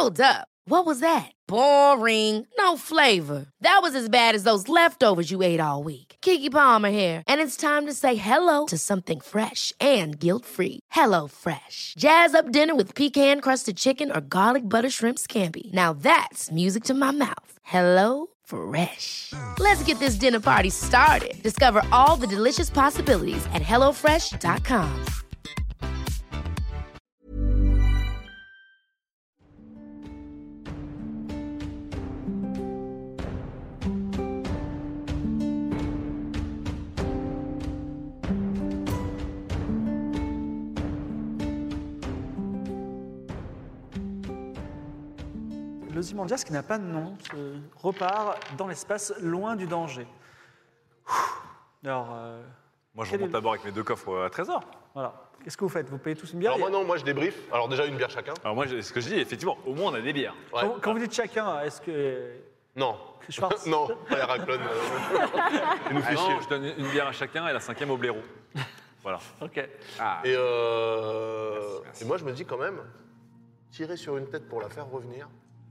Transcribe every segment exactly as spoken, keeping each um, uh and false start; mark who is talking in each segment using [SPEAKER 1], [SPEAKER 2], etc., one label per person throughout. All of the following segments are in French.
[SPEAKER 1] Hold up. What was that? Boring. No flavor. That was as bad as those leftovers you ate all week. Keke Palmer here, and it's time to say hello to something fresh and guilt-free. Hello Fresh. Jazz up dinner with pecan-crusted chicken or garlic butter shrimp scampi. Now that's music to my mouth. Hello Fresh. Let's get this dinner party started. Discover all the delicious possibilities at hello fresh dot com.
[SPEAKER 2] L'Ozymandias, qui n'a pas de nom, se repart dans l'espace loin du danger. Alors, euh,
[SPEAKER 3] Moi, je
[SPEAKER 2] quel
[SPEAKER 3] remonte
[SPEAKER 2] est-
[SPEAKER 3] d'abord avec mes deux coffres à trésor.
[SPEAKER 2] voilà. Qu'est-ce que vous faites? Vous payez tous une bière?
[SPEAKER 4] Alors moi non, moi je débrief. Alors déjà une bière chacun.
[SPEAKER 3] Alors moi, je- ce que je dis, effectivement, au moins on a des bières.
[SPEAKER 4] Ouais.
[SPEAKER 2] Quand, quand vous dites chacun, est-ce que
[SPEAKER 4] Non.
[SPEAKER 2] Schwartz
[SPEAKER 4] non, pas Héraclone. Il nous
[SPEAKER 3] Ah
[SPEAKER 4] fait
[SPEAKER 3] non,
[SPEAKER 4] chier.
[SPEAKER 3] je donne une bière à chacun et la cinquième au blaireau. Voilà.
[SPEAKER 2] Ok.
[SPEAKER 4] Et, euh... et moi je me dis quand même, tirer sur une tête pour la faire revenir,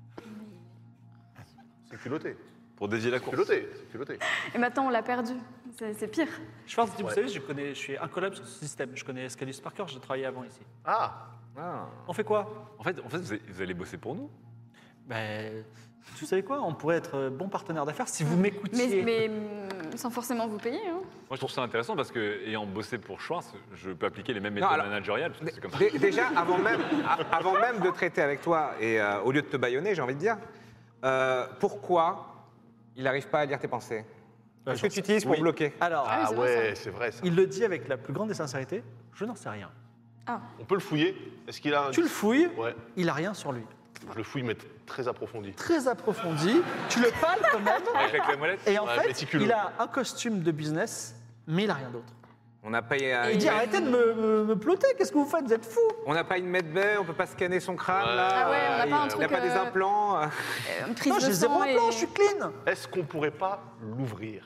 [SPEAKER 4] c'est culotté.
[SPEAKER 3] Pour dévier la
[SPEAKER 4] C'est
[SPEAKER 3] course.
[SPEAKER 4] culotté, c'est culotté.
[SPEAKER 5] Et maintenant, on l'a perdu. C'est c'est pire.
[SPEAKER 2] Schwartz dit, vous
[SPEAKER 4] Ouais.
[SPEAKER 2] savez, je, connais, je suis incollable sur ce système. Je connais Scalus par cœur, j'ai travaillé avant ici.
[SPEAKER 4] Ah,
[SPEAKER 3] Ah.
[SPEAKER 2] On fait quoi?
[SPEAKER 3] En fait, en fait vous, allez, vous allez bosser pour nous.
[SPEAKER 2] Ben, vous savez quoi? On pourrait être bon partenaire d'affaires si vous
[SPEAKER 5] Mais,
[SPEAKER 2] m'écoutiez.
[SPEAKER 5] mais hum, sans forcément vous payer. Hein.
[SPEAKER 3] Moi, je trouve ça intéressant parce que, ayant bossé pour Schwartz, je peux appliquer les mêmes
[SPEAKER 6] Non,
[SPEAKER 3] méthodes
[SPEAKER 6] alors,
[SPEAKER 3] managériales. parce que c'est comme ça.
[SPEAKER 6] Dé- Déjà, avant même, a- avant même de traiter avec toi, et euh, au lieu de te bâillonner, j'ai envie de dire, euh, pourquoi il n'arrive pas à lire tes pensées?
[SPEAKER 2] Ben,
[SPEAKER 6] Qu'est-ce que
[SPEAKER 2] j'en
[SPEAKER 6] tu utilises pour
[SPEAKER 3] oui.
[SPEAKER 6] bloquer?
[SPEAKER 2] Alors,
[SPEAKER 5] Ah oui,
[SPEAKER 4] ah
[SPEAKER 5] c'est vrai,
[SPEAKER 4] ouais, c'est vrai ça.
[SPEAKER 2] il le dit avec la plus grande des sincérités, je n'en sais rien.
[SPEAKER 4] On peut le fouiller. Est-ce qu'il a un...
[SPEAKER 2] Tu le fouilles,
[SPEAKER 4] Ouais,
[SPEAKER 2] il a rien sur lui.
[SPEAKER 4] je le fouille mais t- très approfondi.
[SPEAKER 2] Très approfondi, tu le palpes quand même,
[SPEAKER 3] Avec la molette.
[SPEAKER 2] et en
[SPEAKER 4] Ouais,
[SPEAKER 2] fait,
[SPEAKER 4] méticuleux.
[SPEAKER 2] il a un costume de business, mais il n'a rien d'autre.
[SPEAKER 6] On n'a pas, euh,
[SPEAKER 2] Il dit arrêtez de me, me, me plotter, qu'est-ce que vous faites? Vous êtes fous!
[SPEAKER 6] on n'a pas une medbay, on peut pas scanner son crâne
[SPEAKER 4] Ouais.
[SPEAKER 6] là.
[SPEAKER 5] Ah ouais, on n'a pas un
[SPEAKER 6] Il
[SPEAKER 5] truc.
[SPEAKER 6] n'a pas des
[SPEAKER 5] euh,
[SPEAKER 6] implants. euh.
[SPEAKER 5] euh, une prise
[SPEAKER 2] Non,
[SPEAKER 5] de
[SPEAKER 2] j'ai zéro
[SPEAKER 5] sang et-
[SPEAKER 2] implant, je suis clean!
[SPEAKER 4] Est-ce qu'on pourrait pas l'ouvrir?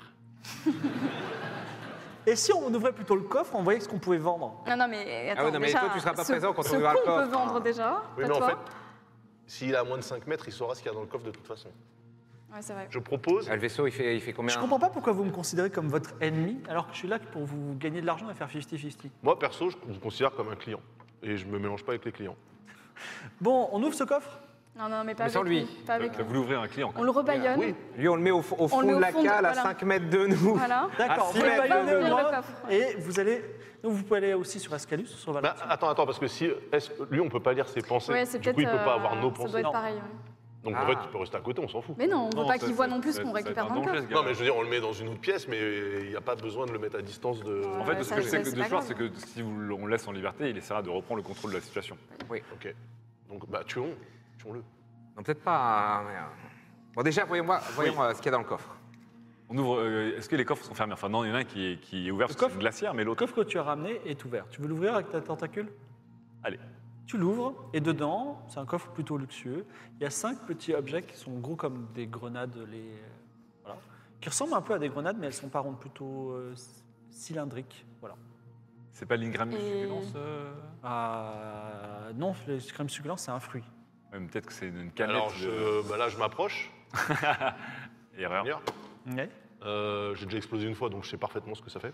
[SPEAKER 2] Et si on ouvrait plutôt le coffre, on voyait ce qu'on pouvait vendre?
[SPEAKER 5] Non, non, mais attends,
[SPEAKER 6] Ah ouais, non, mais
[SPEAKER 5] déjà,
[SPEAKER 6] toi, tu seras pas
[SPEAKER 5] ce-
[SPEAKER 6] présent quand on
[SPEAKER 5] ce
[SPEAKER 6] ouvrira le
[SPEAKER 5] qu'on
[SPEAKER 6] coffre.
[SPEAKER 5] peut vendre déjà.
[SPEAKER 4] Oui,
[SPEAKER 5] pas
[SPEAKER 4] mais en
[SPEAKER 5] toi.
[SPEAKER 4] fait, s'il a moins de cinq mètres, il saura ce qu'il y a dans le coffre de toute façon.
[SPEAKER 5] Ouais, c'est vrai.
[SPEAKER 4] Je propose...
[SPEAKER 6] Ah, le vaisseau, il fait, il fait combien?
[SPEAKER 2] Je comprends pas pourquoi vous me considérez comme votre ennemi, alors que je suis là pour vous gagner de l'argent et faire cinquante cinquante.
[SPEAKER 4] Moi, perso, je vous considère comme un client. Et je me mélange pas avec les clients.
[SPEAKER 2] Bon, on ouvre ce coffre?
[SPEAKER 5] Non, non, mais pas
[SPEAKER 6] Mais sans
[SPEAKER 5] avec
[SPEAKER 6] lui.
[SPEAKER 5] lui. Pas avec
[SPEAKER 3] T'as
[SPEAKER 5] lui.
[SPEAKER 3] voulu ouvrir un client. quand
[SPEAKER 5] On le rebaillonne.
[SPEAKER 4] Oui.
[SPEAKER 6] Lui, on le met au, fo- au fond
[SPEAKER 5] le met
[SPEAKER 6] de
[SPEAKER 5] au
[SPEAKER 6] la
[SPEAKER 5] fond de-
[SPEAKER 6] cale à
[SPEAKER 5] voilà.
[SPEAKER 6] cinq mètres de nous.
[SPEAKER 5] Voilà.
[SPEAKER 2] D'accord,
[SPEAKER 6] Ah,
[SPEAKER 2] vous
[SPEAKER 6] si,
[SPEAKER 2] le
[SPEAKER 6] mais
[SPEAKER 2] baillonnez
[SPEAKER 5] pas
[SPEAKER 2] au
[SPEAKER 5] ouvrir le
[SPEAKER 2] moins,
[SPEAKER 5] coffre, ouais.
[SPEAKER 2] et vous allez... Donc vous pouvez aller aussi sur Ascalus, sur
[SPEAKER 4] Bah,
[SPEAKER 2] Valentine.
[SPEAKER 4] attends, attends, parce que si est-ce- lui, on peut pas lire ses pensées.
[SPEAKER 5] Ouais, c'est
[SPEAKER 4] du coup, il
[SPEAKER 5] peut-être.
[SPEAKER 4] peut pas avoir
[SPEAKER 5] euh,
[SPEAKER 4] nos
[SPEAKER 5] Ça
[SPEAKER 4] pensées.
[SPEAKER 5] doit être
[SPEAKER 2] Non.
[SPEAKER 5] pareil. ouais.
[SPEAKER 4] Donc en
[SPEAKER 6] Ah.
[SPEAKER 4] fait, il peut rester à côté, on s'en fout.
[SPEAKER 5] Mais non, on veut
[SPEAKER 3] Non,
[SPEAKER 5] pas
[SPEAKER 3] ça-
[SPEAKER 5] qu'il voit
[SPEAKER 3] ça-
[SPEAKER 5] non plus
[SPEAKER 3] ça-
[SPEAKER 5] ce qu'on
[SPEAKER 3] ça va être
[SPEAKER 5] récupère
[SPEAKER 3] un
[SPEAKER 5] dans le
[SPEAKER 3] danger,
[SPEAKER 5] coffre.
[SPEAKER 3] ce
[SPEAKER 4] Non,
[SPEAKER 3] gars.
[SPEAKER 4] mais je veux dire, on le met dans une autre pièce, mais il n'y a pas besoin de le mettre à distance de.
[SPEAKER 5] Ouais.
[SPEAKER 3] En fait, ce
[SPEAKER 5] ça,
[SPEAKER 3] que je sais
[SPEAKER 5] c'est-
[SPEAKER 3] que
[SPEAKER 5] c'est
[SPEAKER 3] de
[SPEAKER 5] pas
[SPEAKER 3] Schwartz,
[SPEAKER 5] grave.
[SPEAKER 3] c'est que si vous- on le laisse en liberté, il essaiera de reprendre le contrôle de la situation.
[SPEAKER 6] Oui.
[SPEAKER 4] Ok. Donc, bah, tuons. Tuons-le.
[SPEAKER 6] Non, peut-être pas. euh, merde. Bon, déjà, voyons-moi, voyons euh, ce qu'il y a dans le coffre.
[SPEAKER 3] On ouvre. euh, Est-ce que les coffres sont fermés? Enfin, non, il y en a un qui est, qui est ouvert parce que c'est
[SPEAKER 2] coffre-
[SPEAKER 3] une glacière, mais
[SPEAKER 2] Le
[SPEAKER 3] l'autre.
[SPEAKER 2] coffre que tu as ramené est ouvert. Tu veux l'ouvrir avec ta tentacule?
[SPEAKER 3] Allez.
[SPEAKER 2] Tu l'ouvres, et dedans, c'est un coffre plutôt luxueux. Il y a cinq petits objets qui sont gros comme des grenades, les, euh, voilà, qui ressemblent un peu à des grenades, mais elles sont pas rondes, plutôt euh, cylindriques. Voilà.
[SPEAKER 3] C'est pas l'Ingram
[SPEAKER 5] Et-
[SPEAKER 3] succulence euh
[SPEAKER 2] Euh, non, le crème succulent, c'est un fruit.
[SPEAKER 3] Ouais, mais peut-être que c'est une canette.
[SPEAKER 4] Alors,
[SPEAKER 3] de-
[SPEAKER 4] je, bah là, je m'approche.
[SPEAKER 3] Erreur.
[SPEAKER 4] Venir.
[SPEAKER 2] Ouais.
[SPEAKER 4] Euh, J'ai déjà explosé une fois, donc je sais parfaitement ce que ça fait.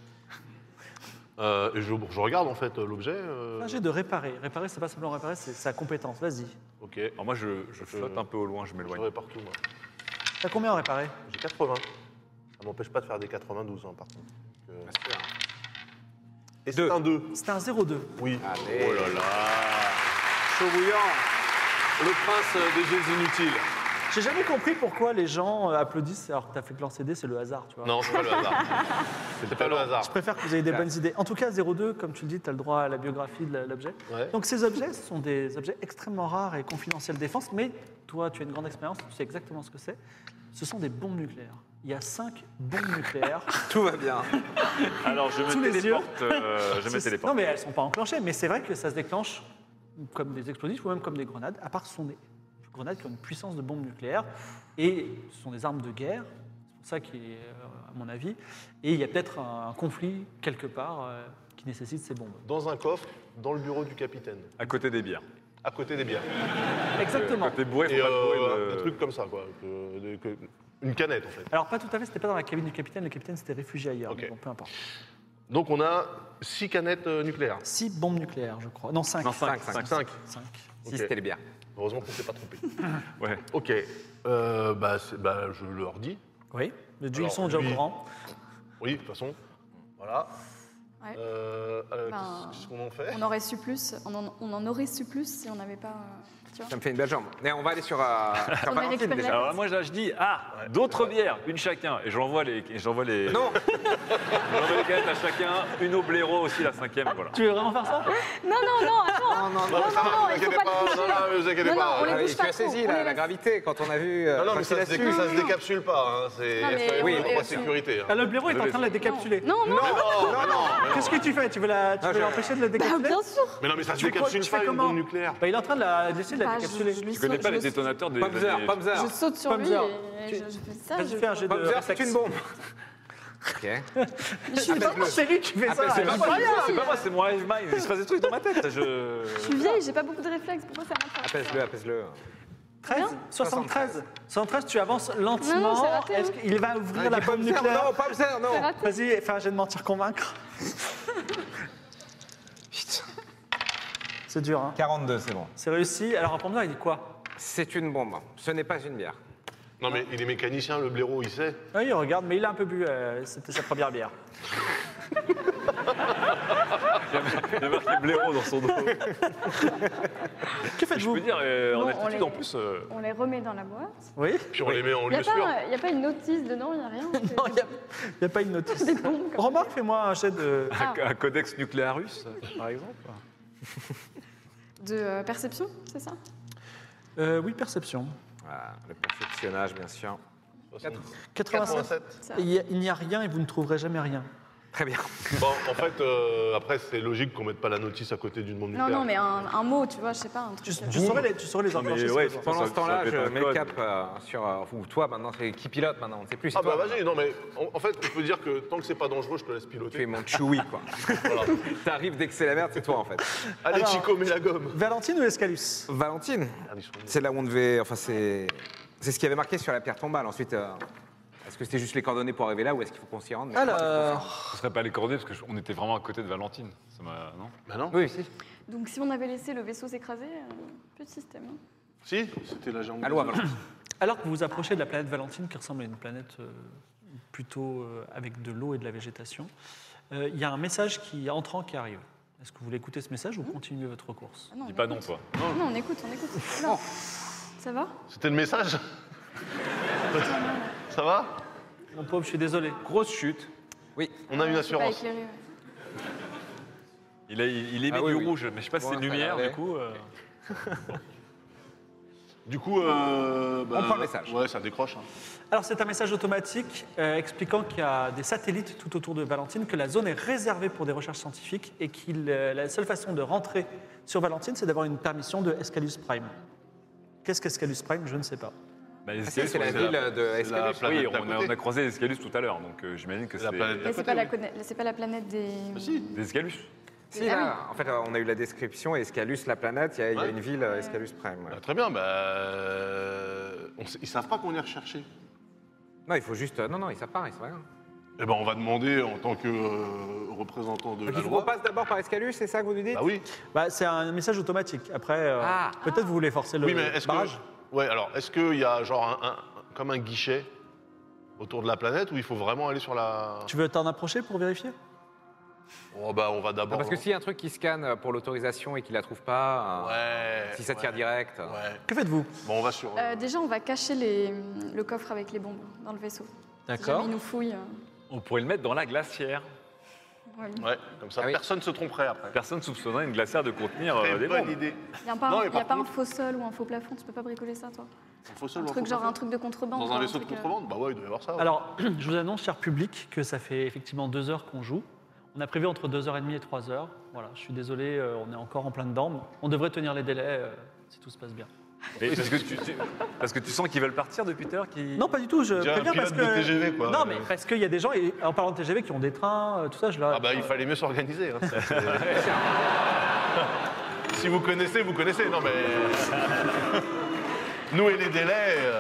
[SPEAKER 4] Euh, et je, je regarde en fait l'objet. euh,
[SPEAKER 2] Un jet de réparer. Réparer, c'est pas simplement réparer, c'est sa compétence. Vas-y.
[SPEAKER 4] Ok.
[SPEAKER 3] Alors moi, je, je flotte un peu au loin, je
[SPEAKER 4] Je
[SPEAKER 3] m'éloigne.
[SPEAKER 4] vais partout, moi.
[SPEAKER 2] T'as combien en réparer?
[SPEAKER 4] J'ai quatre-vingts. Ça m'empêche pas de faire des quatre-vingt-douze, hein, par contre. Donc, euh, Et c'est
[SPEAKER 6] Deux.
[SPEAKER 4] un deux.
[SPEAKER 2] C'est un zéro deux.
[SPEAKER 4] Oui.
[SPEAKER 6] Allez.
[SPEAKER 3] Oh là là.
[SPEAKER 6] Chaud bouillant.
[SPEAKER 4] Le prince des jeux inutiles.
[SPEAKER 2] J'ai jamais compris pourquoi les gens euh, applaudissent alors que t'as fait que lancer dés, c'est le hasard, tu vois.
[SPEAKER 4] Non, c'est pas le hasard. C'est pas le hasard.
[SPEAKER 2] Je préfère que vous ayez des bonnes idées. En tout cas, zéro deux, comme tu le dis, tu as le droit à la biographie de la- l'objet.
[SPEAKER 4] Ouais.
[SPEAKER 2] Donc ces objets, ce sont des objets extrêmement rares et confidentiels de défense, mais toi, tu as une grande expérience, tu sais exactement ce que c'est. Ce sont des bombes nucléaires. Il y a cinq bombes nucléaires.
[SPEAKER 6] Tout va bien.
[SPEAKER 3] Alors, je
[SPEAKER 2] Sous
[SPEAKER 3] me
[SPEAKER 2] les yeux.
[SPEAKER 3] téléporte. euh, je me
[SPEAKER 2] C'est-
[SPEAKER 3] téléporte.
[SPEAKER 2] Non, mais elles ne sont pas enclenchées, mais c'est vrai que ça se déclenche comme des explosifs ou même comme des grenades, à part son nez. Des grenades qui ont une puissance de bombe nucléaire, et ce sont des armes de guerre, c'est pour ça qu'il est, euh, à mon avis, et il y a peut-être un, un conflit quelque part euh, qui nécessite ces bombes.
[SPEAKER 4] Dans un coffre, dans le bureau du capitaine.
[SPEAKER 3] À côté des bières.
[SPEAKER 4] à côté des bières.
[SPEAKER 2] Exactement.
[SPEAKER 3] Quand t'es bourré, faut
[SPEAKER 4] Et
[SPEAKER 3] pas te bourrer
[SPEAKER 4] euh,
[SPEAKER 3] de-
[SPEAKER 4] des trucs comme ça, quoi. que- des- que- une canette, en fait.
[SPEAKER 2] Alors, pas tout à fait, c'était pas dans la cabine du capitaine. Le capitaine s'était réfugié ailleurs.
[SPEAKER 4] Ok.
[SPEAKER 2] Mais bon, peu importe.
[SPEAKER 4] Donc, on a six canettes euh, nucléaires.
[SPEAKER 2] Six bombes nucléaires, je crois. Non, cinq.
[SPEAKER 3] Non, cinq,
[SPEAKER 6] Cinq,
[SPEAKER 3] cinq.
[SPEAKER 4] Cinq.
[SPEAKER 2] Cinq.
[SPEAKER 6] Si
[SPEAKER 4] Ok.
[SPEAKER 6] c'était les bières.
[SPEAKER 4] Heureusement qu'on ne s'est pas trompé.
[SPEAKER 3] Ouais.
[SPEAKER 4] Ok. Euh, bah, c'est- bah, je leur dis.
[SPEAKER 2] Oui. Ils
[SPEAKER 4] Alors,
[SPEAKER 2] sont déjà au
[SPEAKER 4] lui-
[SPEAKER 2] courant.
[SPEAKER 4] Oui, de toute façon. Voilà.
[SPEAKER 5] Ouais.
[SPEAKER 4] Euh, euh,
[SPEAKER 5] Ben,
[SPEAKER 4] qu'est-ce- Qu'est-ce qu'on en fait
[SPEAKER 5] On aurait su plus, on en, on en aurait su plus si on n'avait pas. euh, tu vois.
[SPEAKER 6] Ça me fait une belle jambe. Mais on va aller sur, euh, sur
[SPEAKER 5] On a
[SPEAKER 6] Valentine
[SPEAKER 5] récupéré
[SPEAKER 6] déjà.
[SPEAKER 5] la-
[SPEAKER 3] Alors là, moi, là, je dis, ah, d'autres bières, une chacun. Et j'envoie les, et j'envoie les,
[SPEAKER 6] Non,
[SPEAKER 3] j'envoie les canettes à chacun, une au blaireau aussi, la cinquième, voilà.
[SPEAKER 2] Tu veux vraiment faire ça?
[SPEAKER 5] Non, non, non, attends.
[SPEAKER 6] non, non,
[SPEAKER 5] non,
[SPEAKER 6] non.
[SPEAKER 5] non,
[SPEAKER 4] ça va,
[SPEAKER 5] non,
[SPEAKER 4] vous
[SPEAKER 5] il faut
[SPEAKER 4] inquiétez
[SPEAKER 5] pas
[SPEAKER 4] pas,
[SPEAKER 5] le toucher.
[SPEAKER 4] non, non, vous inquiétez
[SPEAKER 5] Non,
[SPEAKER 4] pas.
[SPEAKER 5] non, on les
[SPEAKER 6] Ah oui,
[SPEAKER 5] bouge
[SPEAKER 6] tu
[SPEAKER 5] pas
[SPEAKER 6] as
[SPEAKER 5] trop,
[SPEAKER 6] saisi
[SPEAKER 5] on
[SPEAKER 6] la,
[SPEAKER 5] les
[SPEAKER 6] la
[SPEAKER 5] laisse.
[SPEAKER 6] gravité quand on a vu. euh,
[SPEAKER 4] Non, non,
[SPEAKER 6] quand
[SPEAKER 4] mais ça,
[SPEAKER 6] il a
[SPEAKER 4] se, dé-
[SPEAKER 6] su.
[SPEAKER 4] ça se décapsule pas. Hein. C'est
[SPEAKER 5] Non, mais-
[SPEAKER 4] c'est
[SPEAKER 5] oui,
[SPEAKER 4] vraiment
[SPEAKER 5] et-
[SPEAKER 4] pas sécurité. hein.
[SPEAKER 2] Ah, le blaireau est en train de la décapsuler.
[SPEAKER 5] Non, non,
[SPEAKER 6] Non, non, non.
[SPEAKER 2] Qu'est-ce que tu fais? Tu veux la- tu
[SPEAKER 6] Ah,
[SPEAKER 2] veux
[SPEAKER 6] je-
[SPEAKER 2] l'empêcher de la
[SPEAKER 5] bah,
[SPEAKER 2] décapsuler?
[SPEAKER 5] bien sûr.
[SPEAKER 4] Mais non, mais ça se
[SPEAKER 2] Tu crois-
[SPEAKER 4] décapsule
[SPEAKER 2] tu fais
[SPEAKER 4] pas une
[SPEAKER 2] comment
[SPEAKER 4] bombe nucléaire.
[SPEAKER 2] Bah, il est en train de la- d'essayer de la
[SPEAKER 5] Bah, je-
[SPEAKER 2] décapsuler.
[SPEAKER 5] je lui
[SPEAKER 3] Tu connais
[SPEAKER 5] saute-
[SPEAKER 3] pas
[SPEAKER 5] je
[SPEAKER 3] les
[SPEAKER 5] le-
[SPEAKER 3] détonateurs des...
[SPEAKER 6] Pomzer,
[SPEAKER 3] des-
[SPEAKER 6] Pomzer.
[SPEAKER 5] Je saute sur lui
[SPEAKER 2] Pomzer.
[SPEAKER 5] et
[SPEAKER 2] Tu-
[SPEAKER 5] je, je fais ça.
[SPEAKER 2] Vas-y,
[SPEAKER 5] je-
[SPEAKER 2] fais un jet de
[SPEAKER 6] Pomzer, c'est
[SPEAKER 2] réflexe.
[SPEAKER 6] une bombe. Ok.
[SPEAKER 2] Je suis pas chérie, tu fais ça.
[SPEAKER 6] Appelle-
[SPEAKER 3] C'est pas moi,
[SPEAKER 5] vieille.
[SPEAKER 3] c'est pas moi, c'est mon rêve mind. Il se passe des trucs dans ma tête. Je...
[SPEAKER 5] Je suis vieille, j'ai pas beaucoup de réflexes. Pourquoi ça m'attrape?
[SPEAKER 6] Apaise-le, apaise-le.
[SPEAKER 2] treize, soixante-treize. soixante-treize, tu avances lentement.
[SPEAKER 5] Non, non, c'est raté,
[SPEAKER 2] Est-ce
[SPEAKER 5] hein.
[SPEAKER 2] qu'il va ouvrir
[SPEAKER 6] Ah,
[SPEAKER 2] la
[SPEAKER 6] dis
[SPEAKER 2] bombe
[SPEAKER 6] Pomzer,
[SPEAKER 2] nucléaire?
[SPEAKER 6] non, Pomzer,
[SPEAKER 5] C'est
[SPEAKER 6] non.
[SPEAKER 5] raté.
[SPEAKER 2] Vas-y, fais un jet de mentir convaincre. C'est dur, hein.
[SPEAKER 6] quarante-deux, c'est bon.
[SPEAKER 2] C'est réussi. Alors, un Pomzer, il dit quoi?
[SPEAKER 6] C'est une bombe. Ce n'est pas une bière.
[SPEAKER 4] Non, mais il est mécanicien, le blaireau, il sait.
[SPEAKER 2] Oui, il regarde, mais il a un peu bu. euh, C'était sa première bière.
[SPEAKER 3] Il y a marqué blaireau dans son dos.
[SPEAKER 2] Que
[SPEAKER 3] Je
[SPEAKER 2] faites-vous?
[SPEAKER 3] peux dire, euh, en
[SPEAKER 5] Bon, on
[SPEAKER 3] altitude,
[SPEAKER 5] les-
[SPEAKER 3] en plus... euh,
[SPEAKER 5] On les remet dans la boîte.
[SPEAKER 2] Oui.
[SPEAKER 4] Puis on les met en
[SPEAKER 5] Il n'y a,
[SPEAKER 4] lieu sûr.
[SPEAKER 5] pas- y a pas une notice dedans, il n'y a rien. c'est
[SPEAKER 2] Non, il n'y a, y a pas une notice.
[SPEAKER 5] Des bombes comme
[SPEAKER 2] Remarque, fais-moi un jet de.
[SPEAKER 5] Ah.
[SPEAKER 3] un codex nucléarus, par exemple.
[SPEAKER 5] de euh, perception, c'est ça?
[SPEAKER 2] Euh, oui, perception.
[SPEAKER 6] Voilà, le perfectionnage, bien sûr.
[SPEAKER 2] quatre-vingt-sept.
[SPEAKER 4] quatre-vingt-sept.
[SPEAKER 5] Ça.
[SPEAKER 2] Et Il y a- il n'y a rien et vous ne trouverez jamais rien.
[SPEAKER 6] Très bien.
[SPEAKER 4] Bon, en fait, euh, après, c'est logique qu'on mette pas la notice à côté d'une bombe
[SPEAKER 5] Non,
[SPEAKER 4] nucléaire.
[SPEAKER 5] non, mais un, un mot, tu vois, je sais pas, un
[SPEAKER 2] Tu,
[SPEAKER 5] truc.
[SPEAKER 2] tu
[SPEAKER 5] euh,
[SPEAKER 2] saurais les, tu saurais les
[SPEAKER 3] Non, mais
[SPEAKER 2] enclencher. si
[SPEAKER 3] ouais,
[SPEAKER 2] besoin.
[SPEAKER 6] Pendant
[SPEAKER 3] Ça-
[SPEAKER 6] ce temps-là,
[SPEAKER 3] ça peut
[SPEAKER 6] je
[SPEAKER 3] être un
[SPEAKER 6] mets le
[SPEAKER 3] code.
[SPEAKER 6] cap euh, sur. euh, ou toi, maintenant, c'est qui pilote maintenant, on ne sait plus. c'est
[SPEAKER 4] Ah bah
[SPEAKER 6] toi.
[SPEAKER 4] vas-y, non mais en, en fait, on peut dire que tant que c'est pas dangereux, je te laisse
[SPEAKER 6] Tu es
[SPEAKER 4] piloter.
[SPEAKER 6] mon chewie, quoi.
[SPEAKER 4] Voilà.
[SPEAKER 6] T'arrives dès que c'est la merde, c'est toi, en fait.
[SPEAKER 4] Allez,
[SPEAKER 2] Alors-
[SPEAKER 4] Chico, mets la gomme.
[SPEAKER 2] Valentine ou Escalus?
[SPEAKER 6] Valentine,
[SPEAKER 4] Merde, ils sont-
[SPEAKER 6] c'est là où on devait. Enfin, c'est. C'est ce qui avait marqué sur la pierre tombale. Ensuite, euh, est-ce que c'était juste les coordonnées pour arriver là ou est-ce qu'il faut qu'on s'y rende?
[SPEAKER 2] Alors.
[SPEAKER 3] Ce serait pas les coordonnées, parce qu'on était vraiment à côté de Valentine. Ça m'a... Non
[SPEAKER 4] Bah non.
[SPEAKER 6] Oui, si.
[SPEAKER 5] Donc si on avait laissé le vaisseau s'écraser, euh, plus de système. hein.
[SPEAKER 4] Si, c'était la jambe.
[SPEAKER 6] Allô, à Valentine.
[SPEAKER 2] Alors que vous vous approchez de la planète Valentine, qui ressemble à une planète euh, plutôt euh, avec de l'eau et de la végétation, euh, il y a un message qui entrant qui arrive. Est-ce que vous voulez écouter ce message ou continuer votre course?
[SPEAKER 5] Ah non,
[SPEAKER 3] Dis
[SPEAKER 5] on
[SPEAKER 3] pas non,
[SPEAKER 5] écoute.
[SPEAKER 3] toi.
[SPEAKER 5] Non, on écoute, on écoute. Oula. Ça va?
[SPEAKER 4] C'était le message. Ça va?
[SPEAKER 2] Mon pauvre, je suis désolé.
[SPEAKER 3] Grosse chute.
[SPEAKER 6] Oui.
[SPEAKER 4] On a une
[SPEAKER 5] C'est pas
[SPEAKER 4] assurance.
[SPEAKER 5] éclairé, ouais.
[SPEAKER 3] Il, a, il émet
[SPEAKER 6] Ah oui,
[SPEAKER 3] du
[SPEAKER 6] oui.
[SPEAKER 3] rouge, mais je sais pas si
[SPEAKER 6] Bon,
[SPEAKER 3] c'est une
[SPEAKER 6] ça
[SPEAKER 3] lumière,
[SPEAKER 6] allait.
[SPEAKER 3] du coup... euh,
[SPEAKER 4] Du coup, euh, bah,
[SPEAKER 6] On prend le message.
[SPEAKER 4] Ouais, ça décroche. hein.
[SPEAKER 2] Alors c'est un message automatique euh, expliquant qu'il y a des satellites tout autour de Valentine, que la zone est réservée pour des recherches scientifiques et que la seule façon de rentrer sur Valentine, c'est d'avoir une permission de Escalus Prime. Qu'est-ce qu'Escalus Prime? Je ne sais pas.
[SPEAKER 3] bah, les
[SPEAKER 6] Ah, si,
[SPEAKER 3] Escalus,
[SPEAKER 6] c'est la
[SPEAKER 3] on les a-
[SPEAKER 6] ville de
[SPEAKER 4] c'est la
[SPEAKER 6] Escalus.
[SPEAKER 4] planète
[SPEAKER 3] Oui,
[SPEAKER 4] d'à
[SPEAKER 3] on a,
[SPEAKER 4] côté.
[SPEAKER 3] on a croisé les Escalus tout à l'heure, donc euh, j'imagine que
[SPEAKER 4] C'est la
[SPEAKER 3] c'est
[SPEAKER 4] planète d'à
[SPEAKER 5] Mais c'est
[SPEAKER 4] côté.
[SPEAKER 5] pas, la
[SPEAKER 4] oui.
[SPEAKER 5] conna- c'est pas la planète des.
[SPEAKER 4] Ah, si.
[SPEAKER 3] des Escalus.
[SPEAKER 6] Si, là, en fait, on a eu la description, Escalus, la planète, il y a, il y a
[SPEAKER 4] Ouais.
[SPEAKER 6] une ville, euh, Escalus Prime. ouais.
[SPEAKER 4] Bah, très bien, bah, euh, on sait- ils savent pas qu'on est recherché.
[SPEAKER 6] Non, il faut juste. euh, Non, non, ils savent pas, ils savent rien.
[SPEAKER 4] Eh ben, on va demander en tant que euh, représentant de
[SPEAKER 6] Donc
[SPEAKER 4] la
[SPEAKER 6] il faut
[SPEAKER 4] loi.
[SPEAKER 6] qu'on passe d'abord par Escalus, c'est ça que vous nous dites?
[SPEAKER 4] Bah oui.
[SPEAKER 2] Bah, c'est un message automatique. Après, euh,
[SPEAKER 6] Ah.
[SPEAKER 2] peut-être vous voulez forcer le
[SPEAKER 4] Oui, mais est-ce
[SPEAKER 2] barrage.
[SPEAKER 4] que, ouais, alors, est-ce qu'il y a genre un, un- comme un guichet autour de la planète où il faut vraiment aller sur la.
[SPEAKER 2] Tu veux t'en approcher pour vérifier?
[SPEAKER 4] Oh bah, on va
[SPEAKER 6] Non,
[SPEAKER 4] d'abord.
[SPEAKER 6] parce que s'il y a un truc qui scanne pour l'autorisation et qu'il la trouve pas, euh,
[SPEAKER 4] Ouais.
[SPEAKER 6] si ça tire
[SPEAKER 4] ouais,
[SPEAKER 6] direct. euh,
[SPEAKER 4] Ouais.
[SPEAKER 2] Que faites-vous?
[SPEAKER 4] Bon, on va sur.
[SPEAKER 5] Euh, déjà, on va cacher les, le coffre avec les bombes dans le vaisseau. Si jamais ils nous fouillent. euh,
[SPEAKER 3] On pourrait le mettre dans la glacière.
[SPEAKER 5] ouais.
[SPEAKER 4] Ouais, comme ça,
[SPEAKER 6] Ah oui.
[SPEAKER 4] personne ne se tromperait après.
[SPEAKER 3] Personne soupçonnerait une glacière de contenir euh,
[SPEAKER 4] Très
[SPEAKER 3] des
[SPEAKER 4] bonne
[SPEAKER 3] bombes.
[SPEAKER 4] idée.
[SPEAKER 5] Il n'y a pas,
[SPEAKER 4] Non,
[SPEAKER 5] un,
[SPEAKER 4] mais
[SPEAKER 5] y a
[SPEAKER 4] par
[SPEAKER 5] pas un
[SPEAKER 4] contre-
[SPEAKER 5] faux sol ou un faux plafond, tu peux pas bricoler ça, toi?
[SPEAKER 4] Il faut seul
[SPEAKER 5] Un
[SPEAKER 4] ou
[SPEAKER 5] truc
[SPEAKER 4] faut
[SPEAKER 5] genre
[SPEAKER 4] pas
[SPEAKER 5] un truc de contrebande.
[SPEAKER 4] Dans
[SPEAKER 5] quoi,
[SPEAKER 4] un vaisseau de
[SPEAKER 5] truc, euh,
[SPEAKER 4] contrebande Bah ouais, il doit y avoir ça. ouais.
[SPEAKER 2] Alors, je vous annonce, cher public, que ça fait effectivement deux heures qu'on joue. On a prévu entre deux heures trente et trois heures. Voilà, je suis désolé, euh, on est encore en plein dedans. On devrait tenir les délais euh, si tout se passe bien.
[SPEAKER 3] Et parce, que tu, tu- parce que tu sens qu'ils veulent partir depuis tout à l'heure qu'ils-
[SPEAKER 2] Non, pas du tout, je
[SPEAKER 4] Dirait un
[SPEAKER 2] préviens parce
[SPEAKER 4] pilote
[SPEAKER 2] que...
[SPEAKER 4] de T G V, quoi.
[SPEAKER 2] Non, mais parce qu'il y a des gens, et en parlant de T G V, qui ont des trains, euh, tout ça, je leur...
[SPEAKER 4] Ah bah, il fallait mieux s'organiser. hein, ça, c'est- si vous connaissez, vous connaissez. Non, mais. Nous et les délais. euh,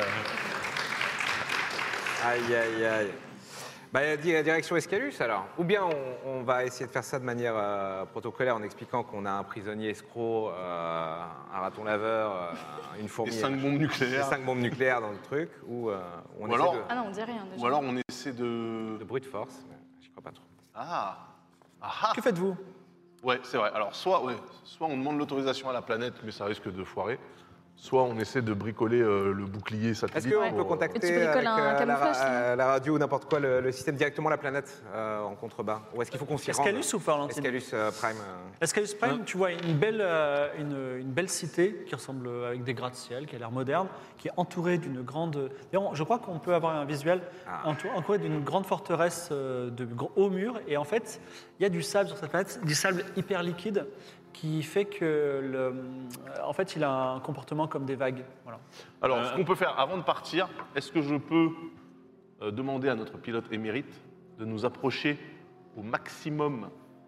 [SPEAKER 6] Aïe, aïe, aïe. Bah, di- direction Escalus alors. Ou bien on, on va essayer de faire ça de manière euh, protocolaire en expliquant qu'on a un prisonnier escroc, euh, un raton laveur, euh, une fourmi.
[SPEAKER 4] Les cinq bombes
[SPEAKER 6] les
[SPEAKER 4] nucléaires.
[SPEAKER 6] cinq bombes nucléaires dans le truc. Ou euh, on
[SPEAKER 4] Ou
[SPEAKER 6] essaie
[SPEAKER 4] alors-
[SPEAKER 6] de,
[SPEAKER 5] Ah non, on dit rien déjà.
[SPEAKER 4] Ou alors on essaie de.
[SPEAKER 6] de brute force. mais J'y crois pas trop.
[SPEAKER 4] Ah Ah
[SPEAKER 2] Que faites-vous?
[SPEAKER 4] Ouais, c'est vrai. Alors, soit, ouais, soit on demande l'autorisation à la planète, mais ça risque de foirer. Soit on essaie de bricoler euh, le bouclier satellite.
[SPEAKER 6] Est-ce qu'on
[SPEAKER 4] pour,
[SPEAKER 6] peut
[SPEAKER 4] euh,
[SPEAKER 6] contacter
[SPEAKER 5] Et tu bricoles
[SPEAKER 6] avec,
[SPEAKER 5] un
[SPEAKER 6] euh, la,
[SPEAKER 5] camouflage,
[SPEAKER 6] ra- euh, la radio ou n'importe quoi, le, le système directement la planète euh, en contrebas? Ou est-ce qu'il faut qu'on s'y rende?
[SPEAKER 2] Escalus ou Valentine?
[SPEAKER 6] Escalus euh, Prime. euh.
[SPEAKER 2] Escalus Prime, tu vois une belle, euh, une, une belle cité qui ressemble avec des gratte-ciel, qui a l'air moderne, qui est entourée d'une grande. D'ailleurs, je crois qu'on peut avoir un visuel
[SPEAKER 6] Ah.
[SPEAKER 2] entour- entouré d'une grande forteresse euh, de gros- hauts murs. Et en fait, il y a du sable sur cette planète, du sable hyper liquide qui fait que, le, en fait, il a un comportement comme des vagues. Voilà.
[SPEAKER 4] Alors,
[SPEAKER 3] Euh,
[SPEAKER 4] ce qu'on peut faire avant de partir, est-ce que je peux euh, demander à notre pilote émérite de nous approcher au maximum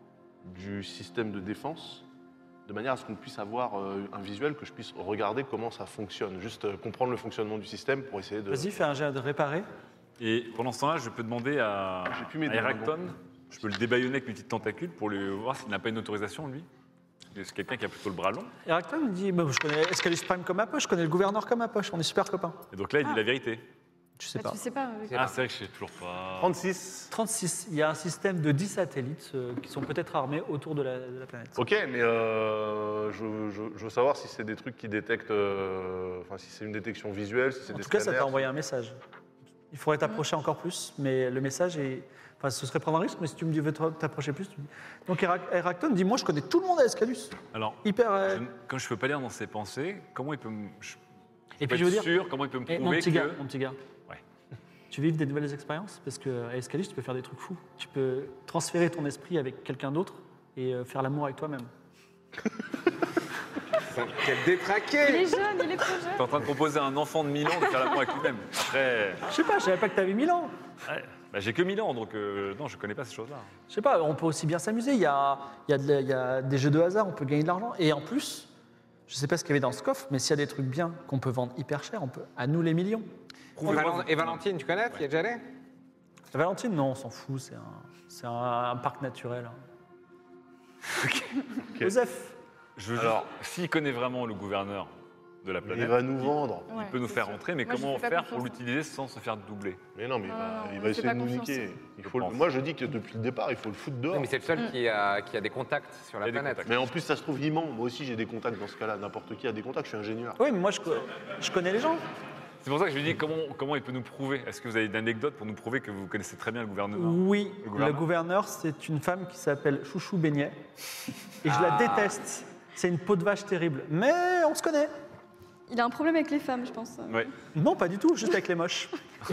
[SPEAKER 4] du système de défense, de manière à ce qu'on puisse avoir euh, un visuel, que je puisse regarder comment ça fonctionne, juste euh, comprendre le fonctionnement du système pour essayer de...
[SPEAKER 2] Vas-y, fais un jet de réparer.
[SPEAKER 3] Et pendant ce temps-là, je peux demander à,
[SPEAKER 4] J'ai plus mes
[SPEAKER 3] à
[SPEAKER 4] deux,
[SPEAKER 3] Eracton,
[SPEAKER 4] bon.
[SPEAKER 3] je peux le débaillonner avec mes petites tentacules pour lui voir s'il n'a pas une autorisation, lui. C'est quelqu'un qui a plutôt le bras long.
[SPEAKER 2] Eracton me dit bah, je connais Escalus Prime comme ma poche, je connais le gouverneur comme ma poche, on est super copains.
[SPEAKER 3] Et donc là, il dit
[SPEAKER 5] Ah.
[SPEAKER 3] la vérité.
[SPEAKER 2] Tu sais
[SPEAKER 5] Bah,
[SPEAKER 2] pas.
[SPEAKER 5] tu sais pas. euh,
[SPEAKER 6] C'est
[SPEAKER 3] Ah,
[SPEAKER 6] pas.
[SPEAKER 3] c'est vrai que je sais toujours pas.
[SPEAKER 4] trente-six.
[SPEAKER 2] trente-six, il y a un système de dix satellites euh, qui sont peut-être armés autour de la, de la planète.
[SPEAKER 4] Ok, mais euh, je, je- je veux savoir si c'est des trucs qui détectent... euh, Enfin, si c'est une détection visuelle, si c'est
[SPEAKER 2] En
[SPEAKER 4] des
[SPEAKER 2] tout cas, ça
[SPEAKER 4] scanners,
[SPEAKER 2] t'a envoyé un message. Il faudrait t'approcher encore plus, mais le message est. Enfin, ce serait prendre un risque, mais si tu me dis veux t'approcher plus, tu me dis. Donc, Herac- Eracton dit moi, je connais tout le monde à Escalus.
[SPEAKER 3] Alors,
[SPEAKER 2] Hyper. euh,
[SPEAKER 3] je ne- comme je ne peux pas lire dans ses pensées, comment il peut me. Je,
[SPEAKER 2] Et
[SPEAKER 3] peux
[SPEAKER 2] puis, je veux
[SPEAKER 3] être
[SPEAKER 2] dire.
[SPEAKER 3] sûr, comment il peut me
[SPEAKER 2] Eh, mon
[SPEAKER 3] prouver
[SPEAKER 2] petit
[SPEAKER 3] que.
[SPEAKER 2] gars, mon petit gars.
[SPEAKER 3] Ouais.
[SPEAKER 2] Tu vives des nouvelles expériences parce qu'à Escalus, tu peux faire des trucs fous. Tu peux transférer ton esprit avec quelqu'un d'autre et euh, faire l'amour avec toi-même.
[SPEAKER 6] Quel
[SPEAKER 5] Il
[SPEAKER 6] détraqué!
[SPEAKER 5] est jeune, il est trop
[SPEAKER 3] Tu es
[SPEAKER 5] jeune.
[SPEAKER 3] en train de proposer à un enfant de mille ans de faire l'amour avec lui-même. Après,
[SPEAKER 2] Je sais pas, je savais pas que t'avais mille ans.
[SPEAKER 3] ouais, bah, j'ai que mille ans, donc euh, non, je connais pas ces choses-là.
[SPEAKER 2] Je sais pas, on peut aussi bien s'amuser. Il y a, il y, a de la- il y a des jeux de hasard, on peut gagner de l'argent. Et en plus, je sais pas ce qu'il y avait dans ce coffre, mais s'il y a des trucs bien qu'on peut vendre hyper cher, on peut. À nous les millions.
[SPEAKER 6] Et, Valen- et Valentine, tu connais? Tu y es déjà allé?
[SPEAKER 2] La Valentine, non, on s'en fout, c'est un, c'est un, un parc naturel. hein. Joseph,
[SPEAKER 3] Je veux
[SPEAKER 4] Alors-
[SPEAKER 3] juste- s'il connaît vraiment le gouverneur de la
[SPEAKER 4] il
[SPEAKER 3] planète,
[SPEAKER 4] va nous vendre.
[SPEAKER 5] Ouais,
[SPEAKER 3] il peut nous
[SPEAKER 5] c'est
[SPEAKER 3] faire
[SPEAKER 5] sûr.
[SPEAKER 3] rentrer, mais
[SPEAKER 5] Moi, je
[SPEAKER 3] comment
[SPEAKER 5] fais pas
[SPEAKER 3] faire pour
[SPEAKER 5] confiance.
[SPEAKER 3] l'utiliser sans se faire doubler?
[SPEAKER 4] Mais non, mais il
[SPEAKER 5] Non,
[SPEAKER 4] va,
[SPEAKER 5] non,
[SPEAKER 4] il
[SPEAKER 5] non,
[SPEAKER 4] va
[SPEAKER 5] on
[SPEAKER 4] essayer
[SPEAKER 5] fait
[SPEAKER 4] de
[SPEAKER 5] pas
[SPEAKER 4] nous
[SPEAKER 5] confiance.
[SPEAKER 4] niquer. Il
[SPEAKER 3] Je
[SPEAKER 4] faut le-
[SPEAKER 3] pense.
[SPEAKER 4] moi, je dis que depuis le départ, il faut le foutre dehors.
[SPEAKER 6] Oui, mais c'est le seul qui, a, qui a des contacts sur la
[SPEAKER 3] Il y a des
[SPEAKER 6] planète.
[SPEAKER 3] contacts.
[SPEAKER 4] Mais en plus, ça se trouve, il ment. Moi aussi, j'ai des contacts dans ce cas-là. N'importe qui a des contacts. Je suis ingénieur.
[SPEAKER 2] oui, mais moi je, co- je connais les gens.
[SPEAKER 3] C'est pour ça que je lui dis comment, comment il peut nous prouver. Est-ce que vous avez une anecdote pour nous prouver que vous connaissez très bien le gouvernement?
[SPEAKER 2] Oui,
[SPEAKER 3] Le
[SPEAKER 2] le
[SPEAKER 3] gouverneur.
[SPEAKER 2] gouverneur, c'est une femme qui s'appelle Chouchou Beignet. Et je la
[SPEAKER 6] Ah.
[SPEAKER 2] déteste. C'est une peau de vache terrible. Mais on se connaît.
[SPEAKER 5] Il a un problème avec les femmes, je pense.
[SPEAKER 3] Ouais.
[SPEAKER 2] Non, pas du tout, juste avec les moches.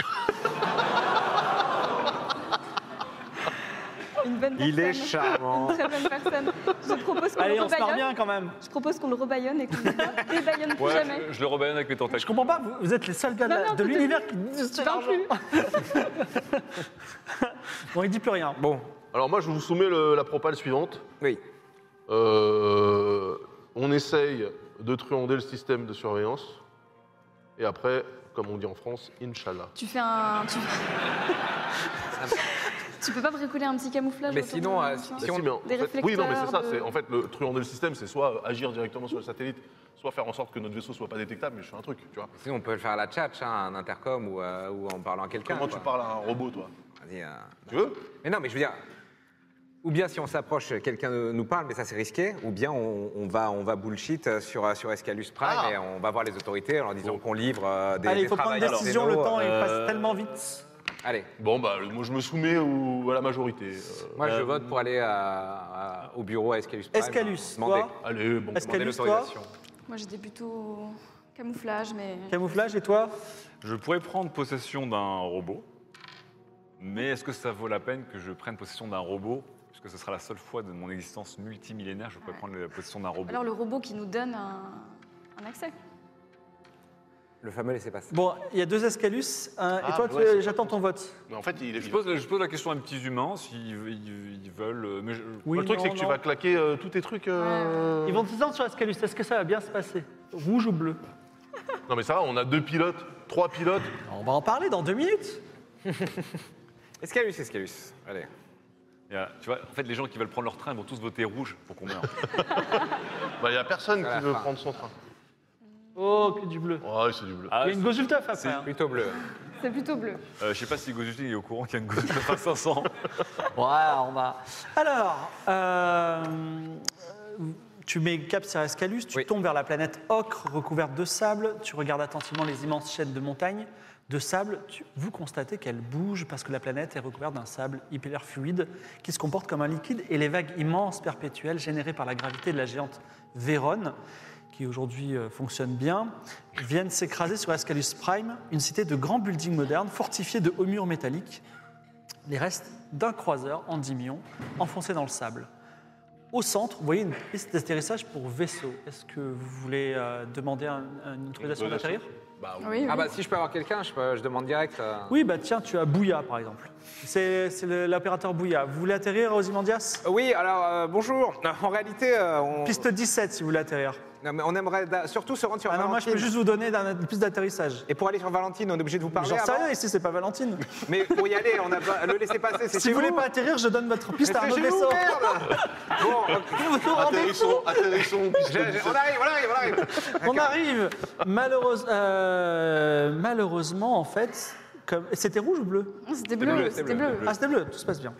[SPEAKER 5] Une bonne personne.
[SPEAKER 6] Il est charmant.
[SPEAKER 5] Une très bonne personne. Je propose qu'on
[SPEAKER 2] Allez,
[SPEAKER 5] le
[SPEAKER 2] on se marre
[SPEAKER 5] rebaillonne.
[SPEAKER 2] bien quand même.
[SPEAKER 5] Je propose qu'on le rebaillonne et qu'on ne débaillonne plus
[SPEAKER 3] Ouais,
[SPEAKER 5] jamais.
[SPEAKER 3] je, je le rebaillonne avec mes
[SPEAKER 2] Je
[SPEAKER 3] tentacules.
[SPEAKER 2] comprends pas, vous, vous êtes les seuls gars de,
[SPEAKER 5] Non,
[SPEAKER 2] la-
[SPEAKER 5] non,
[SPEAKER 2] de
[SPEAKER 5] tout à
[SPEAKER 2] l'univers qui disent
[SPEAKER 5] Tu
[SPEAKER 2] c'est
[SPEAKER 5] parles
[SPEAKER 2] l'argent.
[SPEAKER 5] plus.
[SPEAKER 2] Bon, il dit plus rien.
[SPEAKER 6] Bon,
[SPEAKER 4] Alors, moi, je vous soumets le- la propale suivante.
[SPEAKER 6] oui.
[SPEAKER 4] Euh, on essaye de truander le système de surveillance. Et après, comme on dit en France, Inch'Allah.
[SPEAKER 5] Tu fais un. Tu... tu peux pas bricoler un petit camouflage
[SPEAKER 6] Mais
[SPEAKER 5] autour
[SPEAKER 6] sinon,
[SPEAKER 5] de-
[SPEAKER 6] euh,
[SPEAKER 5] tu
[SPEAKER 6] si-
[SPEAKER 5] vois
[SPEAKER 4] Bah
[SPEAKER 6] si on-
[SPEAKER 4] si, mais en
[SPEAKER 5] Des
[SPEAKER 4] fait- oui, non, mais c'est ça.
[SPEAKER 5] réflecteurs de-
[SPEAKER 4] C'est en fait le truander le système, c'est soit agir directement sur le satellite, soit faire en sorte que notre vaisseau soit pas détectable. Mais je fais un truc, tu vois.
[SPEAKER 6] Sinon, on peut le faire à la tchatch, hein, un intercom ou, euh, ou en parlant à quelqu'un.
[SPEAKER 4] Comment
[SPEAKER 6] quoi.
[SPEAKER 4] tu parles à un robot, toi?
[SPEAKER 6] Vas-y, euh,
[SPEAKER 4] Tu veux?
[SPEAKER 6] Mais non, mais je veux dire, ou bien si on s'approche, quelqu'un nous parle, mais ça c'est risqué, ou bien on, on va, on va bullshit sur, sur Escalus Prime
[SPEAKER 4] Ah.
[SPEAKER 6] et on va voir les autorités en leur disant
[SPEAKER 4] Bon.
[SPEAKER 6] qu'on livre euh, des,
[SPEAKER 2] Allez,
[SPEAKER 6] des
[SPEAKER 2] il faut prendre une
[SPEAKER 6] travailleurs
[SPEAKER 2] décision, le
[SPEAKER 6] zéno,
[SPEAKER 2] temps il
[SPEAKER 6] euh,
[SPEAKER 2] passe tellement vite.
[SPEAKER 6] Allez,
[SPEAKER 4] Bon, bah, moi, je me soumets au- à la majorité. Euh,
[SPEAKER 6] moi je
[SPEAKER 3] Euh,
[SPEAKER 6] vote pour aller à- à- au bureau à Escalus Prime.
[SPEAKER 2] Escalus,
[SPEAKER 6] demander,
[SPEAKER 2] toi
[SPEAKER 4] allez, bon.
[SPEAKER 2] Est-ce
[SPEAKER 6] demander
[SPEAKER 2] Escalus, toi
[SPEAKER 6] l'autorisation.
[SPEAKER 5] Moi, j'étais plutôt camouflage, mais.
[SPEAKER 2] Camouflage et toi
[SPEAKER 3] Je pourrais prendre possession d'un robot, mais est-ce que ça vaut la peine que je prenne possession d'un robot? Puisque ce sera la seule fois de mon existence multimillénaire, je pourrais
[SPEAKER 5] Ouais.
[SPEAKER 3] prendre la possession d'un robot.
[SPEAKER 5] Alors, le robot qui nous donne un, un accès.
[SPEAKER 6] Le fameux laissez-passer.
[SPEAKER 2] Bon, il y a deux Escalus, un- et
[SPEAKER 4] Ah,
[SPEAKER 2] toi,
[SPEAKER 4] ouais,
[SPEAKER 2] tu-
[SPEAKER 4] c'est-
[SPEAKER 2] j'attends ton vote.
[SPEAKER 4] Mais en fait, il est.
[SPEAKER 3] Je pose, je pose la question à mes petits humains, s'ils ils- ils veulent. euh, Mais je-
[SPEAKER 2] Oui,
[SPEAKER 4] le truc,
[SPEAKER 2] non,
[SPEAKER 4] c'est que tu
[SPEAKER 2] non.
[SPEAKER 4] vas claquer euh, tous tes trucs. euh,
[SPEAKER 2] Ils vont te dire sur Escalus, est-ce que ça va bien se passer? Rouge ou bleu?
[SPEAKER 4] Non, mais ça va, on a deux pilotes, trois pilotes.
[SPEAKER 2] On va en parler dans deux minutes.
[SPEAKER 6] Escalus, Escalus. Allez.
[SPEAKER 3] Et, euh, tu vois, en fait, les gens qui veulent prendre leur train, ils vont tous voter rouge pour qu'on meure.
[SPEAKER 4] Bah, il n'y a personne
[SPEAKER 6] À
[SPEAKER 4] qui
[SPEAKER 6] la
[SPEAKER 4] veut
[SPEAKER 6] fin.
[SPEAKER 4] prendre son train.
[SPEAKER 2] Oh, que du bleu.
[SPEAKER 4] Ouais, c'est du bleu.
[SPEAKER 3] Ah,
[SPEAKER 2] Il y a une Gozulteuf après.
[SPEAKER 3] c'est-
[SPEAKER 2] hein.
[SPEAKER 6] Plutôt bleu.
[SPEAKER 5] C'est plutôt bleu.
[SPEAKER 3] euh, je sais pas si Gozutin est au courant qu'il y a une Gozutin à cinq cents.
[SPEAKER 2] Ouais, on va. Alors, euh, tu mets cap sur Escalus, tu
[SPEAKER 6] Oui.
[SPEAKER 2] tombes vers la planète ocre recouverte de sable, tu regardes attentivement les immenses chaînes de montagnes de sable, tu- vous constatez qu'elle bouge parce que la planète est recouverte d'un sable hyper fluide qui se comporte comme un liquide et les vagues immenses perpétuelles générées par la gravité de la géante Vérone, qui aujourd'hui euh, fonctionne bien, viennent s'écraser sur Escalus Prime, une cité de grands buildings modernes fortifiés de hauts murs métalliques, les restes d'un croiseur endymion enfoncé dans le sable. Au centre, vous voyez une piste d'atterrissage pour vaisseau. Est-ce que vous voulez euh, demander un- une autorisation
[SPEAKER 4] Une
[SPEAKER 2] d'atterrir?
[SPEAKER 4] Bah, oui.
[SPEAKER 5] Oui, oui.
[SPEAKER 6] Ah bah si je peux avoir quelqu'un, je, peux- je demande direct. euh.
[SPEAKER 2] Oui, bah tiens, tu as Bouya par exemple. C'est c'est le- l'opérateur Bouya. Vous voulez atterrir aux Imandias?
[SPEAKER 6] Euh, Oui, alors euh, bonjour. En réalité, euh, on...
[SPEAKER 2] Piste dix-sept si vous voulez atterrir.
[SPEAKER 6] Non, mais on aimerait da- surtout se rendre sur
[SPEAKER 2] Ah non, moi je
[SPEAKER 6] Valentine.
[SPEAKER 2] peux juste vous donner d'un- une piste d'atterrissage.
[SPEAKER 6] Et pour aller sur Valentine, on est obligé de vous parler
[SPEAKER 2] J'en sais
[SPEAKER 6] avant.
[SPEAKER 2] rien ici, c'est pas Valentine.
[SPEAKER 6] Mais pour y aller, on a besoin- le laisser passer, c'est
[SPEAKER 2] Si
[SPEAKER 6] chez
[SPEAKER 2] vous voulez pas atterrir, je donne votre piste à un
[SPEAKER 6] Mais
[SPEAKER 2] autre
[SPEAKER 6] c'est chez vous,
[SPEAKER 2] vaisseau.
[SPEAKER 6] merde. Bon, ok.
[SPEAKER 2] Vous vous rendez
[SPEAKER 4] Atterrissons, atterrissons. puisque
[SPEAKER 6] Je- je- on arrive, on arrive, on arrive.
[SPEAKER 2] On arrive. Malheureuse- euh, malheureusement, en fait, comme... c'était rouge ou bleu?
[SPEAKER 5] C'était
[SPEAKER 6] bleu,
[SPEAKER 5] bleu,
[SPEAKER 6] c'était
[SPEAKER 5] c'était
[SPEAKER 6] bleu.
[SPEAKER 5] bleu.
[SPEAKER 2] Ah, c'était bleu, tout se passe bien.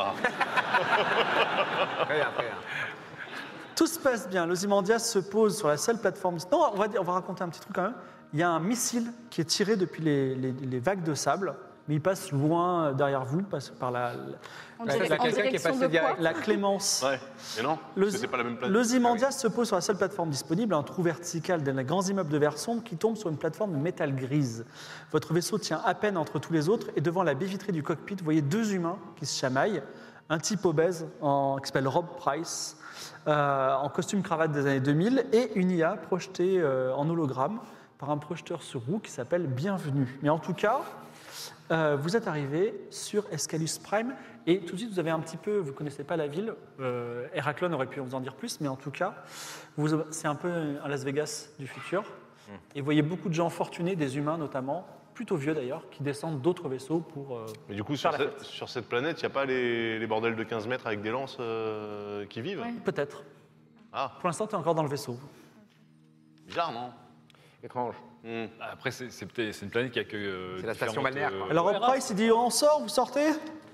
[SPEAKER 6] Très bien, très bien.
[SPEAKER 2] Tout se passe bien. L'Ozymandias se pose sur la seule plateforme. Non, on va, dire- on va raconter un petit truc quand même. Il y a un missile qui est tiré depuis les, les- les vagues de sable, mais il passe loin derrière vous, passe par la,
[SPEAKER 5] En,
[SPEAKER 6] Bah,
[SPEAKER 5] direc-
[SPEAKER 6] il y a
[SPEAKER 5] en
[SPEAKER 6] quelqu'un qui est
[SPEAKER 5] direction
[SPEAKER 6] passé
[SPEAKER 5] de quoi
[SPEAKER 6] direct.
[SPEAKER 2] la clémence.
[SPEAKER 4] Ouais, mais non,
[SPEAKER 2] Le-
[SPEAKER 4] parce que c'est pas la même planète.
[SPEAKER 2] L'Ozymandias se pose sur la seule plateforme disponible, un trou vertical d'un grands immeubles de verre sombre qui tombe sur une plateforme de métal grise. Votre vaisseau tient à peine entre tous les autres et devant la baie vitrée du cockpit, vous voyez deux humains qui se chamaillent. Un type obèse en- qui s'appelle Rob Price, euh, en costume cravate des années deux mille, et une I A projetée euh, en hologramme par un projeteur sur roue qui s'appelle Bienvenue. Mais en tout cas, euh, vous êtes arrivé sur Escalus Prime et tout de suite vous avez un petit peu, vous ne connaissez pas la ville, euh, Héraclone aurait pu vous en dire plus, mais en tout cas, vous- c'est un peu un Las Vegas du futur. Et vous voyez beaucoup de gens fortunés, des humains notamment, plutôt vieux d'ailleurs, qui descendent d'autres vaisseaux pour... euh,
[SPEAKER 4] Mais du coup,
[SPEAKER 2] Faire
[SPEAKER 4] sur,
[SPEAKER 2] la
[SPEAKER 4] cette-
[SPEAKER 2] fête.
[SPEAKER 4] sur cette planète, il n'y a pas les, les bordels de quinze mètres avec des lances euh, qui vivent
[SPEAKER 5] Ouais.
[SPEAKER 2] Peut-être.
[SPEAKER 4] Ah,
[SPEAKER 2] Pour l'instant, tu es encore dans le vaisseau.
[SPEAKER 4] bizarre, non
[SPEAKER 6] Étrange.
[SPEAKER 4] Hmm.
[SPEAKER 3] Après, c'est c'est peut-être- c'est une planète qui accueille. euh,
[SPEAKER 6] C'est la station
[SPEAKER 3] différentes,
[SPEAKER 6] balnéaire, quoi.
[SPEAKER 2] Alors Rob Price, il dit on sort, vous sortez?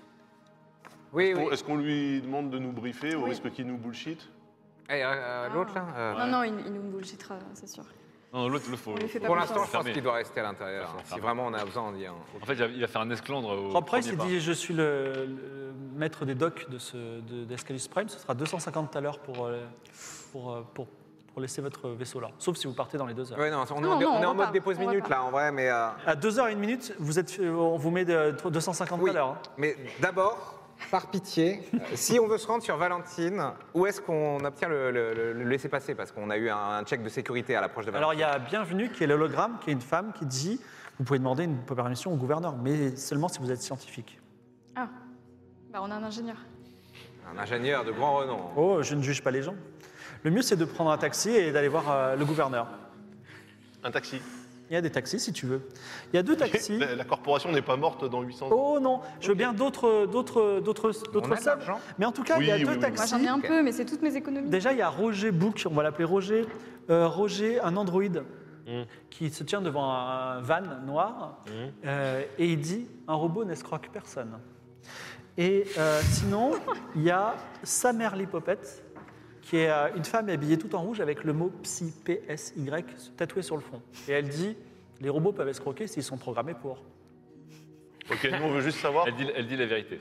[SPEAKER 6] Oui, oui.
[SPEAKER 4] Est-ce qu'on lui demande de nous briefer au
[SPEAKER 5] Oui.
[SPEAKER 4] risque qu'il nous bullshit
[SPEAKER 6] Et, euh, l'autre là euh,
[SPEAKER 5] Non, non, il, il nous bullshitera, c'est sûr.
[SPEAKER 3] Non, l'autre, le faut.
[SPEAKER 5] On lui fait pas
[SPEAKER 6] Pour
[SPEAKER 5] confiance.
[SPEAKER 6] l'instant, je pense
[SPEAKER 3] Fermé.
[SPEAKER 6] qu'il doit rester à l'intérieur. hein, Si vraiment on a besoin, on dit. hein.
[SPEAKER 3] En fait, il va- il va faire un esclandre au.
[SPEAKER 2] Rob Price,
[SPEAKER 3] premier
[SPEAKER 2] il
[SPEAKER 3] pas.
[SPEAKER 2] dit je suis le, le maître des docks de ce, de, d'Escalus Prime, ce sera deux cent cinquante à l'heure pour, euh, pour, euh, pour, pour laisser votre vaisseau là. Sauf si vous partez dans les deux heures.
[SPEAKER 6] Ouais, non, on, est
[SPEAKER 5] Non,
[SPEAKER 6] en-
[SPEAKER 5] non,
[SPEAKER 6] on est
[SPEAKER 5] on
[SPEAKER 6] en mode
[SPEAKER 5] repart,
[SPEAKER 6] dépose
[SPEAKER 5] on
[SPEAKER 6] minute
[SPEAKER 5] repart.
[SPEAKER 6] là, en vrai, mais. euh,
[SPEAKER 2] À deux heures et une minute, vous êtes, on vous met de, deux cent cinquante
[SPEAKER 6] oui.
[SPEAKER 2] à l'heure. hein.
[SPEAKER 6] Mais d'abord, par pitié, euh, si on veut se rendre sur Valentine, où est-ce qu'on obtient le, le- le- le laisser-passer? Parce qu'on a eu un, un check de sécurité à l'approche de
[SPEAKER 2] Alors
[SPEAKER 6] Valentine.
[SPEAKER 2] il y a Bienvenue qui est l'hologramme, qui est une femme qui dit vous pouvez demander une permission au gouverneur, mais seulement si vous êtes scientifique.
[SPEAKER 5] Ah, bah on a un ingénieur.
[SPEAKER 6] Un ingénieur de grand renom.
[SPEAKER 2] Oh, je ne juge pas les gens. Le mieux c'est de prendre un taxi et d'aller voir euh, le gouverneur.
[SPEAKER 4] Un taxi.
[SPEAKER 2] Il y a des taxis si tu veux. Il y a deux taxis.
[SPEAKER 4] La, la corporation n'est pas morte dans huit cents ans.
[SPEAKER 2] Oh non, je veux bien d'autres d'autres d'autres
[SPEAKER 6] On
[SPEAKER 2] d'autres
[SPEAKER 6] a de
[SPEAKER 2] sommes.
[SPEAKER 6] l'argent.
[SPEAKER 2] Mais en tout cas,
[SPEAKER 4] Oui,
[SPEAKER 2] il y a
[SPEAKER 4] oui,
[SPEAKER 2] deux
[SPEAKER 4] oui.
[SPEAKER 5] Moi
[SPEAKER 2] taxis.
[SPEAKER 5] j'en ai un
[SPEAKER 6] Ok.
[SPEAKER 5] peu, mais c'est toutes mes économies.
[SPEAKER 2] Déjà, il y a Roger Book, on va l'appeler Roger. Euh, Roger, un androïde
[SPEAKER 4] Mm.
[SPEAKER 2] qui se tient devant un van noir
[SPEAKER 4] Mm.
[SPEAKER 2] euh, et il dit un robot n'escroque personne. Et euh, sinon, il y a Samerly Popette, qui est euh, une femme habillée tout en rouge avec le mot psy, P S Y, tatoué sur le front. Et elle dit les robots peuvent escroquer s'ils sont programmés pour.
[SPEAKER 4] Ok, nous on veut juste savoir.
[SPEAKER 3] Elle dit, elle dit la vérité.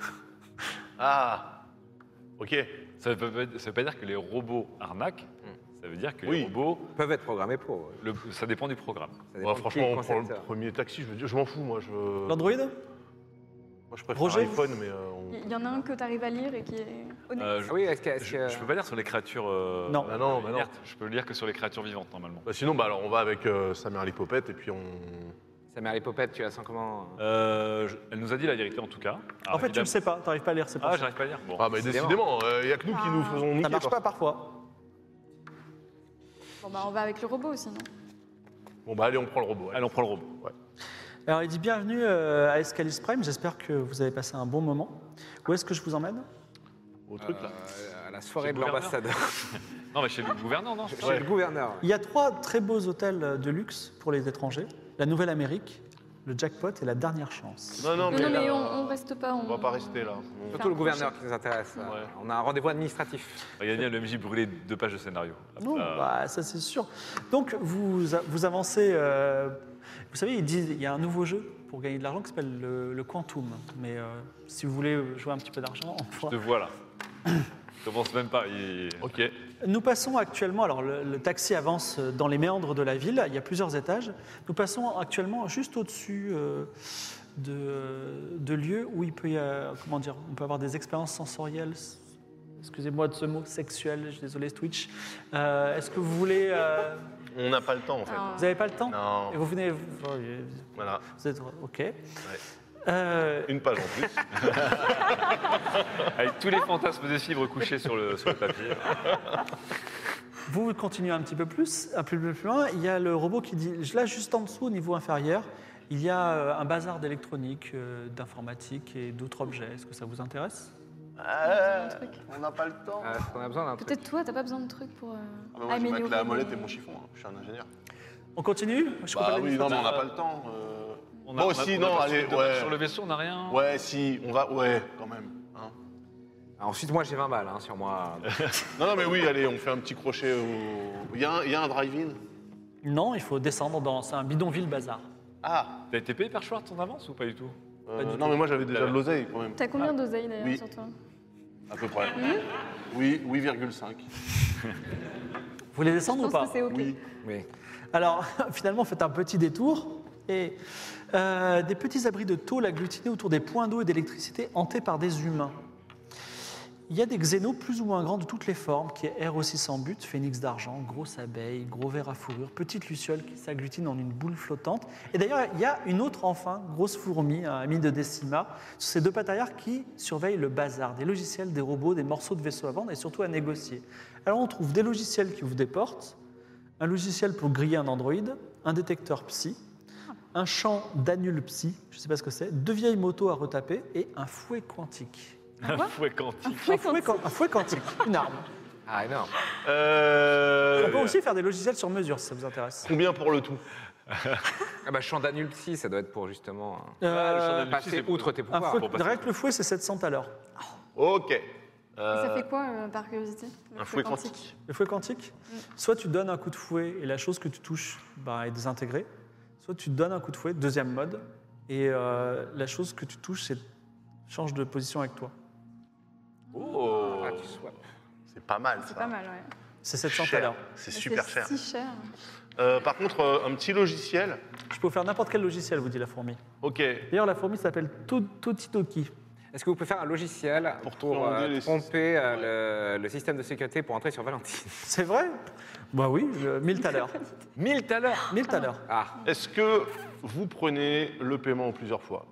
[SPEAKER 4] Ah, ok.
[SPEAKER 3] Ça ne veut, pas- ça veut pas dire que les robots arnaquent. Ça veut dire que
[SPEAKER 4] Oui.
[SPEAKER 3] les robots,
[SPEAKER 6] Ils peuvent être programmés pour. ouais.
[SPEAKER 3] le- ça dépend du programme.
[SPEAKER 6] Ça dépend
[SPEAKER 4] Ouais,
[SPEAKER 6] de
[SPEAKER 4] franchement,
[SPEAKER 6] qui est
[SPEAKER 4] on prend le
[SPEAKER 6] concepteur.
[SPEAKER 4] premier taxi, je veux dire, je m'en fous, moi. Je, moi,
[SPEAKER 2] L'androïde
[SPEAKER 4] je préfère
[SPEAKER 2] Roger,
[SPEAKER 4] iPhone, mais euh, on-
[SPEAKER 5] Il y en a un que tu arrives à lire et qui est. Honnête.
[SPEAKER 3] Euh, je,
[SPEAKER 6] Ah oui, est-ce que. est-ce
[SPEAKER 3] je,
[SPEAKER 6] que-
[SPEAKER 3] je peux pas lire sur les créatures. euh,
[SPEAKER 2] Non.
[SPEAKER 4] Bah non, bah non.
[SPEAKER 3] inertes. Je peux lire que sur les créatures vivantes normalement.
[SPEAKER 4] Bah, sinon, bah, alors, on va avec euh, sa mère l'hypopète et puis on.
[SPEAKER 6] Sa mère l'hypopète, tu la sens comment
[SPEAKER 3] Euh, je- elle nous a dit la vérité en tout cas.
[SPEAKER 2] En fait, tu le sais pas, tu n'arrives pas à lire, c'est pas
[SPEAKER 3] Ah,
[SPEAKER 2] ça.
[SPEAKER 3] j'arrive pas à lire. Bon.
[SPEAKER 4] Ah, bah
[SPEAKER 6] Décidément.
[SPEAKER 4] décidément, il n'y a que nous qui nous faisons niquer.
[SPEAKER 2] Ça marche
[SPEAKER 4] par
[SPEAKER 2] pas parfois.
[SPEAKER 5] Bon, bah, on va avec le robot aussi, non?
[SPEAKER 4] Bon, bah allez, on prend le robot. allez.
[SPEAKER 3] Allez, on prend le robot.
[SPEAKER 2] Alors, il dit bienvenue euh, à Escalis Prime, j'espère que vous avez passé un bon moment. Où est-ce que je vous emmène?
[SPEAKER 4] Au truc là.
[SPEAKER 6] Euh, À la soirée
[SPEAKER 3] Chez
[SPEAKER 6] de
[SPEAKER 3] le gouverneur.
[SPEAKER 6] l'ambassadeur.
[SPEAKER 3] Non, mais chez le gouverneur, non
[SPEAKER 6] Chez le gouverneur.
[SPEAKER 2] Il y a trois très beaux hôtels de luxe pour les étrangers. La Nouvelle-Amérique, le jackpot et la dernière chance.
[SPEAKER 4] Non, non,
[SPEAKER 5] Non,
[SPEAKER 4] mais,
[SPEAKER 5] non, mais
[SPEAKER 4] là,
[SPEAKER 5] on, on reste pas.
[SPEAKER 4] on va pas rester là. On-
[SPEAKER 6] Surtout le gouverneur qui nous intéresse.
[SPEAKER 4] Ouais.
[SPEAKER 6] On a un rendez-vous administratif.
[SPEAKER 3] Il y a bien le M J brûlé deux pages de scénario.
[SPEAKER 2] Non,
[SPEAKER 3] Euh,
[SPEAKER 2] bah, ça c'est sûr. Donc vous, a- vous avancez, euh, vous savez, ils disent il y a un nouveau jeu pour gagner de l'argent qui s'appelle le, le Quantum. Mais euh, si vous voulez jouer un petit peu d'argent, on
[SPEAKER 3] Je
[SPEAKER 2] pourra-
[SPEAKER 3] te vois là. Je commence même pas. il-
[SPEAKER 4] Ok.
[SPEAKER 2] Nous passons actuellement, alors le, le taxi avance dans les méandres de la ville, il y a plusieurs étages. Nous passons actuellement juste au-dessus euh, de, de lieux où il peut y avoir, comment dire, on peut avoir des expériences sensorielles. Excusez-moi de ce mot sexuel, je suis désolé Twitch. Euh, Est-ce que vous voulez, euh,
[SPEAKER 4] On n'a pas le temps en fait.
[SPEAKER 5] Ah.
[SPEAKER 2] vous n'avez pas le temps?
[SPEAKER 4] Non.
[SPEAKER 2] Et vous venez, vous,
[SPEAKER 4] Voilà.
[SPEAKER 2] vous êtes ok. Euh,
[SPEAKER 4] Une page en plus.
[SPEAKER 3] Avec tous les fantasmes des fibres couchés sur le, sur le papier.
[SPEAKER 2] Vous continuez un petit peu plus, un peu plus loin. Il y a le robot qui dit, là juste en dessous, au niveau inférieur, il y a euh, un bazar d'électronique, euh, d'informatique et d'autres objets. Est-ce que ça vous intéresse?
[SPEAKER 4] Ah,
[SPEAKER 5] Un truc.
[SPEAKER 4] on n'a pas le temps.
[SPEAKER 6] Ah, on a besoin d'un truc.
[SPEAKER 5] Peut-être toi, t'as pas besoin de trucs pour euh,
[SPEAKER 4] Ah, bah, moi, je
[SPEAKER 5] améliorer.
[SPEAKER 4] mets que la molette
[SPEAKER 5] les-
[SPEAKER 4] et mon chiffon. hein. Je suis un ingénieur.
[SPEAKER 2] On continue? Je coupe
[SPEAKER 4] Bah
[SPEAKER 2] la
[SPEAKER 4] oui,
[SPEAKER 2] liste.
[SPEAKER 4] non, mais on n'a pas le temps. euh.
[SPEAKER 3] On
[SPEAKER 4] Bon,
[SPEAKER 3] on
[SPEAKER 4] si,
[SPEAKER 3] on
[SPEAKER 4] non,
[SPEAKER 3] pas
[SPEAKER 4] allez,
[SPEAKER 3] sur-
[SPEAKER 4] ouais.
[SPEAKER 3] Sur le vaisseau, on n'a rien.
[SPEAKER 4] Ouais, si, on va. Ouais, quand même. hein.
[SPEAKER 6] Ah, ensuite, moi, j'ai vingt balles hein, sur moi.
[SPEAKER 4] Non, non, mais oui, allez, on fait un petit crochet au. Il y a un, il y a un drive-in.
[SPEAKER 2] Non, il faut descendre dans c'est un bidonville bazar.
[SPEAKER 4] Ah
[SPEAKER 3] T'as été payé par Schwartz en avance ou pas du tout
[SPEAKER 4] euh,
[SPEAKER 2] Pas du
[SPEAKER 4] Non,
[SPEAKER 2] tout.
[SPEAKER 4] mais moi j'avais déjà de l'oseille quand même.
[SPEAKER 5] T'as combien d'oseilles d'ailleurs
[SPEAKER 4] Oui.
[SPEAKER 5] sur toi?
[SPEAKER 4] À peu près. Oui, huit virgule cinq.
[SPEAKER 2] Vous voulez
[SPEAKER 5] Je
[SPEAKER 2] descendre ou
[SPEAKER 5] pense
[SPEAKER 2] pas?
[SPEAKER 5] que c'est ok.
[SPEAKER 4] Oui.
[SPEAKER 6] Oui.
[SPEAKER 2] Alors, finalement, faites un petit détour et euh, des petits abris de tôle agglutinés autour des points d'eau et d'électricité hantés par des humains. Il y a des xénos plus ou moins grands de toutes les formes, qui est R aussi sans but, phénix d'argent, grosse abeille, gros ver à fourrure, petite luciole qui s'agglutine en une boule flottante. Et d'ailleurs, il y a une autre enfin, grosse fourmi, un ami de Décima, sur ces deux pattes arrière qui surveillent le bazar, des logiciels, des robots, des morceaux de vaisseaux à vendre et surtout à négocier. Alors on trouve des logiciels qui ouvrent des portes, un logiciel pour griller un androïde, un détecteur psy, un champ d'annule psy, je ne sais pas ce que c'est, deux vieilles motos à retaper et un fouet quantique.
[SPEAKER 3] Un fouet quantique.
[SPEAKER 2] Un fouet, quan- un fouet quantique, une arme.
[SPEAKER 6] Ah, énorme.
[SPEAKER 4] Euh,
[SPEAKER 2] On peut aussi faire des logiciels sur mesure si ça vous intéresse.
[SPEAKER 4] Combien pour le tout?
[SPEAKER 6] Ah bah, champ d'annule psy, ça doit être pour justement
[SPEAKER 2] Euh,
[SPEAKER 3] le champ d'annule-
[SPEAKER 6] passer
[SPEAKER 3] c'est-
[SPEAKER 6] outre tes
[SPEAKER 2] un
[SPEAKER 6] pouvoirs.
[SPEAKER 2] fouet,
[SPEAKER 3] pour passer-
[SPEAKER 2] rien que le fouet, c'est sept cents à l'heure.
[SPEAKER 4] Ok.
[SPEAKER 5] Et
[SPEAKER 4] Euh,
[SPEAKER 5] ça fait quoi euh, par curiosité le
[SPEAKER 4] un fouet quantique.
[SPEAKER 2] Le fouet quantique, soit tu donnes un coup de fouet et la chose que tu touches bah, est désintégrée, soit tu donnes un coup de fouet, deuxième mode, et euh, la chose que tu touches c'est- change de position avec toi.
[SPEAKER 4] Oh,
[SPEAKER 6] Ah, tu swaps.
[SPEAKER 4] c'est pas mal
[SPEAKER 5] C'est
[SPEAKER 4] ça.
[SPEAKER 5] pas mal, ouais.
[SPEAKER 2] C'est sept cents à
[SPEAKER 4] Cher.
[SPEAKER 2] l'heure.
[SPEAKER 4] C'est
[SPEAKER 5] Mais
[SPEAKER 4] super
[SPEAKER 5] c'est
[SPEAKER 4] cher.
[SPEAKER 5] si cher.
[SPEAKER 4] Euh, par contre, euh, un petit logiciel.
[SPEAKER 2] Je peux vous faire n'importe quel logiciel, vous dit la fourmi.
[SPEAKER 4] Ok.
[SPEAKER 2] D'ailleurs, la fourmi s'appelle To- Totitoki.
[SPEAKER 6] Est-ce que vous pouvez faire un logiciel
[SPEAKER 4] Pour
[SPEAKER 6] pour,
[SPEAKER 4] trianger
[SPEAKER 6] euh,
[SPEAKER 4] les
[SPEAKER 6] tromper euh, le, le système de sécurité pour entrer sur Valentine?
[SPEAKER 2] C'est vrai? Bah oui, le- mille à l'heure.
[SPEAKER 6] mille à l'heure.
[SPEAKER 2] mille à l'heure.
[SPEAKER 6] Ah,
[SPEAKER 4] Est-ce que vous prenez le paiement en plusieurs fois?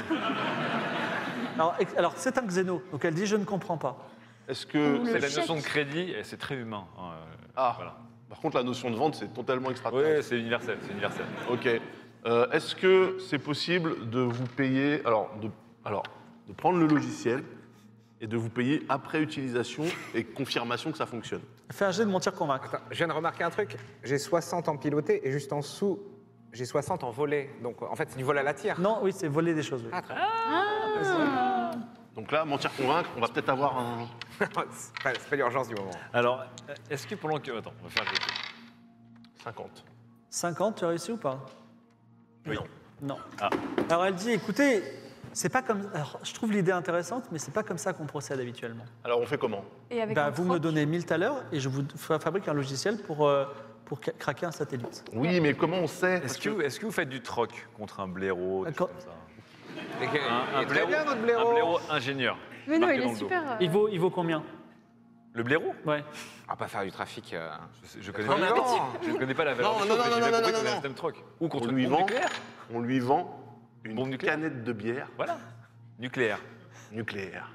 [SPEAKER 2] Alors, ex- alors, c'est un xéno, donc elle dit je ne comprends pas.
[SPEAKER 4] Est-ce que
[SPEAKER 5] Ou
[SPEAKER 3] C'est
[SPEAKER 5] le
[SPEAKER 3] la
[SPEAKER 5] chèque.
[SPEAKER 3] notion de crédit et c'est très humain. hein, euh,
[SPEAKER 4] Ah.
[SPEAKER 3] Voilà.
[SPEAKER 4] Par contre, la notion de vente, c'est totalement
[SPEAKER 3] Oui,
[SPEAKER 4] extraterrestre.
[SPEAKER 3] c'est universel, c'est universel.
[SPEAKER 4] Ok. Euh, Est-ce que c'est possible de vous payer, alors de, alors, de prendre le logiciel et de vous payer après utilisation et confirmation que ça fonctionne?
[SPEAKER 2] Fais un jet de mentir convaincre.
[SPEAKER 6] attends, je viens de remarquer un truc. J'ai soixante en piloté et juste en dessous, j'ai soixante en volée. Donc en fait, c'est du vol à la tire.
[SPEAKER 2] Non, oui, c'est voler des choses. oui.
[SPEAKER 6] Ah, très
[SPEAKER 4] Donc là, mentir convaincre, on va peut-être avoir un.
[SPEAKER 6] c'est pas, c'est pas l'urgence du moment.
[SPEAKER 3] Alors, euh, est-ce que pendant que. Attends, on va faire le jeu.
[SPEAKER 4] cinquante.
[SPEAKER 2] cinquante, tu as réussi ou pas?
[SPEAKER 3] Oui.
[SPEAKER 2] Non.
[SPEAKER 3] Ah.
[SPEAKER 2] Alors elle dit, écoutez, c'est pas comme. Alors, je trouve l'idée intéressante, mais c'est pas comme ça qu'on procède habituellement.
[SPEAKER 4] Alors on fait comment?
[SPEAKER 5] Et avec
[SPEAKER 2] Bah,
[SPEAKER 5] un
[SPEAKER 2] vous me
[SPEAKER 5] troc.
[SPEAKER 2] donnez mille à l'heure et je vous fa- fabrique un logiciel pour, euh, pour ca- craquer un satellite.
[SPEAKER 4] Oui, mais comment on sait?
[SPEAKER 3] Est-ce que, est-ce que vous faites du troc contre un blaireau des
[SPEAKER 2] D'accord.
[SPEAKER 3] choses comme ça
[SPEAKER 6] Et que-
[SPEAKER 3] Un, un
[SPEAKER 6] et très
[SPEAKER 3] blaireau,
[SPEAKER 6] bien, notre
[SPEAKER 3] un
[SPEAKER 6] blaireau.
[SPEAKER 3] blaireau ingénieur.
[SPEAKER 5] Mais non,
[SPEAKER 3] marqué
[SPEAKER 5] il
[SPEAKER 3] dans
[SPEAKER 5] est
[SPEAKER 3] le dos.
[SPEAKER 5] super. euh,
[SPEAKER 2] Il vaut, il vaut combien?
[SPEAKER 3] Le blaireau
[SPEAKER 2] Ouais.
[SPEAKER 6] On va pas faire du trafic. euh.
[SPEAKER 3] Je, sais- je connais
[SPEAKER 6] Non,
[SPEAKER 3] pas.
[SPEAKER 6] non.
[SPEAKER 3] Je ne connais pas la valeur
[SPEAKER 4] Non,
[SPEAKER 3] du
[SPEAKER 4] non,
[SPEAKER 3] truc,
[SPEAKER 4] non,
[SPEAKER 3] mais j'ai
[SPEAKER 4] non,
[SPEAKER 3] bien
[SPEAKER 4] non,
[SPEAKER 3] compris
[SPEAKER 4] non,
[SPEAKER 3] que c'est un
[SPEAKER 4] non.
[SPEAKER 3] système troc. Ou contre
[SPEAKER 4] On
[SPEAKER 3] une
[SPEAKER 4] lui
[SPEAKER 3] bombe
[SPEAKER 4] vend,
[SPEAKER 3] nucléaire.
[SPEAKER 4] on lui vend une
[SPEAKER 3] Bombe nucléaire.
[SPEAKER 4] canette de bière
[SPEAKER 3] Voilà. Nucléaire.
[SPEAKER 4] nucléaire.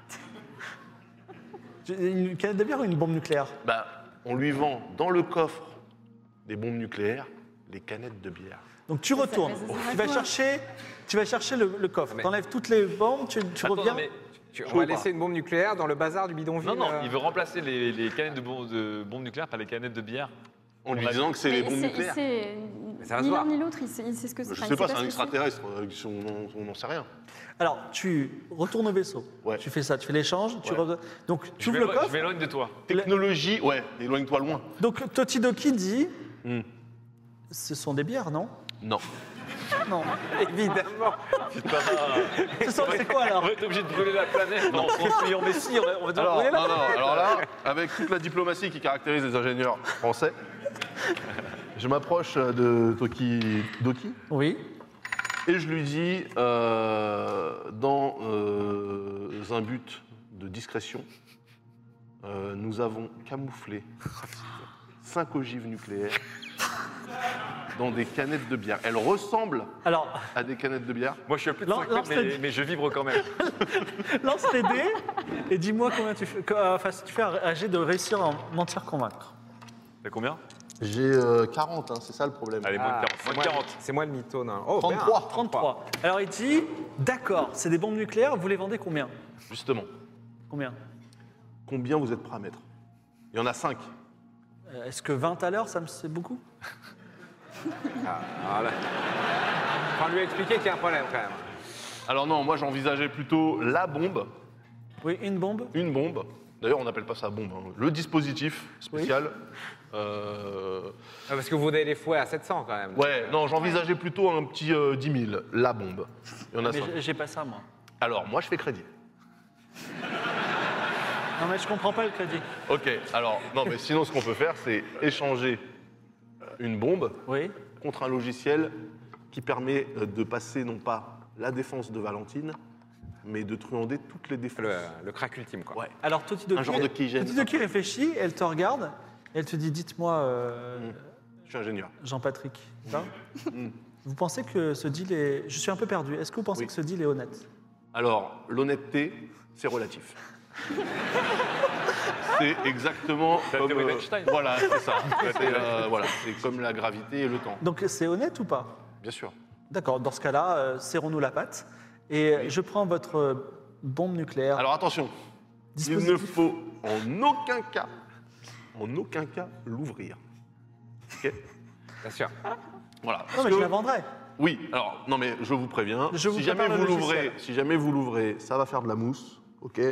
[SPEAKER 2] Une canette de bière ou une bombe nucléaire?
[SPEAKER 4] Bah, on lui vend dans le coffre des bombes nucléaires les canettes de bière.
[SPEAKER 2] Donc tu retournes,
[SPEAKER 5] mais ça sert à
[SPEAKER 2] tu vas
[SPEAKER 5] quoi
[SPEAKER 2] chercher, tu vas chercher le, le coffre,
[SPEAKER 6] Mais-
[SPEAKER 2] t'enlèves toutes les bombes, tu, tu
[SPEAKER 3] Attends,
[SPEAKER 2] reviens.
[SPEAKER 3] non, mais-
[SPEAKER 6] Tu-
[SPEAKER 4] Chaud
[SPEAKER 6] on va
[SPEAKER 4] ou pas
[SPEAKER 6] laisser une bombe nucléaire dans le bazar du bidonville.
[SPEAKER 3] Non, non,
[SPEAKER 6] euh.
[SPEAKER 3] il veut remplacer les, les canettes de, bom- de bombes nucléaires par les canettes de bière.
[SPEAKER 4] En lui
[SPEAKER 3] On a-
[SPEAKER 4] disant que c'est
[SPEAKER 5] mais
[SPEAKER 4] les
[SPEAKER 5] il
[SPEAKER 4] bombes
[SPEAKER 5] sait-
[SPEAKER 4] nucléaires.
[SPEAKER 5] Il sait,
[SPEAKER 6] Mais ça va
[SPEAKER 5] ni
[SPEAKER 6] se
[SPEAKER 5] l'un
[SPEAKER 6] voir.
[SPEAKER 5] ni l'autre, il sait, il sait ce que c'est.
[SPEAKER 4] Je
[SPEAKER 5] enfin,
[SPEAKER 4] sais
[SPEAKER 5] il
[SPEAKER 4] pas,
[SPEAKER 5] sait
[SPEAKER 4] c'est un
[SPEAKER 5] ce que
[SPEAKER 4] extraterrestre, euh, on on n'en sait rien.
[SPEAKER 2] Alors tu retournes au vaisseau,
[SPEAKER 4] Ouais.
[SPEAKER 2] tu fais ça, tu fais l'échange, tu
[SPEAKER 4] Ouais.
[SPEAKER 2] re- donc tu
[SPEAKER 3] Je
[SPEAKER 2] ouvres
[SPEAKER 3] vais-
[SPEAKER 2] le coffre.
[SPEAKER 3] Je m'éloigne de toi.
[SPEAKER 4] Technologie, ouais, éloigne-toi loin.
[SPEAKER 2] Donc Totidoki dit,
[SPEAKER 4] Hmm.
[SPEAKER 2] ce sont des bières, non?
[SPEAKER 4] Non.
[SPEAKER 2] Non.
[SPEAKER 6] Évidemment.
[SPEAKER 2] Ce sont- C'est quoi
[SPEAKER 3] On
[SPEAKER 2] alors?
[SPEAKER 3] va être obligé de brûler la planète en s'enfuyant. Mais si, on va, on va devoir
[SPEAKER 4] Alors,
[SPEAKER 3] brûler la
[SPEAKER 4] non, non, alors là, avec toute la diplomatie qui caractérise les ingénieurs français, je m'approche de Toki Doki
[SPEAKER 2] Oui.
[SPEAKER 4] et je lui dis, euh, dans euh, un but de discrétion, euh, nous avons camouflé cinq ogives nucléaires dans des canettes de bière. Elles ressemblent
[SPEAKER 2] Alors
[SPEAKER 4] à des canettes de bière.
[SPEAKER 3] Moi, je suis à plus de
[SPEAKER 2] Lance-
[SPEAKER 3] cinq mètres,
[SPEAKER 2] lance
[SPEAKER 3] mais,
[SPEAKER 2] le-
[SPEAKER 3] mais je vibre quand même.
[SPEAKER 2] lance les dés et dis-moi combien tu fais. que- euh, Enfin, si tu fais un jet de réussir à mentir convaincre.
[SPEAKER 3] T'as combien
[SPEAKER 4] J'ai euh, quarante, hein, c'est ça le problème.
[SPEAKER 3] Allez, moins de
[SPEAKER 6] Ah,
[SPEAKER 3] quarante.
[SPEAKER 6] c'est
[SPEAKER 3] Moins de
[SPEAKER 6] moi-
[SPEAKER 3] quarante.
[SPEAKER 6] C'est moi le mytho. Non. Oh, bien.
[SPEAKER 4] trente-trois.
[SPEAKER 2] trente-trois. Alors il dit, d'accord, c'est des bombes nucléaires, vous les vendez combien?
[SPEAKER 4] Justement,
[SPEAKER 2] Combien?
[SPEAKER 4] combien vous êtes prêt à mettre? Il y en a cinq.
[SPEAKER 2] Euh, Est-ce que vingt à l'heure, ça me c'est beaucoup?
[SPEAKER 6] Ah, voilà. Faut lui expliquer qu'il y a un problème quand même.
[SPEAKER 4] Alors non, moi j'envisageais plutôt la bombe,
[SPEAKER 2] Oui, une bombe.
[SPEAKER 4] une bombe. D'ailleurs, on n'appelle pas ça bombe. hein. Le dispositif spécial. Euh,
[SPEAKER 6] Ah, parce que vous donnez les fouets à sept cents quand même.
[SPEAKER 4] Ouais, non, j'envisageais plutôt un petit euh, dix mille, la bombe. Il y en a
[SPEAKER 2] Mais
[SPEAKER 4] cinq.
[SPEAKER 2] j'ai- j'ai pas ça, moi.
[SPEAKER 4] Alors, moi je fais crédit.
[SPEAKER 2] Non, mais je comprends pas le crédit.
[SPEAKER 4] Ok, alors, non, mais sinon ce qu'on peut faire, c'est échanger une bombe
[SPEAKER 2] Oui.
[SPEAKER 4] contre un logiciel qui permet euh, de passer non pas la défense de Valentine, mais de truander toutes les défenses.
[SPEAKER 6] Le, le crack ultime quoi.
[SPEAKER 4] Ouais.
[SPEAKER 2] Alors Totidoki,
[SPEAKER 4] Un genre de Keygen.
[SPEAKER 2] Totidoki réfléchit, elle te regarde, et elle te dit, dites-moi, euh,
[SPEAKER 4] Mm. Je suis ingénieur.
[SPEAKER 2] Jean-Patrick, ça
[SPEAKER 4] Mm.
[SPEAKER 2] vous pensez que ce deal est... Je suis un peu perdu. Est-ce que vous pensez
[SPEAKER 4] Oui.
[SPEAKER 2] que ce deal est honnête?
[SPEAKER 4] Alors, l'honnêteté, c'est relatif. C'est exactement
[SPEAKER 3] la
[SPEAKER 4] comme...
[SPEAKER 3] théorie
[SPEAKER 4] euh,
[SPEAKER 3] d'Einstein.
[SPEAKER 4] voilà, c'est ça. C'est euh, voilà, c'est comme la gravité et le temps,
[SPEAKER 2] Donc c'est honnête ou pas?
[SPEAKER 4] bien sûr.
[SPEAKER 2] D'accord, dans ce cas-là, euh, serrons-nous la patte. Et euh, je prends votre euh, bombe nucléaire.
[SPEAKER 4] Alors attention, il ne
[SPEAKER 2] dispositif.
[SPEAKER 4] faut en aucun cas, en aucun cas, l'ouvrir. Ok.
[SPEAKER 6] Bien sûr.
[SPEAKER 4] Voilà.
[SPEAKER 2] Non,
[SPEAKER 4] Parce
[SPEAKER 2] mais
[SPEAKER 4] que-
[SPEAKER 2] je la vendrai.
[SPEAKER 4] Oui, alors, non mais je vous préviens,
[SPEAKER 2] Je vous
[SPEAKER 4] si jamais
[SPEAKER 2] prépare
[SPEAKER 4] vous
[SPEAKER 2] le
[SPEAKER 4] l'ouvrez,
[SPEAKER 2] logiciel.
[SPEAKER 4] si jamais vous l'ouvrez, ça va faire de la mousse, ok.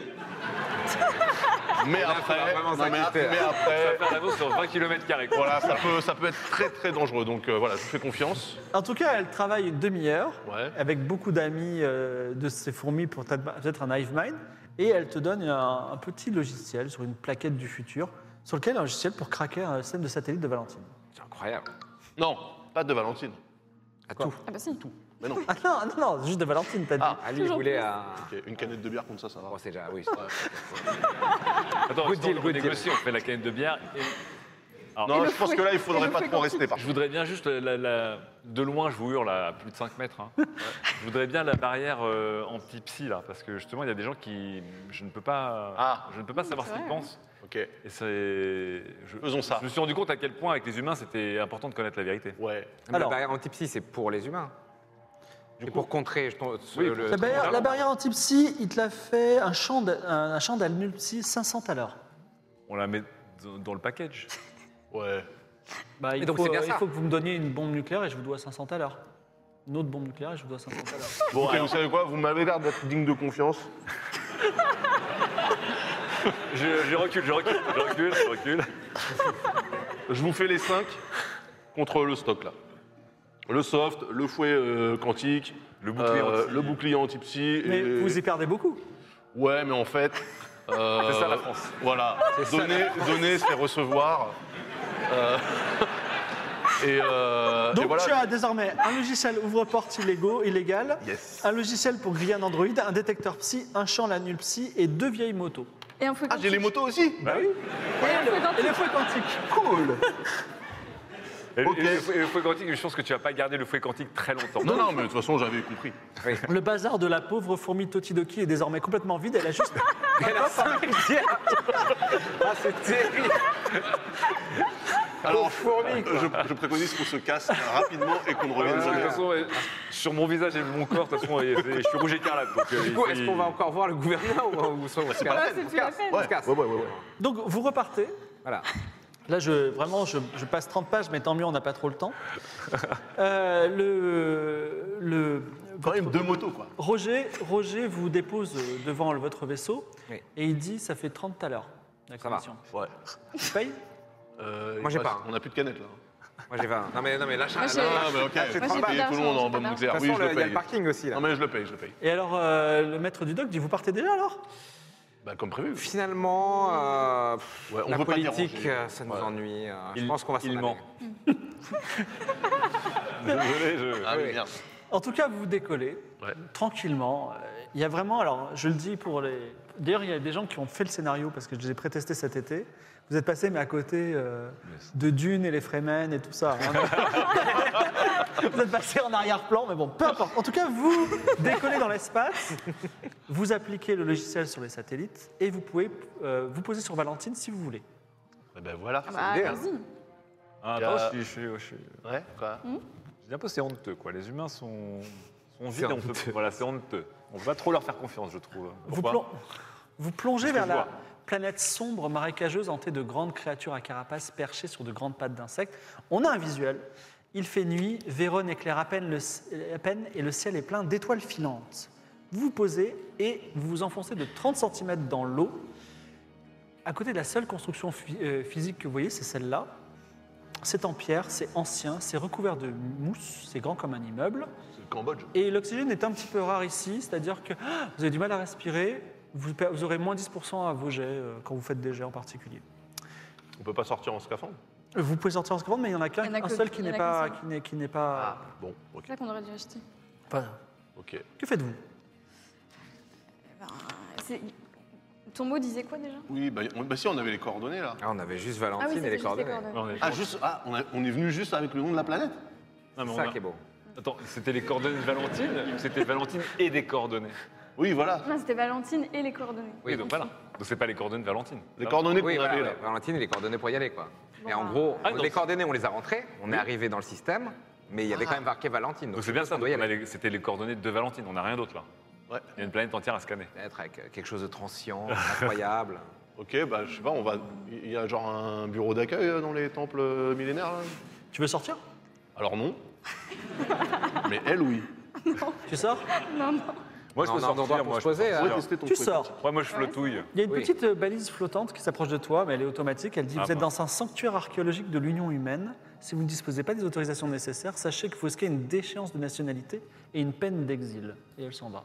[SPEAKER 4] Mais
[SPEAKER 6] Là,
[SPEAKER 4] après,
[SPEAKER 6] faudra vraiment
[SPEAKER 4] non, mais,
[SPEAKER 6] s'inquiéter.
[SPEAKER 4] mais
[SPEAKER 3] Ça va
[SPEAKER 4] après,
[SPEAKER 3] faire la mousse sur vingt kilomètres carrés.
[SPEAKER 4] voilà, ça peut, ça peut être très très dangereux. Donc euh, voilà, je vous fais confiance.
[SPEAKER 2] En tout cas, elle travaille une demi-heure
[SPEAKER 4] Ouais.
[SPEAKER 2] avec beaucoup d'amis euh, de ses fourmis pour peut-être peut-être un hive mind. Et elle te donne un, un petit logiciel sur une plaquette du futur, sur lequel un logiciel pour craquer un système de satellite de Valentine.
[SPEAKER 6] C'est incroyable.
[SPEAKER 4] Non, pas de Valentine.
[SPEAKER 6] À tout.
[SPEAKER 5] Ah bah si.
[SPEAKER 4] Mais non.
[SPEAKER 2] Ah non, non, non, juste de Valentine, t'as dit.
[SPEAKER 4] Ah.
[SPEAKER 6] Ali voulait un.
[SPEAKER 4] Ok, une canette de bière comme ça, ça va.
[SPEAKER 6] Bon, c'est déjà. Oui.
[SPEAKER 3] Attends,
[SPEAKER 6] Good deal,
[SPEAKER 3] on
[SPEAKER 6] good deal.
[SPEAKER 3] négocie, on fait la canette de bière. Et... Alors,
[SPEAKER 4] Non,
[SPEAKER 5] le
[SPEAKER 4] je pense
[SPEAKER 5] fouet.
[SPEAKER 4] que là, il faudrait
[SPEAKER 5] Et le
[SPEAKER 4] pas
[SPEAKER 5] fouet
[SPEAKER 4] trop
[SPEAKER 5] quand
[SPEAKER 4] rester. Par
[SPEAKER 3] je voudrais bien juste, la- la- de loin, je vous hurle à plus de cinq mètres. hein. Je voudrais bien la barrière euh, anti-psy, là, parce que justement, il y a des gens qui. Je ne peux pas,
[SPEAKER 4] Ah.
[SPEAKER 3] je ne peux pas savoir
[SPEAKER 5] c'est
[SPEAKER 3] ce qu'ils
[SPEAKER 5] vrai.
[SPEAKER 3] pensent.
[SPEAKER 4] Ok.
[SPEAKER 3] Et c'est. je-
[SPEAKER 4] Faisons ça.
[SPEAKER 3] Je me suis rendu compte à quel point, avec les humains, c'était important de connaître la vérité.
[SPEAKER 4] Ouais.
[SPEAKER 6] La
[SPEAKER 2] Alors.
[SPEAKER 6] barrière anti-psy, c'est pour les humains. C'est
[SPEAKER 4] coup-
[SPEAKER 6] pour contrer. Je t'en- ce-
[SPEAKER 3] Oui,
[SPEAKER 6] le-
[SPEAKER 2] La barrière, la barrière anti-psy, il te l'a fait un champ, de- un, un champ d'alnul-psy cinq cents à l'heure.
[SPEAKER 3] On la met dans, dans le package.
[SPEAKER 4] Ouais.
[SPEAKER 2] Bah, il,
[SPEAKER 6] Et donc,
[SPEAKER 2] faut,
[SPEAKER 6] c'est bien
[SPEAKER 2] il
[SPEAKER 6] ça.
[SPEAKER 2] faut que vous me donniez une bombe nucléaire et je vous dois cinq cents à l'heure. Une autre bombe nucléaire et je vous dois cinq cents à l'heure.
[SPEAKER 4] Bon, ok, vous savez quoi? Vous m'avez l'air d'être digne de confiance.
[SPEAKER 3] Je, je recule, je recule, je recule, je recule.
[SPEAKER 4] Je vous fais les cinq contre le stock là. Le soft, le fouet euh, quantique,
[SPEAKER 3] Le bouclier
[SPEAKER 4] euh,
[SPEAKER 3] anti-
[SPEAKER 4] le bouclier anti-psy.
[SPEAKER 2] Mais
[SPEAKER 4] et-
[SPEAKER 2] vous y perdez beaucoup.
[SPEAKER 4] Ouais, mais en fait. euh,
[SPEAKER 3] C'est ça, la France.
[SPEAKER 4] Voilà.
[SPEAKER 6] C'est ça,
[SPEAKER 4] Donner, donner, c'est recevoir. Euh, Et, euh,
[SPEAKER 2] Donc
[SPEAKER 4] et voilà.
[SPEAKER 2] tu as désormais un logiciel ouvre-porte illégaux, illégal,
[SPEAKER 4] Yes.
[SPEAKER 2] un logiciel pour griller un Android, un détecteur psy, un champ lanule psy et deux vieilles motos.
[SPEAKER 5] Et un fouet
[SPEAKER 4] Ah, j'ai les motos aussi.
[SPEAKER 3] Bah oui.
[SPEAKER 2] Et les fouets quantiques.
[SPEAKER 4] Cool.
[SPEAKER 3] Et,
[SPEAKER 4] Ok.
[SPEAKER 3] et le, fouet- et le fouet quantique, je pense que tu vas pas garder le fouet quantique très longtemps.
[SPEAKER 4] Non, non, mais de toute façon, j'avais compris.
[SPEAKER 2] Le bazar de la pauvre fourmi Totidoki est désormais complètement vide. Elle a juste.
[SPEAKER 6] Elle a cinq bières. Ah, c'est terrible.
[SPEAKER 4] Alors,
[SPEAKER 6] fourmi, quoi.
[SPEAKER 4] je, je préconise qu'on se casse rapidement et qu'on ne
[SPEAKER 3] Ouais,
[SPEAKER 4] revienne
[SPEAKER 3] de
[SPEAKER 4] jamais.
[SPEAKER 3] toute façon, ouais, sur mon visage et mon corps, de toute façon, c'est- je suis rouge écarlate. Donc, euh,
[SPEAKER 6] Du coup,
[SPEAKER 3] il-
[SPEAKER 6] est-ce qu'on va encore voir le gouverneur ou on, ou on se
[SPEAKER 4] pas
[SPEAKER 6] casse
[SPEAKER 4] la
[SPEAKER 5] peine.
[SPEAKER 6] On se
[SPEAKER 5] C'est plus la
[SPEAKER 6] casse.
[SPEAKER 5] peine.
[SPEAKER 6] On se casse.
[SPEAKER 4] Ouais, ouais, ouais, ouais.
[SPEAKER 2] Donc vous repartez.
[SPEAKER 6] Voilà.
[SPEAKER 2] Là, je, vraiment, je, je passe trente pages, mais tant mieux, on n'a pas trop le temps. Euh, le, le,
[SPEAKER 4] Quand même deux motos, quoi.
[SPEAKER 2] Roger, Roger vous dépose devant votre vaisseau
[SPEAKER 6] Oui.
[SPEAKER 2] et il dit ça fait trente tout à l'heure.
[SPEAKER 6] Ça va.
[SPEAKER 4] Ouais.
[SPEAKER 2] Tu payes
[SPEAKER 4] Euh,
[SPEAKER 6] Moi, j'ai
[SPEAKER 4] il
[SPEAKER 6] pas,
[SPEAKER 4] reste-
[SPEAKER 6] hein.
[SPEAKER 4] On n'a plus de canettes, là.
[SPEAKER 6] Moi, j'ai vingt. Non, mais, non, mais lâche un.
[SPEAKER 5] Moi, j'ai-
[SPEAKER 6] non,
[SPEAKER 4] Ah,
[SPEAKER 6] non,
[SPEAKER 4] mais ok.
[SPEAKER 6] Moi, j'ai
[SPEAKER 4] J'ai
[SPEAKER 5] pas
[SPEAKER 4] payé tout le monde
[SPEAKER 5] d'argent,
[SPEAKER 4] en
[SPEAKER 5] c'est pas
[SPEAKER 4] bonne
[SPEAKER 5] grave.
[SPEAKER 4] misère.
[SPEAKER 6] De toute
[SPEAKER 4] Oui,
[SPEAKER 6] façon,
[SPEAKER 4] je
[SPEAKER 6] il
[SPEAKER 4] le
[SPEAKER 6] y a le
[SPEAKER 4] paye.
[SPEAKER 6] parking aussi, là.
[SPEAKER 4] Non, mais je le paye, je le paye.
[SPEAKER 2] Et alors, euh, le maître du dock dit vous partez déjà alors?
[SPEAKER 4] Bah, comme prévu.
[SPEAKER 6] Finalement, euh, pff,
[SPEAKER 4] Ouais, on
[SPEAKER 6] la
[SPEAKER 4] veut pas
[SPEAKER 6] politique,
[SPEAKER 4] déranger.
[SPEAKER 6] euh, ça nous
[SPEAKER 4] Ouais.
[SPEAKER 6] ennuie. euh, Je
[SPEAKER 3] Il-
[SPEAKER 6] pense qu'on va s'en
[SPEAKER 3] il
[SPEAKER 6] aller.
[SPEAKER 3] ment. Désolé, je.
[SPEAKER 4] Ah, oui,
[SPEAKER 6] oui.
[SPEAKER 4] merde.
[SPEAKER 2] En tout cas, vous décollez
[SPEAKER 4] Ouais.
[SPEAKER 2] tranquillement. Euh, Il y a vraiment, alors je le dis pour les. D'ailleurs, il y a des gens qui ont fait le scénario parce que je les ai pré-testés cet été. Vous êtes passés, mais à côté euh, de Dune et les Fremen et tout ça. Vous êtes passés en arrière-plan, mais bon, peu importe. En tout cas, vous décollez dans l'espace, vous appliquez le logiciel sur les satellites et vous pouvez euh, vous poser sur Valentine si vous voulez.
[SPEAKER 4] Eh ben voilà.
[SPEAKER 5] Ah bah,
[SPEAKER 6] l'idée, hein.
[SPEAKER 5] vas-y.
[SPEAKER 3] Ah,
[SPEAKER 4] Il y a-
[SPEAKER 3] attends, je suis. je suis- je suis-
[SPEAKER 4] Ouais, quoi.
[SPEAKER 3] Je dis un peu, c'est honteux, quoi. Les humains sont, sont
[SPEAKER 6] C'est
[SPEAKER 3] vides, on peut,
[SPEAKER 6] honteux.
[SPEAKER 3] voilà, c'est honteux. On peut pas trop leur faire confiance, je trouve.
[SPEAKER 2] Vous,
[SPEAKER 3] Pourquoi
[SPEAKER 2] plon- vous plongez
[SPEAKER 3] Parce que
[SPEAKER 2] vers
[SPEAKER 3] je
[SPEAKER 2] la
[SPEAKER 3] vois.
[SPEAKER 2] planète sombre, marécageuse, hantée de grandes créatures à carapace perchées sur de grandes pattes d'insectes. On a un visuel. Il fait nuit, Vérone éclaire à peine, le, à peine et le ciel est plein d'étoiles filantes. Vous vous posez et vous vous enfoncez de trente centimètres dans l'eau. À côté de la seule construction phy- euh, physique que vous voyez, c'est celle-là. C'est en pierre, c'est ancien, c'est recouvert de mousse, c'est grand comme un immeuble.
[SPEAKER 4] C'est le Cambodge.
[SPEAKER 2] Et l'oxygène est un petit peu rare ici, c'est-à-dire que ah, vous avez du mal à respirer, vous, per- vous aurez moins dix pour cent à vos jets euh, quand vous faites des jets en particulier.
[SPEAKER 4] On peut pas sortir en scaphandre.
[SPEAKER 2] Vous pouvez sortir en scaphandre, mais il y en a qu'un
[SPEAKER 5] Il y en a
[SPEAKER 2] un
[SPEAKER 5] que-
[SPEAKER 2] seul qui
[SPEAKER 5] il y en
[SPEAKER 2] n'est
[SPEAKER 5] a
[SPEAKER 2] pas,
[SPEAKER 5] qu'un seul.
[SPEAKER 2] qui n'est, qui n'est pas.
[SPEAKER 4] Ah, bon, ok.
[SPEAKER 5] C'est ça qu'on aurait dû acheter.
[SPEAKER 2] Enfin,
[SPEAKER 4] Ok.
[SPEAKER 2] que faites-vous?
[SPEAKER 5] Eh ben, c'est- Ton mot disait quoi déjà?
[SPEAKER 4] Oui, bah, on, bah si, on avait les coordonnées, là.
[SPEAKER 6] Ah, on avait juste
[SPEAKER 5] Ah oui,
[SPEAKER 6] Valentine
[SPEAKER 5] c'était
[SPEAKER 6] et les
[SPEAKER 5] juste
[SPEAKER 6] coordonnées.
[SPEAKER 3] Non, on est-
[SPEAKER 4] Ah, juste, ah, on, a- on est venu juste avec le nom de la planète.
[SPEAKER 3] Non, mais
[SPEAKER 6] C'est
[SPEAKER 3] on
[SPEAKER 6] ça
[SPEAKER 3] a-
[SPEAKER 6] qui est beau.
[SPEAKER 3] Attends, c'était les coordonnées de Valentine ou c'était Valentine et des coordonnées?
[SPEAKER 4] Oui, voilà.
[SPEAKER 5] Non, c'était Valentine et les coordonnées.
[SPEAKER 3] Oui, donc voilà. Donc c'est pas les coordonnées de Valentine.
[SPEAKER 4] Les
[SPEAKER 3] Là.
[SPEAKER 4] coordonnées
[SPEAKER 6] Oui,
[SPEAKER 4] qu'on
[SPEAKER 6] voilà,
[SPEAKER 4] avait,
[SPEAKER 6] ouais,
[SPEAKER 4] là.
[SPEAKER 6] Valentine et les coordonnées pour y aller, quoi.
[SPEAKER 5] Bon,
[SPEAKER 6] Et en
[SPEAKER 5] bah.
[SPEAKER 6] gros,
[SPEAKER 3] Ah, donc-
[SPEAKER 6] les coordonnées, on les a rentrées, on est arrivé dans le système, mais il y avait
[SPEAKER 4] Ah.
[SPEAKER 6] quand même marqué Valentine.
[SPEAKER 3] Donc c'est bien ça,
[SPEAKER 6] on
[SPEAKER 3] donc
[SPEAKER 6] doit y
[SPEAKER 3] on a
[SPEAKER 6] aller.
[SPEAKER 3] les- c'était les coordonnées de Valentine, on n'a rien d'autre là.
[SPEAKER 4] Ouais.
[SPEAKER 3] Il y a une planète entière à scanner.
[SPEAKER 6] Peut-être avec euh, quelque chose de transcient, incroyable.
[SPEAKER 4] Ok, bah, je sais pas, on va. Il y a genre un bureau d'accueil euh, dans les temples euh, millénaires, là.
[SPEAKER 2] Tu veux sortir?
[SPEAKER 4] Alors non. Mais elle, oui.
[SPEAKER 2] Tu sors?
[SPEAKER 5] Non, non.
[SPEAKER 3] Moi je
[SPEAKER 6] Non,
[SPEAKER 3] peux
[SPEAKER 6] non, on
[SPEAKER 3] sortir,
[SPEAKER 6] doit
[SPEAKER 3] moi
[SPEAKER 6] pour
[SPEAKER 3] je
[SPEAKER 6] se poser,
[SPEAKER 3] peux
[SPEAKER 6] hein.
[SPEAKER 4] On va
[SPEAKER 3] sortir.
[SPEAKER 4] tester ton
[SPEAKER 2] Tu
[SPEAKER 4] truc.
[SPEAKER 2] sors.
[SPEAKER 3] Ouais, moi je flottouille.
[SPEAKER 2] Il y a une
[SPEAKER 6] Oui.
[SPEAKER 2] petite euh, balise flottante qui s'approche de toi, mais elle est automatique. Elle dit
[SPEAKER 3] Ah
[SPEAKER 2] vous êtes
[SPEAKER 3] bah.
[SPEAKER 2] dans un sanctuaire archéologique de l'Union humaine. Si vous ne disposez pas des autorisations nécessaires, sachez qu'il faut risquer une déchéance de nationalité et une peine d'exil. Et elle s'en va.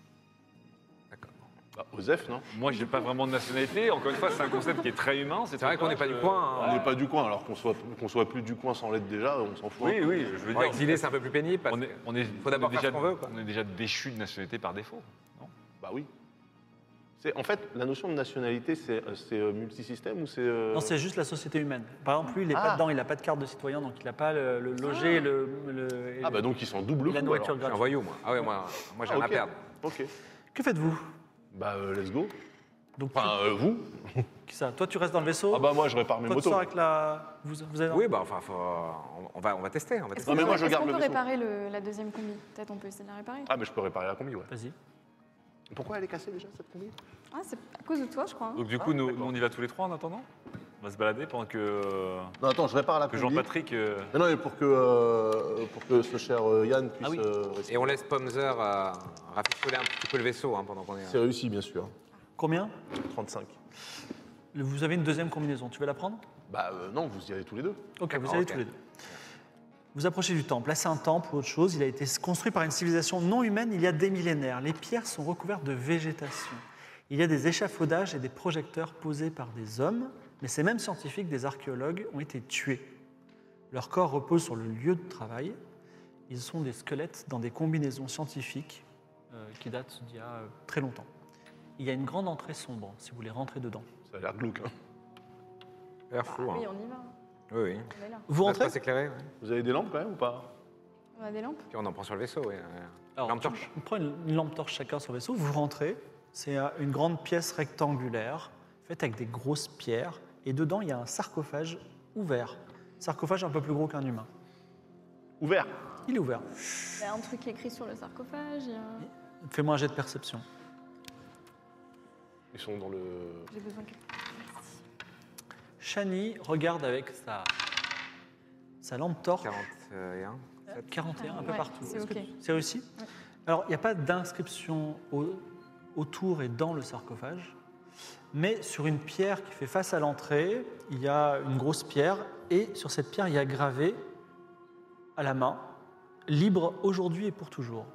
[SPEAKER 4] Bah, Osef, non?
[SPEAKER 3] Moi j'ai pas vraiment de nationalité, encore une fois c'est un concept qui est très humain.
[SPEAKER 6] C'est vrai qu'on n'est pas du coin.
[SPEAKER 4] On
[SPEAKER 6] hein.
[SPEAKER 4] n'est pas du coin, alors qu'on soit, qu'on soit plus du coin sans l'être déjà, on s'en fout.
[SPEAKER 3] Oui, oui, je veux
[SPEAKER 6] Bon,
[SPEAKER 3] dire.
[SPEAKER 6] exilé, c'est un peu plus pénible. Parce
[SPEAKER 3] On est, on est,
[SPEAKER 6] faut d'abord
[SPEAKER 3] on est
[SPEAKER 6] faire
[SPEAKER 3] déjà,
[SPEAKER 6] ce qu'on veut, quoi.
[SPEAKER 3] on est déjà déchu de nationalité par défaut. Non
[SPEAKER 4] Bah oui. C'est, en fait, la notion de nationalité, c'est, euh, c'est euh, multisystème ou c'est. euh,
[SPEAKER 2] Non, c'est juste la société humaine. Par exemple, lui, il n'est
[SPEAKER 4] Ah.
[SPEAKER 2] pas dedans, il n'a pas de carte de citoyen, donc il n'a pas le, le logé, le, le-
[SPEAKER 4] Ah bah donc ils sont double
[SPEAKER 2] et la
[SPEAKER 4] fou,
[SPEAKER 2] nourriture
[SPEAKER 4] alors.
[SPEAKER 6] Je suis un
[SPEAKER 2] gratuite.
[SPEAKER 6] voyou, moi. Ah ouais, moi, moi j'ai
[SPEAKER 4] Ah,
[SPEAKER 6] rien
[SPEAKER 4] ok.
[SPEAKER 6] à perdre.
[SPEAKER 4] Ok.
[SPEAKER 2] Que faites-vous?
[SPEAKER 4] Bah euh, let's go.
[SPEAKER 2] Donc,
[SPEAKER 4] Enfin, euh, vous
[SPEAKER 2] qui ça Toi, tu restes dans le vaisseau?
[SPEAKER 4] Ah bah moi je répare mes
[SPEAKER 2] Toi, tu
[SPEAKER 4] motos.
[SPEAKER 2] sors avec la. Vous, vous avez...
[SPEAKER 6] Oui, bah enfin, faut- on, on va, on va tester. On va
[SPEAKER 5] Est-ce
[SPEAKER 6] tester.
[SPEAKER 5] qu'on
[SPEAKER 4] mais
[SPEAKER 5] peut,
[SPEAKER 4] moi, je
[SPEAKER 5] est-ce
[SPEAKER 4] garde
[SPEAKER 5] qu'on
[SPEAKER 4] le
[SPEAKER 5] peut
[SPEAKER 4] vaisseau.
[SPEAKER 5] réparer le- la deuxième combi? Peut-être on peut essayer de la réparer.
[SPEAKER 4] Ah mais je peux réparer la combi, ouais.
[SPEAKER 2] Vas-y.
[SPEAKER 4] Pourquoi elle est cassée déjà cette combi?
[SPEAKER 5] Ah, c'est à cause de toi, je crois. hein.
[SPEAKER 3] Donc du coup,
[SPEAKER 4] Ah,
[SPEAKER 3] nous,
[SPEAKER 4] d'accord.
[SPEAKER 3] nous, on y va tous les trois en attendant. On va se balader pendant que, euh,
[SPEAKER 4] Non attends, je répare la
[SPEAKER 3] que
[SPEAKER 4] combi.
[SPEAKER 3] Jean-Patrick. euh,
[SPEAKER 4] Mais non, mais pour que, euh, pour que ce cher euh, Yann puisse
[SPEAKER 2] Ah oui.
[SPEAKER 4] euh, rester.
[SPEAKER 6] Et on laisse Pomzer euh, rafistoler un petit peu le vaisseau hein, pendant qu'on est.
[SPEAKER 4] C'est réussi bien sûr.
[SPEAKER 2] Combien?
[SPEAKER 4] trente-cinq.
[SPEAKER 2] Vous avez une deuxième combinaison, tu veux la prendre?
[SPEAKER 4] Bah euh, non, vous y allez tous les deux.
[SPEAKER 2] Ok, vous
[SPEAKER 6] Ah,
[SPEAKER 2] allez
[SPEAKER 6] ok.
[SPEAKER 2] tous les deux. Vous approchez du temple. Là, c'est un temple ou autre chose. Il a été construit par une civilisation non humaine il y a des millénaires. Les pierres sont recouvertes de végétation. Il y a des échafaudages et des projecteurs posés par des hommes, mais ces mêmes scientifiques, des archéologues, ont été tués. Leur corps repose sur le lieu de travail. Ils sont des squelettes dans des combinaisons scientifiques euh, qui datent d'il y a euh, très longtemps. Il y a une grande entrée sombre, si vous voulez rentrer dedans.
[SPEAKER 4] Ça a l'air glauque. Hein.
[SPEAKER 6] Ça a l'air fou.
[SPEAKER 5] Ah,
[SPEAKER 6] hein.
[SPEAKER 5] oui, on y va.
[SPEAKER 6] Oui, oui.
[SPEAKER 5] On est là.
[SPEAKER 2] Vous rentrez?
[SPEAKER 6] C'est éclairé. Ouais.
[SPEAKER 4] Vous avez des lampes quand même ou pas?
[SPEAKER 5] On a des lampes.
[SPEAKER 6] Puis on en prend sur le vaisseau, oui.
[SPEAKER 2] Alors,
[SPEAKER 6] Lampe
[SPEAKER 2] tu-
[SPEAKER 6] torche.
[SPEAKER 2] On prend une, une lampe torche chacun sur le vaisseau, vous rentrez. C'est euh, une grande pièce rectangulaire, faite avec des grosses pierres. Et dedans, il y a un sarcophage ouvert. Sarcophage un peu plus gros qu'un humain.
[SPEAKER 4] Ouvert.
[SPEAKER 2] Il est ouvert.
[SPEAKER 5] Il y a un truc écrit sur le sarcophage. il y a-
[SPEAKER 2] Fais-moi un jet de perception.
[SPEAKER 4] Ils sont dans le.
[SPEAKER 5] J'ai besoin que.
[SPEAKER 2] Shani regarde avec sa, sa lampe torche.
[SPEAKER 6] quarante et un.
[SPEAKER 2] quarante et un, un peu
[SPEAKER 5] Ouais,
[SPEAKER 2] partout.
[SPEAKER 5] c'est
[SPEAKER 2] Est-ce que
[SPEAKER 5] ok.
[SPEAKER 2] tu- c'est réussi?
[SPEAKER 5] Ouais.
[SPEAKER 2] Alors, il n'y a pas d'inscription au- autour et dans le sarcophage, mais sur une pierre qui fait face à l'entrée, il y a une grosse pierre, et sur cette pierre, il y a gravé à la main « Libre aujourd'hui et pour toujours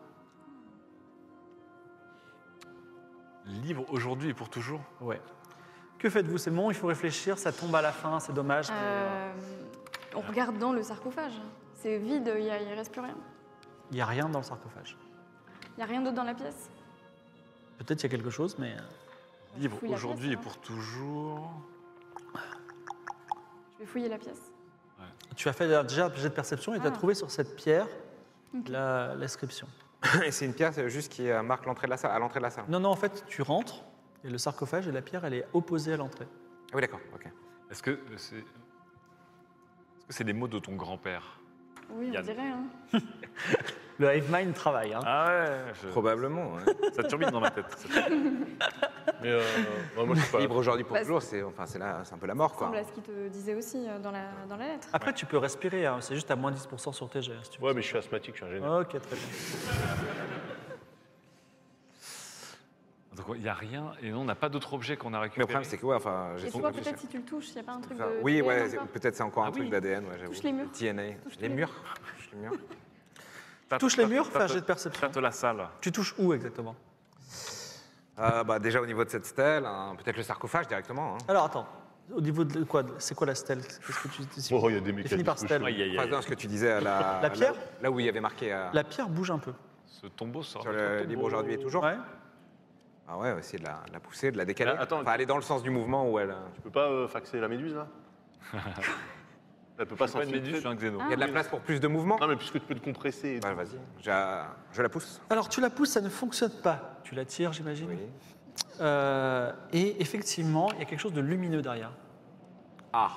[SPEAKER 3] Libre aujourd'hui et pour toujours ».
[SPEAKER 2] Ouais. Que faites-vous? C'est bon, il faut réfléchir, ça tombe à la fin, c'est dommage. mais,
[SPEAKER 5] Euh, on regarde dans le sarcophage. C'est vide, il ne reste plus rien.
[SPEAKER 2] Il n'y a rien dans le sarcophage.
[SPEAKER 5] Il n'y a rien d'autre dans la pièce.
[SPEAKER 2] Peut-être qu'il y a quelque chose, mais...
[SPEAKER 3] Libre
[SPEAKER 5] fouille la
[SPEAKER 3] aujourd'hui et
[SPEAKER 5] pièce,
[SPEAKER 3] pour toujours.
[SPEAKER 5] Je vais fouiller la pièce.
[SPEAKER 2] Tu as fait déjà un jet de perception et tu as
[SPEAKER 5] Ah.
[SPEAKER 2] trouvé sur cette pierre
[SPEAKER 5] Ok.
[SPEAKER 2] la- l'inscription.
[SPEAKER 6] Et c'est une pierre c'est juste qui euh, marque l'entrée de la salle, à l'entrée de la salle.
[SPEAKER 2] Non, non, en fait, tu rentres et le sarcophage et la pierre, elle est opposée à l'entrée.
[SPEAKER 6] Ah oui, d'accord, ok.
[SPEAKER 3] Est-ce que c'est. Est-ce que c'est les mots de ton grand-père?
[SPEAKER 5] Oui, on
[SPEAKER 3] Yann.
[SPEAKER 5] dirait. Hein.
[SPEAKER 2] Le hive mind travaille. Hein.
[SPEAKER 3] Ah ouais, je-
[SPEAKER 6] Probablement. ouais.
[SPEAKER 3] ça turbine dans ma tête. ça turbine.
[SPEAKER 4] Mais euh, ouais, moi je suis pas.
[SPEAKER 6] Libre aujourd'hui pour
[SPEAKER 5] Bah,
[SPEAKER 6] toujours, c'est enfin, c'est là- c'est un peu la mort,
[SPEAKER 5] Ça
[SPEAKER 6] quoi.
[SPEAKER 5] ressemble à ce qu'il te disait aussi euh, dans la, dans la lettre.
[SPEAKER 2] Après, tu peux respirer, hein, c'est juste à moins dix pour cent sur tes jets. Si tu veux.
[SPEAKER 4] Ouais, mais je suis asthmatique, je suis ingénieur.
[SPEAKER 2] Ok, très bien.
[SPEAKER 3] Donc il n'y a rien et non, on n'a pas d'autre objet qu'on a
[SPEAKER 6] Mais
[SPEAKER 3] récupéré.
[SPEAKER 6] le problème, c'est que, ouais, enfin, j'ai
[SPEAKER 5] Et
[SPEAKER 6] son
[SPEAKER 5] toi, peut-être si tu le touches, il n'y a pas un truc
[SPEAKER 6] Enfin,
[SPEAKER 5] de.
[SPEAKER 6] oui,
[SPEAKER 5] d'A D N
[SPEAKER 6] ouais,
[SPEAKER 5] encore
[SPEAKER 6] c'est- peut-être c'est encore un
[SPEAKER 3] Ah
[SPEAKER 6] truc
[SPEAKER 3] oui.
[SPEAKER 6] d'A D N, ouais, j'avoue.
[SPEAKER 5] Touche les murs.
[SPEAKER 6] T N A.
[SPEAKER 5] Touche
[SPEAKER 6] Les
[SPEAKER 5] les
[SPEAKER 6] murs Touche les murs.
[SPEAKER 3] Tâte-
[SPEAKER 2] Touche les
[SPEAKER 3] tâte-
[SPEAKER 2] murs, fais un
[SPEAKER 3] tâte-
[SPEAKER 2] jet de perception.
[SPEAKER 3] tâte la salle.
[SPEAKER 2] Tu touches où exactement?
[SPEAKER 6] Euh, bah, déjà au niveau de cette stèle, hein, peut-être le sarcophage directement. Hein.
[SPEAKER 2] Alors, attends. Au niveau de quoi? C'est quoi la stèle? Qu'est-ce que tu si-
[SPEAKER 4] Oh, il y a des
[SPEAKER 2] Défini par
[SPEAKER 4] mécanismes.
[SPEAKER 2] stèle.
[SPEAKER 3] Aïe, aïe,
[SPEAKER 6] Enfin,
[SPEAKER 3] aïe.
[SPEAKER 6] non, ce que tu disais à la.
[SPEAKER 2] La pierre
[SPEAKER 6] là, là où il y avait marqué euh,
[SPEAKER 2] La pierre bouge un peu.
[SPEAKER 3] Ce tombeau sort.
[SPEAKER 6] sur
[SPEAKER 3] de
[SPEAKER 6] le
[SPEAKER 3] ton tombeau.
[SPEAKER 6] libre aujourd'hui et toujours.
[SPEAKER 2] Ouais.
[SPEAKER 6] Ah ouais, essayer de la, de la pousser, de la décaler.
[SPEAKER 4] Ah, attends,
[SPEAKER 6] enfin, aller dans le sens du mouvement où elle.
[SPEAKER 4] Tu peux pas euh, faxer la méduse là? Elle peut pas
[SPEAKER 3] C'est pas une méduse, je
[SPEAKER 4] s'infiltrer.
[SPEAKER 3] suis un xéno.
[SPEAKER 6] Il y a de la place pour plus de mouvement.
[SPEAKER 4] Non, mais puisque tu peux te compresser. et
[SPEAKER 6] Bah,
[SPEAKER 4] tout.
[SPEAKER 6] vas-y, je, je la pousse.
[SPEAKER 2] Alors, tu la pousses, ça ne fonctionne pas. Tu la tires, j'imagine.
[SPEAKER 6] Oui.
[SPEAKER 2] Euh, et effectivement, il y a quelque chose de lumineux derrière.
[SPEAKER 6] Ah,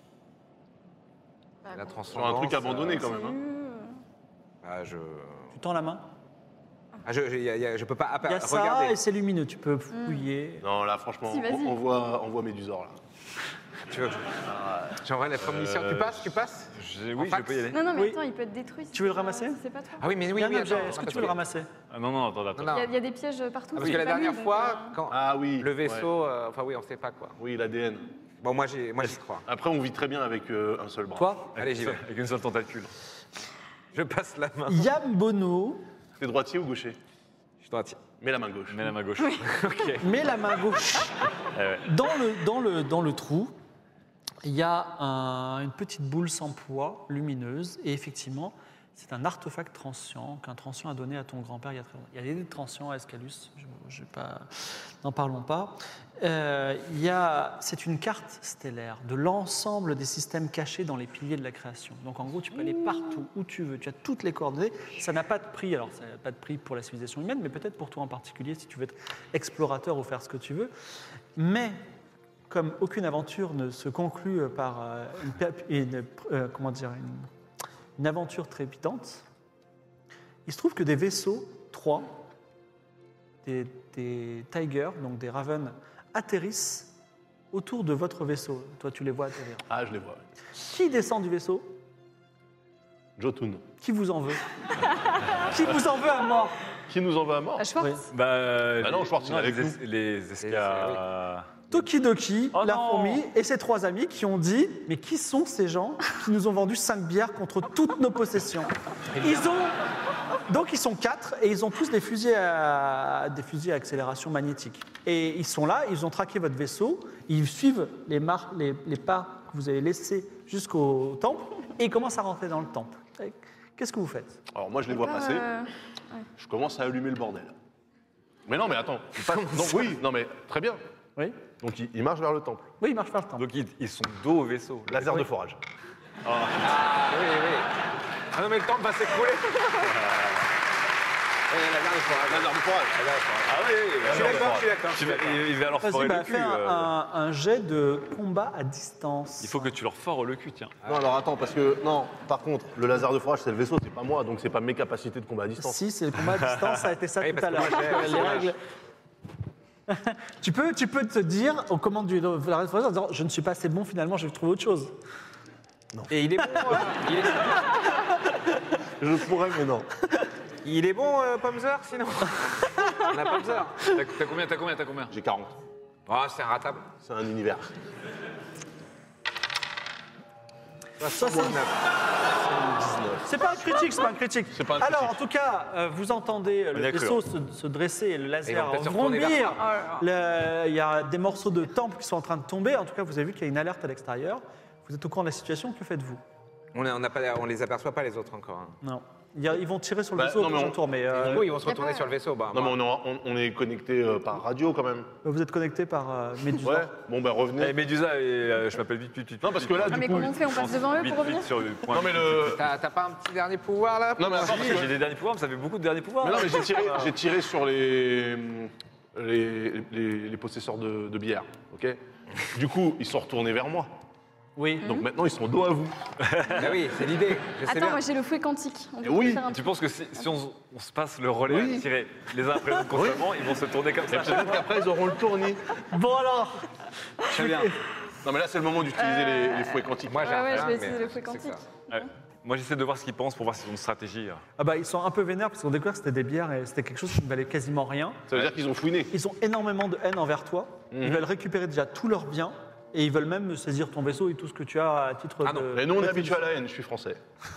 [SPEAKER 5] Bah,
[SPEAKER 6] la
[SPEAKER 5] bon,
[SPEAKER 4] Sur
[SPEAKER 6] transcendance.
[SPEAKER 4] un truc abandonné
[SPEAKER 6] euh,
[SPEAKER 4] quand même. Hein.
[SPEAKER 5] euh,
[SPEAKER 6] bah, je.
[SPEAKER 2] Tu tends la main.
[SPEAKER 6] Ah, je, je, y a- y a- je peux pas appa-
[SPEAKER 2] Il y a ça
[SPEAKER 6] regarder.
[SPEAKER 2] et c'est lumineux. Tu peux fouiller.
[SPEAKER 4] Non, là, franchement,
[SPEAKER 5] Si, vas-y.
[SPEAKER 4] on, on voit, on voit Médusor là.
[SPEAKER 6] Tu veux que j'envoie la prémonition.
[SPEAKER 3] Euh,
[SPEAKER 6] Tu passes, tu passes.
[SPEAKER 3] J'ai-
[SPEAKER 6] En
[SPEAKER 3] Oui, je
[SPEAKER 6] fax
[SPEAKER 3] peux y aller.
[SPEAKER 5] Non, non, mais
[SPEAKER 2] Oui.
[SPEAKER 5] attends, il peut être détruit. si
[SPEAKER 2] Tu veux le
[SPEAKER 5] tu-
[SPEAKER 2] ramasser
[SPEAKER 5] si C'est pas toi.
[SPEAKER 6] Ah oui, mais oui,
[SPEAKER 2] Il y a
[SPEAKER 6] oui,
[SPEAKER 2] un objet.
[SPEAKER 6] attends,
[SPEAKER 2] Est-ce que
[SPEAKER 6] parce
[SPEAKER 2] tu veux le ramasser?
[SPEAKER 3] Ah, non, non, attends, attends.
[SPEAKER 6] Non,
[SPEAKER 5] Il y, a, il y a des pièges partout.
[SPEAKER 6] Parce
[SPEAKER 5] j'ai
[SPEAKER 6] que la
[SPEAKER 5] pas mis,
[SPEAKER 6] dernière
[SPEAKER 5] donc,
[SPEAKER 6] fois,
[SPEAKER 5] euh,
[SPEAKER 6] quand
[SPEAKER 4] Ah oui.
[SPEAKER 6] le
[SPEAKER 4] ouais.
[SPEAKER 6] vaisseau, euh, enfin oui, on sait pas quoi.
[SPEAKER 4] Oui, l'A D N.
[SPEAKER 6] Bon, moi j'y, moi j'y crois.
[SPEAKER 4] Après, on vit très bien avec euh, un seul bras.
[SPEAKER 2] Toi,
[SPEAKER 6] Allez, j'y vais.
[SPEAKER 3] Avec une seule tentacule.
[SPEAKER 6] Je passe la main.
[SPEAKER 2] Yann Bono
[SPEAKER 4] T'es droitier ou gaucher?
[SPEAKER 6] Je dois tirer.
[SPEAKER 4] Mets la main gauche.
[SPEAKER 3] Mets la main gauche.
[SPEAKER 2] met la main gauche
[SPEAKER 3] Eh ouais.
[SPEAKER 2] dans le, dans le, dans le trou. Il y a un- une petite boule sans poids, lumineuse, et effectivement, c'est un artefact transcient qu'un transcient a donné à ton grand-père il y a très longtemps. Il y a des transients à Escalus, je, je vais pas, n'en parlons pas. Euh, il y a, c'est une carte stellaire de l'ensemble des systèmes cachés dans les piliers de la création. Donc en gros, tu peux aller partout, où tu veux, tu as toutes les coordonnées. Ça n'a pas de prix, alors ça n'a pas de prix pour la civilisation humaine, mais peut-être pour toi en particulier, si tu veux être explorateur ou faire ce que tu veux. Mais comme aucune aventure ne se conclut par euh, une, per- une, euh, comment dire, une, une aventure trépidante, il se trouve que des vaisseaux, trois, des, des Tigers, donc des Ravens, atterrissent autour de votre vaisseau. Toi, tu les vois atterrir.
[SPEAKER 4] Ah, je les vois. ouais.
[SPEAKER 2] Qui descend du vaisseau?
[SPEAKER 4] Jotun.
[SPEAKER 2] Qui vous en veut? Qui vous en veut à mort?
[SPEAKER 4] Qui nous en va à mort?
[SPEAKER 5] à Schwartz.
[SPEAKER 2] Oui.
[SPEAKER 3] Bah, euh,
[SPEAKER 4] Bah non, Schwartz, il est avec
[SPEAKER 3] les,
[SPEAKER 4] nous.
[SPEAKER 3] es- les esca...
[SPEAKER 2] Tokidoki,
[SPEAKER 3] Oh
[SPEAKER 2] la
[SPEAKER 3] non.
[SPEAKER 2] fourmi et ses trois amis qui ont dit « Mais qui sont ces gens qui nous ont vendu cinq bières contre toutes nos possessions ?» Ils ont... Donc ils sont quatre et ils ont tous des fusils à, des fusils à accélération magnétique. Et ils sont là, ils ont traqué votre vaisseau, ils suivent les, mar- les, les pas que vous avez laissés jusqu'au temple et ils commencent à rentrer dans le temple. Qu'est-ce que vous faites?
[SPEAKER 4] Alors moi je les vois
[SPEAKER 5] Pas,
[SPEAKER 4] passer,
[SPEAKER 5] euh,
[SPEAKER 4] je commence à allumer le bordel. Mais non mais attends, ils passent- donc, oui, non mais très bien.
[SPEAKER 2] Oui.
[SPEAKER 4] Donc ils, ils marchent vers le temple.
[SPEAKER 2] Oui, ils marchent vers le temple.
[SPEAKER 3] Donc ils, ils sont dos au vaisseau.
[SPEAKER 4] Laser de forage.
[SPEAKER 6] Ah oui, oui. Ah non, mais le temps va s'écrouler. Oui, la garde de forage.
[SPEAKER 4] Laser de forage.
[SPEAKER 3] Ah oui, oui,
[SPEAKER 6] Je suis d'accord, je suis d'accord. je
[SPEAKER 3] Tu
[SPEAKER 6] suis
[SPEAKER 3] vas-
[SPEAKER 6] d'accord.
[SPEAKER 3] il il va leur
[SPEAKER 2] Vas-y,
[SPEAKER 3] forer
[SPEAKER 2] bah,
[SPEAKER 3] le cul.
[SPEAKER 2] fais un,
[SPEAKER 3] euh.
[SPEAKER 2] un- un jet de combat à distance.
[SPEAKER 3] Il faut que tu leur fores le cul, tiens.
[SPEAKER 4] Non alors attends, parce que non, par contre, le laser de forage c'est le vaisseau, c'est pas moi, donc c'est pas mes capacités de combat à distance.
[SPEAKER 2] Si, c'est le combat à distance, ça a été ça
[SPEAKER 6] Oui,
[SPEAKER 2] tout
[SPEAKER 6] parce
[SPEAKER 2] à
[SPEAKER 6] que
[SPEAKER 2] l'heure.
[SPEAKER 6] moi, j'ai-
[SPEAKER 2] Les
[SPEAKER 6] j'ai-
[SPEAKER 2] règles. tu, peux, tu peux te dire aux commandes du de la restauration en disant je ne suis pas assez bon finalement, je vais trouver autre chose.
[SPEAKER 6] Et il est bon. euh, il, est,
[SPEAKER 4] Je pourrais, mais non.
[SPEAKER 6] il est bon, euh, Pomzer, sinon. On a Pomzer.
[SPEAKER 3] T'as t'as combien, t'as combien, t'as combien?
[SPEAKER 4] J'ai quarante.
[SPEAKER 6] Oh, c'est un ratable.
[SPEAKER 4] C'est un univers.
[SPEAKER 6] soixante-neuf.
[SPEAKER 2] C'est pas un critique, c'est pas un critique.
[SPEAKER 4] C'est pas un
[SPEAKER 2] Alors,
[SPEAKER 4] critique.
[SPEAKER 2] en tout cas, euh, vous entendez
[SPEAKER 3] On y
[SPEAKER 2] le
[SPEAKER 3] a cru,
[SPEAKER 2] vaisseau se, se dresser et le
[SPEAKER 6] Ils
[SPEAKER 2] laser
[SPEAKER 6] vont peut-être se retourner vers
[SPEAKER 2] vrombir.
[SPEAKER 5] Oh là
[SPEAKER 2] Le- Il y a des morceaux de temple qui sont en train de tomber. En tout cas, vous avez vu qu'il y a une alerte à l'extérieur. Vous êtes au courant de la situation. Que faites-vous?
[SPEAKER 6] On, est- on, n'a pas, on les aperçoit pas, les autres, encore. hein.
[SPEAKER 2] Non. Il y a- ils vont tirer sur le
[SPEAKER 4] Bah,
[SPEAKER 2] vaisseau
[SPEAKER 4] non, mais
[SPEAKER 2] aux
[SPEAKER 4] on-
[SPEAKER 2] alentours, mais euh,
[SPEAKER 6] Oui, ils vont se
[SPEAKER 5] y a
[SPEAKER 6] retourner
[SPEAKER 5] pas-
[SPEAKER 6] sur le vaisseau. Bah,
[SPEAKER 4] Non mais
[SPEAKER 6] moi-
[SPEAKER 4] on, est- on- on est connecté euh, par radio quand même.
[SPEAKER 2] vous êtes connecté par euh, Médusa.
[SPEAKER 4] Ouais. Bon ben
[SPEAKER 3] Eh,
[SPEAKER 4] revenez.
[SPEAKER 3] Médusa, et, euh, je m'appelle vite, vite, vite.
[SPEAKER 4] Non parce que là
[SPEAKER 5] Ah,
[SPEAKER 4] du
[SPEAKER 5] mais
[SPEAKER 4] coup.
[SPEAKER 5] comment on fait? On passe devant eux
[SPEAKER 3] Vite,
[SPEAKER 5] pour
[SPEAKER 3] vite
[SPEAKER 5] revenir?
[SPEAKER 3] sur le point.
[SPEAKER 4] Non mais le.
[SPEAKER 6] T'as t'as pas un petit dernier pouvoir, là
[SPEAKER 4] Non mais attends, parce
[SPEAKER 3] Si,
[SPEAKER 4] que-
[SPEAKER 3] j'ai des derniers pouvoirs, mais ça fait beaucoup de derniers pouvoirs.
[SPEAKER 4] Mais non
[SPEAKER 3] hein.
[SPEAKER 4] mais j'ai tiré, j'ai tiré sur les les, les, les possesseurs de, de bière, ok. Du coup ils sont retournés vers moi.
[SPEAKER 2] Oui.
[SPEAKER 4] Donc maintenant ils sont dos à vous.
[SPEAKER 6] Ah oui, c'est l'idée. Je sais
[SPEAKER 5] Attends,
[SPEAKER 6] bien.
[SPEAKER 5] moi j'ai le fouet quantique. On peut
[SPEAKER 4] Oui.
[SPEAKER 5] faire un
[SPEAKER 3] Tu
[SPEAKER 5] truc.
[SPEAKER 3] penses que si, si on, on se passe le relais
[SPEAKER 4] Oui.
[SPEAKER 3] à tirer les uns après les autres constamment, ils vont se tourner comme
[SPEAKER 4] Et
[SPEAKER 3] ça.
[SPEAKER 4] peut-être qu'après ils auront le tournis.
[SPEAKER 2] Bon alors.
[SPEAKER 3] Très bien.
[SPEAKER 4] Non mais là c'est le moment d'utiliser les, les fouets quantiques.
[SPEAKER 6] Moi, j'ai
[SPEAKER 5] Ouais, ouais,
[SPEAKER 6] rien,
[SPEAKER 5] je vais
[SPEAKER 6] mais
[SPEAKER 5] utiliser le fouet
[SPEAKER 6] c'est que
[SPEAKER 5] quantique.
[SPEAKER 6] ça.
[SPEAKER 3] Ouais. Moi, j'essaie de voir ce qu'ils pensent pour voir s'ils ont une stratégie.
[SPEAKER 2] Ah bah, ils sont un peu vénères parce qu'on a découvert que c'était des bières et c'était quelque chose qui ne valait quasiment rien.
[SPEAKER 4] Ça veut dire qu'ils ont fouiné.
[SPEAKER 2] Ils ont énormément de haine envers toi. Ils
[SPEAKER 4] Mhm.
[SPEAKER 2] veulent récupérer déjà tous leurs biens et ils veulent même saisir ton vaisseau et tout ce que tu as à titre
[SPEAKER 6] Ah non,
[SPEAKER 2] de.
[SPEAKER 4] Mais nous on est habitués à la haine, je suis français.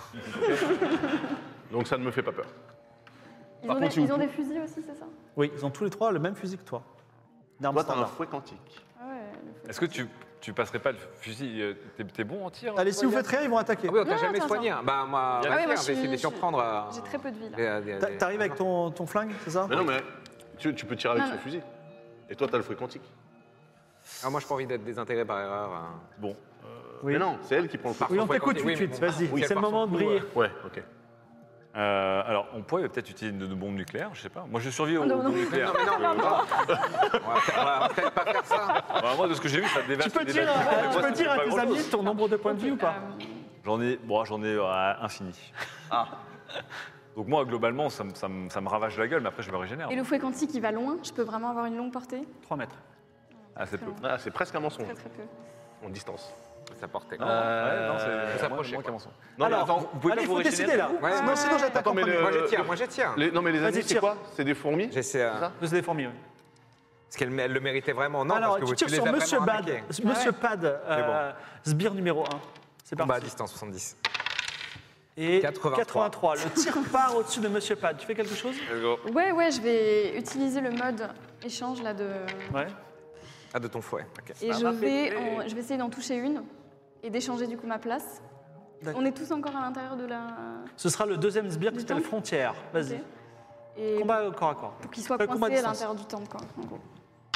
[SPEAKER 4] Donc ça ne me fait pas peur.
[SPEAKER 5] Ils
[SPEAKER 4] Par
[SPEAKER 5] ont,
[SPEAKER 4] contre,
[SPEAKER 5] des,
[SPEAKER 4] si vous
[SPEAKER 5] ils ont
[SPEAKER 4] pouvez-
[SPEAKER 5] des fusils aussi, c'est ça?
[SPEAKER 2] Oui, ils ont tous les trois le même fusil que toi. Une arme
[SPEAKER 4] Toi t'as un
[SPEAKER 2] standard.
[SPEAKER 4] fouet quantique.
[SPEAKER 5] Ah ouais, le fouet
[SPEAKER 3] Est-ce que tu, tu passerais pas le fusil euh, T'es t'es bon en tir?
[SPEAKER 2] Allez, si vous
[SPEAKER 3] William
[SPEAKER 2] faites rien, ils vont attaquer.
[SPEAKER 6] Ah oui, on t'a
[SPEAKER 5] Non,
[SPEAKER 6] jamais
[SPEAKER 5] attends,
[SPEAKER 6] soigné. hein. Bah, moi,
[SPEAKER 3] Ah
[SPEAKER 6] vas-y,
[SPEAKER 5] ouais, moi,
[SPEAKER 6] hein,
[SPEAKER 5] je
[SPEAKER 6] je vais essayer de les
[SPEAKER 5] suis-
[SPEAKER 6] surprendre. euh,
[SPEAKER 5] J'ai très peu de vie là.
[SPEAKER 6] les- les-
[SPEAKER 2] T'a-
[SPEAKER 6] les-
[SPEAKER 2] T'arrives avec ton, ton flingue, c'est ça?
[SPEAKER 4] Mais non mais tu, tu peux tirer avec
[SPEAKER 5] Non,
[SPEAKER 4] son
[SPEAKER 5] non.
[SPEAKER 4] fusil. Et toi t'as le fouet quantique.
[SPEAKER 6] Ah, moi, j'ai pas envie d'être désintégré par erreur. hein.
[SPEAKER 3] Bon.
[SPEAKER 2] Oui.
[SPEAKER 4] Mais non, c'est elle qui prend le fouet.
[SPEAKER 2] Oui, on
[SPEAKER 6] Parfois,
[SPEAKER 2] t'écoute
[SPEAKER 6] quand-
[SPEAKER 2] tout de
[SPEAKER 6] oui,
[SPEAKER 2] suite,
[SPEAKER 6] mais bon.
[SPEAKER 2] vas-y.
[SPEAKER 6] Oui,
[SPEAKER 2] c'est le
[SPEAKER 6] elle part
[SPEAKER 2] moment de
[SPEAKER 6] sur le coup,
[SPEAKER 2] briller.
[SPEAKER 4] Ouais, ok.
[SPEAKER 3] Euh, alors, on pourrait peut-être utiliser une, une bombe nucléaire, je sais pas. Moi, je survis aux
[SPEAKER 5] non,
[SPEAKER 3] bombes
[SPEAKER 5] non.
[SPEAKER 3] nucléaires.
[SPEAKER 6] Non, mais non, mais non. On va peut-être- on va peut-être pas faire ça.
[SPEAKER 3] Bah, moi, de ce que j'ai vu, ça dévaste.
[SPEAKER 2] Tu peux
[SPEAKER 3] des
[SPEAKER 2] dire,
[SPEAKER 3] bâtiments,
[SPEAKER 2] à-
[SPEAKER 3] mais
[SPEAKER 2] tu
[SPEAKER 3] moi,
[SPEAKER 2] peux
[SPEAKER 3] ça
[SPEAKER 2] dire
[SPEAKER 3] fait
[SPEAKER 2] à
[SPEAKER 3] pas
[SPEAKER 2] tes
[SPEAKER 3] grand-chose.
[SPEAKER 2] amis ton nombre de points de vie ou pas?
[SPEAKER 5] Euh,
[SPEAKER 3] J'en ai, bon, j'en ai euh, à infini.
[SPEAKER 4] Ah.
[SPEAKER 3] Donc moi, globalement, ça, me- ça me- ça me ravage la gueule, mais après, je me régénère.
[SPEAKER 5] Et le fouet quantique, il va loin. Je peux vraiment avoir une longue portée?
[SPEAKER 2] trois mètres.
[SPEAKER 3] Ah, c'est peu.
[SPEAKER 4] Ah, c'est presque un mensonge.
[SPEAKER 5] Très très peu.
[SPEAKER 4] En distance.
[SPEAKER 6] Ça portait.
[SPEAKER 3] Non, ouais, non, c'est
[SPEAKER 6] ça
[SPEAKER 3] moins-
[SPEAKER 6] approchait,
[SPEAKER 3] moins
[SPEAKER 6] quoi.
[SPEAKER 3] qu'un mensonge.
[SPEAKER 4] Non mais
[SPEAKER 2] Alors,
[SPEAKER 4] attends.
[SPEAKER 3] Vous pouvez
[SPEAKER 2] allez,
[SPEAKER 3] pas
[SPEAKER 2] il
[SPEAKER 3] vous
[SPEAKER 2] faut décider
[SPEAKER 3] régénérer,
[SPEAKER 2] là.
[SPEAKER 3] vous
[SPEAKER 6] Ouais,
[SPEAKER 2] Sinon,
[SPEAKER 6] ouais,
[SPEAKER 2] sinon j'attaque
[SPEAKER 4] Attends,
[SPEAKER 2] en
[SPEAKER 4] mais
[SPEAKER 2] premier.
[SPEAKER 4] le-
[SPEAKER 6] Moi, je tire, moi, je tire.
[SPEAKER 4] Les- non mais les
[SPEAKER 2] Vas-y,
[SPEAKER 4] amis, c'est
[SPEAKER 2] tire.
[SPEAKER 4] quoi? C'est des fourmis?
[SPEAKER 6] J'essaie. euh,
[SPEAKER 4] C'est ça
[SPEAKER 2] C'est des fourmis, oui.
[SPEAKER 6] Est-ce qu'elle elle le méritait vraiment? Non,
[SPEAKER 2] Alors,
[SPEAKER 6] parce que
[SPEAKER 2] tu
[SPEAKER 6] vous
[SPEAKER 2] tires
[SPEAKER 6] les
[SPEAKER 2] sur
[SPEAKER 6] as
[SPEAKER 2] Monsieur
[SPEAKER 6] vraiment
[SPEAKER 2] Bad.
[SPEAKER 6] arnaqués.
[SPEAKER 2] Monsieur Pad, euh, sbire numéro un. C'est
[SPEAKER 6] Combat à
[SPEAKER 2] parti.
[SPEAKER 6] distance, soixante-dix.
[SPEAKER 2] Et
[SPEAKER 6] quatre-vingt-trois.
[SPEAKER 2] quatre-vingt-trois. Le tir part au-dessus de Monsieur Pad. Tu fais quelque chose?
[SPEAKER 3] Let's go.
[SPEAKER 5] Ouais, ouais, je vais utiliser le mode échange là de.
[SPEAKER 2] Ouais.
[SPEAKER 6] Ah, de ton fouet. Ok.
[SPEAKER 5] Et je vais, en- je vais essayer d'en toucher une et d'échanger du coup ma place.
[SPEAKER 2] D'accord.
[SPEAKER 5] On est tous encore à l'intérieur de la.
[SPEAKER 2] Ce sera le deuxième sbire qui
[SPEAKER 5] Du
[SPEAKER 2] s'appelle
[SPEAKER 5] temple.
[SPEAKER 2] Frontière. Vas-y.
[SPEAKER 5] Ok. Et
[SPEAKER 2] Combat au corps à corps.
[SPEAKER 5] pour qu'il soit
[SPEAKER 2] Euh, combat à
[SPEAKER 5] coincé à
[SPEAKER 2] distance.
[SPEAKER 5] l'intérieur du temple, quoi. En gros.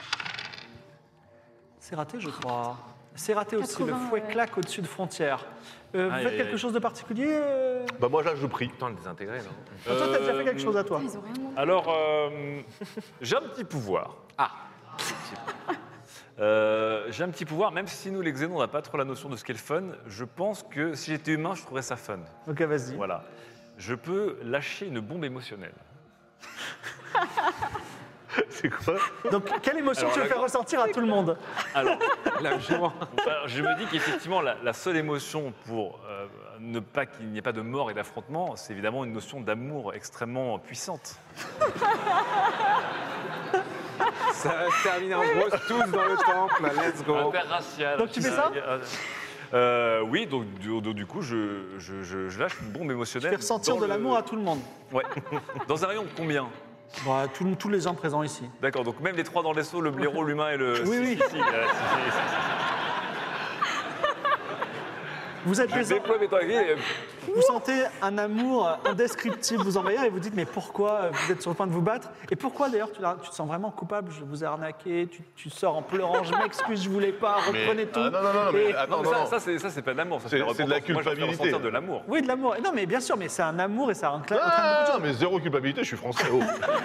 [SPEAKER 2] C'est raté, je crois. C'est raté aussi. Le
[SPEAKER 5] quatre-vingts,
[SPEAKER 2] fouet
[SPEAKER 5] ouais.
[SPEAKER 2] claque au-dessus de Frontière. Euh, vous
[SPEAKER 3] Aïe,
[SPEAKER 2] faites
[SPEAKER 3] aïe,
[SPEAKER 2] quelque
[SPEAKER 3] aïe.
[SPEAKER 2] chose de particulier euh
[SPEAKER 4] Bah moi là je prie.
[SPEAKER 6] Autant le désintégrer, non?
[SPEAKER 2] Ah, Toi, t'as déjà fait quelque chose à toi.
[SPEAKER 5] Ils ont rien demandé.
[SPEAKER 3] Alors, euh, j'ai un petit pouvoir. Ah Euh, J'ai un petit pouvoir, même si nous, les Xénons, on n'a pas trop la notion de ce qu'est le fun, je pense que si j'étais humain, je trouverais ça fun.
[SPEAKER 2] Ok, vas-y.
[SPEAKER 3] Voilà. Je peux lâcher une bombe émotionnelle.
[SPEAKER 4] C'est quoi?
[SPEAKER 2] Donc, quelle émotion
[SPEAKER 3] Alors,
[SPEAKER 2] tu veux
[SPEAKER 3] la
[SPEAKER 2] faire
[SPEAKER 3] grande-
[SPEAKER 2] ressentir à tout le monde?
[SPEAKER 3] Alors,
[SPEAKER 6] La joie.
[SPEAKER 3] alors, je me dis qu'effectivement, la, la seule émotion pour euh, ne pas qu'il n'y ait pas de mort et d'affrontement, c'est évidemment une notion d'amour extrêmement puissante.
[SPEAKER 6] Ça va se terminer en gros tous dans le temple. Let's go.
[SPEAKER 3] Interracial.
[SPEAKER 2] Donc, tu fais ça
[SPEAKER 3] Euh, Oui, donc du, du- du coup, je, je- je- je lâche une bombe
[SPEAKER 2] Tu
[SPEAKER 3] émotionnelle.
[SPEAKER 2] fais ressentir
[SPEAKER 3] dans
[SPEAKER 2] de
[SPEAKER 3] le-
[SPEAKER 2] l'amour à tout le monde.
[SPEAKER 3] Ouais. Dans un rayon de combien?
[SPEAKER 2] Bah, tous- tous les gens présents ici.
[SPEAKER 3] D'accord, donc même les trois dans le vaisseau, le blaireau, l'humain et le...
[SPEAKER 2] Oui,
[SPEAKER 3] Si,
[SPEAKER 2] oui.
[SPEAKER 3] si, si, euh, si, si, si.
[SPEAKER 2] Vous êtes
[SPEAKER 3] Je
[SPEAKER 2] des
[SPEAKER 3] déploie mes tanguis et
[SPEAKER 2] Vous sentez un amour indescriptible vous envahir et vous dites mais pourquoi vous êtes sur le point de vous battre et pourquoi d'ailleurs tu, tu te sens vraiment coupable, je vous ai arnaqué, tu, tu sors en pleurant, je m'excuse, je voulais pas,
[SPEAKER 4] Mais-
[SPEAKER 2] reprenez tout.
[SPEAKER 4] Ah, non, non, non, mais
[SPEAKER 2] Et-
[SPEAKER 4] attends,
[SPEAKER 3] Non,
[SPEAKER 4] non,
[SPEAKER 3] mais ça,
[SPEAKER 4] non.
[SPEAKER 3] ça, c'est, ça, c'est pas de l'amour, ça,
[SPEAKER 4] C'est-
[SPEAKER 3] la
[SPEAKER 4] c'est de la
[SPEAKER 3] repentance. Moi, je vais
[SPEAKER 4] culpabilité.
[SPEAKER 3] ressentir de l'amour.
[SPEAKER 2] Oui, de l'amour. Non mais bien sûr, mais c'est un amour et ça entraîne
[SPEAKER 4] Ah,
[SPEAKER 2] beaucoup de
[SPEAKER 4] non, mais zéro culpabilité, je suis français. Oh.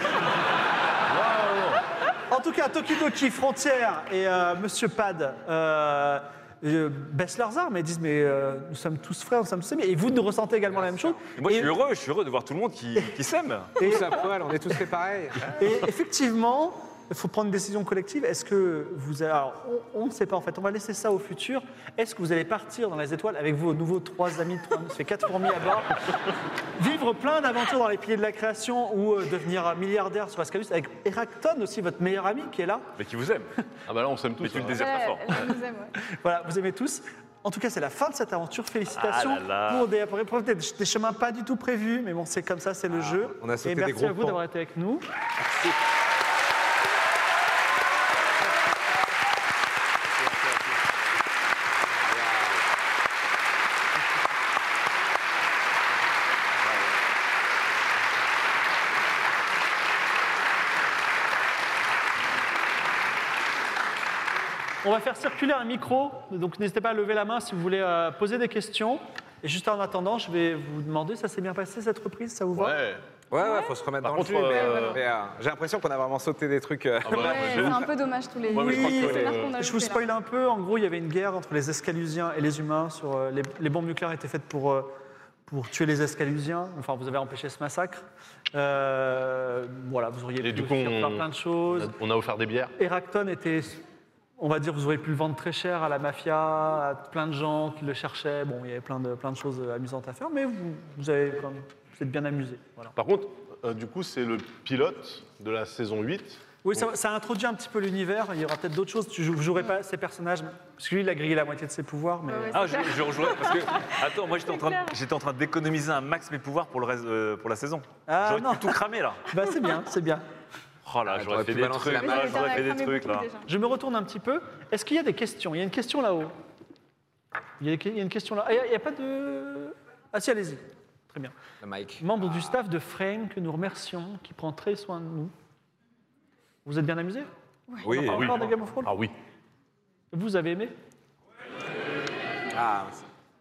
[SPEAKER 2] En tout cas, Tokidoki, Frontière et euh, Monsieur Pad euh, euh, baissent leurs armes et disent mais euh, nous sommes tous frères, nous sommes tous amis. Et vous nous ressentez également la même chose.
[SPEAKER 3] Et moi, je
[SPEAKER 2] Et-
[SPEAKER 3] suis heureux, je suis heureux de voir tout le monde qui, qui s'aime.
[SPEAKER 2] et-
[SPEAKER 6] Tous à poil, on est tous fait pareil.
[SPEAKER 2] Et effectivement, il faut prendre une décision collective. Est-ce que vous allez... Alors, on, on ne sait pas en fait, on va laisser ça au futur. Est-ce que vous allez partir dans les étoiles avec vos nouveaux trois amis, trois, ça fait quatre fourmis à bord, vivre plein d'aventures dans les piliers de la création ou euh, devenir milliardaire sur Ascalus avec Eracton aussi, votre meilleur ami qui est là.
[SPEAKER 3] Mais qui vous aime.
[SPEAKER 4] Ah bah là, on s'aime tous.
[SPEAKER 3] Mais tu le
[SPEAKER 4] hein.
[SPEAKER 3] désires très
[SPEAKER 5] Ouais,
[SPEAKER 3] fort.
[SPEAKER 5] elle nous aime, ouais.
[SPEAKER 2] Voilà, vous aimez tous. En tout cas, c'est la fin de cette aventure. Félicitations
[SPEAKER 3] Ah là là.
[SPEAKER 2] pour des, pour épreuves, des, des chemins pas du tout prévus, mais bon, c'est comme ça, c'est le jeu.
[SPEAKER 6] on a sauté
[SPEAKER 2] Et
[SPEAKER 6] des
[SPEAKER 2] merci
[SPEAKER 6] gros
[SPEAKER 2] à vous
[SPEAKER 6] pans.
[SPEAKER 2] d'avoir été avec nous. On va faire circuler un micro, donc n'hésitez pas à lever la main si vous voulez euh, poser des questions. Et juste en attendant, je vais vous demander, ça s'est bien passé cette reprise, ça vous va?
[SPEAKER 4] Ouais.
[SPEAKER 6] Ouais, ouais, faut se remettre
[SPEAKER 4] Par
[SPEAKER 6] dans
[SPEAKER 4] contre,
[SPEAKER 6] le jus. Mais,
[SPEAKER 4] euh,
[SPEAKER 6] mais, euh, j'ai l'impression qu'on a vraiment sauté des trucs. euh,
[SPEAKER 4] Ah bah,
[SPEAKER 5] Ouais,
[SPEAKER 4] j'ai-
[SPEAKER 5] c'est un peu dommage tous les
[SPEAKER 4] Ouais, mais je crois
[SPEAKER 2] Oui,
[SPEAKER 4] que
[SPEAKER 5] les
[SPEAKER 4] les-
[SPEAKER 5] scénars qu'on a
[SPEAKER 2] Je vous
[SPEAKER 5] loupés, là.
[SPEAKER 2] spoil un peu. En gros, il y avait une guerre entre les Escalusiens et les humains. Sur, euh, les, les bombes nucléaires étaient faites pour, euh, pour tuer les Escalusiens. Enfin, vous avez empêché ce massacre. Euh, voilà, vous auriez
[SPEAKER 4] Et
[SPEAKER 2] pu
[SPEAKER 4] du coup,
[SPEAKER 2] aussi
[SPEAKER 4] on-
[SPEAKER 2] faire plein de choses.
[SPEAKER 4] On a offert des bières.
[SPEAKER 2] Eracton était, on va dire, vous auriez pu le vendre très cher à la mafia, à plein de gens qui le cherchaient. Bon, il y avait plein de, plein de choses amusantes à faire, mais vous, vous avez quand même, vous êtes bien amusés. Voilà.
[SPEAKER 4] Par contre, euh, du coup, c'est le pilote de la saison huit.
[SPEAKER 2] Oui, ça, ça introduit un petit peu l'univers. Il y aura peut-être d'autres choses. Tu ne jouerai pas ces personnages, parce que lui, il a grillé la moitié de ses pouvoirs. Mais...
[SPEAKER 5] Ouais, ouais,
[SPEAKER 3] Ah,
[SPEAKER 5] c'est
[SPEAKER 3] je,
[SPEAKER 5] clair.
[SPEAKER 3] je rejouerai parce que. Attends, moi j'étais en, train de-
[SPEAKER 5] clair.
[SPEAKER 3] j'étais en train d'économiser un max mes pouvoirs pour, le reste, euh, pour la saison.
[SPEAKER 2] Ah,
[SPEAKER 3] J'aurais
[SPEAKER 2] non.
[SPEAKER 3] pu tout cramer là.
[SPEAKER 2] Bah, c'est bien, c'est bien.
[SPEAKER 3] Oh là,
[SPEAKER 6] Ah,
[SPEAKER 3] j'aurais
[SPEAKER 6] t'aurais
[SPEAKER 3] fait
[SPEAKER 6] pu
[SPEAKER 3] des
[SPEAKER 6] balancer
[SPEAKER 3] trucs.
[SPEAKER 6] la
[SPEAKER 5] Oui,
[SPEAKER 6] main.
[SPEAKER 3] là,
[SPEAKER 5] mais
[SPEAKER 3] J'aurais
[SPEAKER 5] t'en
[SPEAKER 3] fait
[SPEAKER 5] as
[SPEAKER 3] des
[SPEAKER 5] cramé
[SPEAKER 3] trucs
[SPEAKER 5] beaucoup
[SPEAKER 3] là.
[SPEAKER 5] déjà.
[SPEAKER 2] Je me retourne un petit peu. Est-ce qu'il y a des questions? Il y a une question là-haut. Il y a il y a une question là. Ah, Il n'y a, pas de... Ah si, allez-y. Très bien.
[SPEAKER 6] Le mic.
[SPEAKER 2] Membre du staff de Frame que nous remercions, qui prend très soin de nous. Vous êtes bien amusés?
[SPEAKER 6] Oui,
[SPEAKER 2] On parle
[SPEAKER 4] oui.
[SPEAKER 2] encore de Game of Thrones?
[SPEAKER 4] Ah oui.
[SPEAKER 2] Vous avez aimé?
[SPEAKER 6] Ah,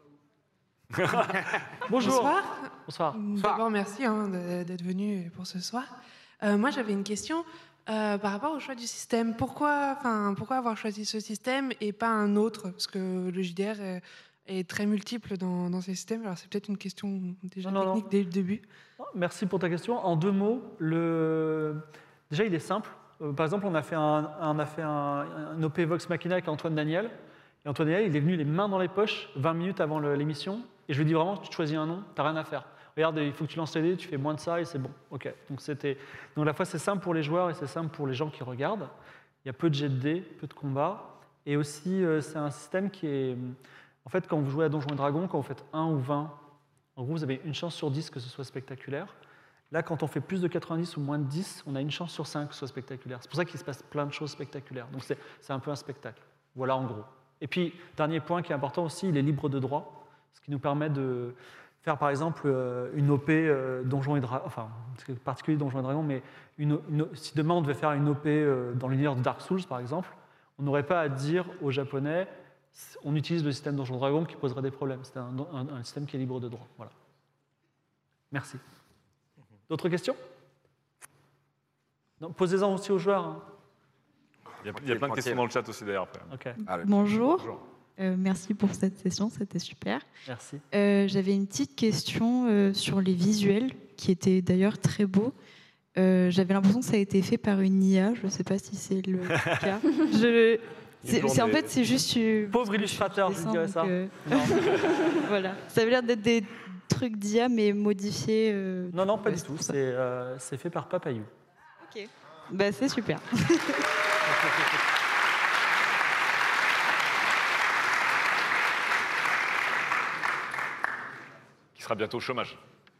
[SPEAKER 2] Bonjour.
[SPEAKER 7] Bonsoir.
[SPEAKER 2] Bonsoir.
[SPEAKER 7] D'abord, merci hein, de- d'être venu pour ce soir. Euh, moi, j'avais une question euh, par rapport au choix du système. Pourquoi, enfin, pourquoi avoir choisi ce système et pas un autre? Parce que le J D R est, est très multiple dans, dans ces systèmes. Alors, c'est peut-être une question déjà
[SPEAKER 2] Non, non,
[SPEAKER 7] technique
[SPEAKER 2] non.
[SPEAKER 7] dès le début.
[SPEAKER 2] Merci pour ta question. En deux mots, le... déjà, il est simple. Euh, Par exemple, on a fait un, on a fait un, un O P Vox Machina avec Antoine Daniel. Et Antoine Daniel, il est venu les mains dans les poches vingt minutes avant le- l'émission. Et je lui dis vraiment, tu te choisis un nom, t'as rien à faire. Regarde, il faut que tu lances les dés, tu fais moins de ça et c'est bon. Ok. Donc, c'était... Donc, à la fois, c'est simple pour les joueurs et c'est simple pour les gens qui regardent. Il y a peu de jets de dés, peu de combats. Et aussi, euh, c'est un système qui est... En fait, quand vous jouez à Donjons et Dragons, quand vous faites un ou vingt, en gros, vous avez une chance sur dix que ce soit spectaculaire. Là, quand on fait plus de quatre-vingt-dix ou moins de dix, on a une chance sur cinq que ce soit spectaculaire. C'est pour ça qu'il se passe plein de choses spectaculaires. Donc, c'est c'est un peu un spectacle. Voilà, en gros. Et puis, dernier point qui est important aussi, il est libre de droit, ce qui nous permet de faire, par exemple, euh, une O P euh, Donjons et Dragons, enfin, c'est particulier Donjons et Dragons, mais une, une- si demain on devait faire une O P euh, dans l'univers de Dark Souls, par exemple, on n'aurait pas à dire aux Japonais, on utilise le système Donjons et Dragons qui poserait des problèmes. C'est un, un- un système qui est libre de droit. Voilà. Merci. D'autres questions? Non, posez-en aussi aux joueurs. hein.
[SPEAKER 3] Il y a, il y a plein de questions dans le chat aussi d'ailleurs après.
[SPEAKER 2] Ok,
[SPEAKER 6] Allez.
[SPEAKER 8] Bonjour.
[SPEAKER 6] Bonjour.
[SPEAKER 8] Euh, merci pour cette session, c'était super.
[SPEAKER 2] merci.
[SPEAKER 8] Euh, J'avais une petite question euh, sur les visuels, qui étaient d'ailleurs très beaux. Euh, J'avais l'impression que ça a été fait par une I A, je ne sais pas si c'est le cas. Je... c'est- c'est- en fait, c'est juste... euh,
[SPEAKER 2] Pauvre illustrateur, je
[SPEAKER 8] dessin,
[SPEAKER 2] dirais
[SPEAKER 8] donc,
[SPEAKER 2] ça.
[SPEAKER 8] euh,
[SPEAKER 2] Non.
[SPEAKER 8] voilà. Ça avait l'air d'être des trucs d'I A, mais modifiés. euh,
[SPEAKER 2] non, non, pas
[SPEAKER 8] ouais,
[SPEAKER 2] du
[SPEAKER 8] c'est
[SPEAKER 2] tout.
[SPEAKER 8] pour ça.
[SPEAKER 2] C'est euh, c'est fait par Papayou.
[SPEAKER 8] Ok. Bah, c'est super.
[SPEAKER 3] Qui sera bientôt au chômage.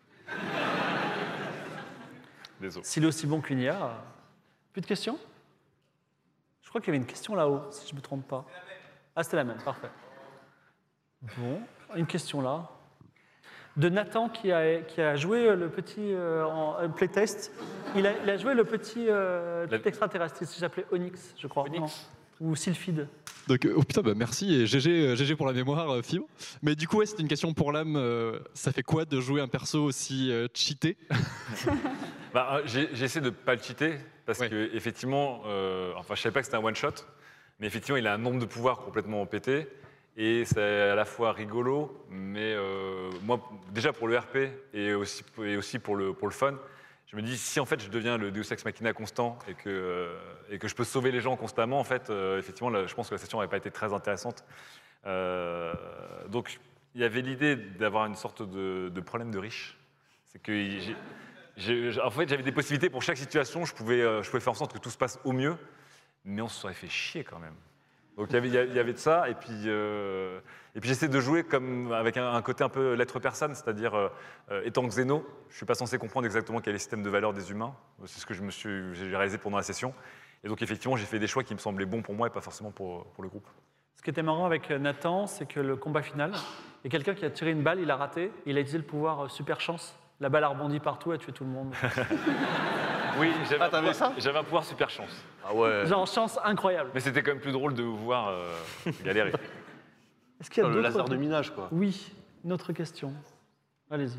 [SPEAKER 3] Désolé.
[SPEAKER 2] S'il est aussi bon qu'une I A. euh, Plus de questions? Je crois qu'il y avait une question là-haut, si je ne me trompe pas. Ah, c'était la même, parfait. Bon, une question là. De Nathan qui a, qui a joué le petit euh, en euh, playtest. Il a, il a joué le petit, euh, petit extraterrestre qui s'appelait Onyx, je crois.
[SPEAKER 3] Onyx.
[SPEAKER 2] Non. Ou Sylphide.
[SPEAKER 9] Donc, oh putain, bah merci et G G, G G pour la mémoire, euh, Fibre. Mais du coup, ouais, c'était une question pour l'âme. Euh, ça fait quoi de jouer un perso aussi euh, cheaté?
[SPEAKER 3] Bah, j'ai, j'ai essayé de ne pas le cheater parce
[SPEAKER 9] ouais.
[SPEAKER 3] que effectivement, euh, enfin, je savais pas que c'était un one shot, mais effectivement, il a un nombre de pouvoirs complètement pété et c'est à la fois rigolo, mais euh, moi, déjà pour le R P et aussi, et aussi pour le pour le fun. Je me dis, si en fait je deviens le Deus Ex Machina constant et que, euh, et que je peux sauver les gens constamment, en fait, euh, effectivement, là, je pense que la session n'aurait pas été très intéressante. Euh, donc, il y avait l'idée d'avoir une sorte de, de problème de riche. C'est que, j'ai, j'ai, en fait, j'avais des possibilités pour chaque situation. Je pouvais, euh, je pouvais faire en sorte que tout se passe au mieux, mais on se serait fait chier quand même. Donc, il y avait, il y avait de ça, et puis, euh, et puis j'essaie de jouer comme, avec un, un côté un peu l'être personne, c'est-à-dire, euh, étant Xeno, je ne suis pas censé comprendre exactement quel est le système de valeurs des humains. C'est ce que je me suis, j'ai réalisé pendant la session. Et donc, effectivement, j'ai fait des choix qui me semblaient bons pour moi et pas forcément pour, pour le groupe.
[SPEAKER 2] Ce qui était marrant avec Nathan, c'est que le combat final, il y a quelqu'un qui a tiré une balle, il a raté, il a utilisé le pouvoir super chance. La balle a rebondi partout, a tué tout le monde.
[SPEAKER 3] Oui, j'avais,
[SPEAKER 4] Ah,
[SPEAKER 3] un,
[SPEAKER 4] t'avais
[SPEAKER 3] pouvoir,
[SPEAKER 4] ça
[SPEAKER 3] j'avais un pouvoir super chance.
[SPEAKER 4] Ah ouais.
[SPEAKER 2] Genre chance incroyable.
[SPEAKER 3] Mais c'était quand même plus drôle de vous voir euh, galérer.
[SPEAKER 2] Est-ce qu'il y a
[SPEAKER 4] Le
[SPEAKER 2] d'autres
[SPEAKER 4] laser de minage, quoi.
[SPEAKER 2] Oui, une autre question. Allez-y.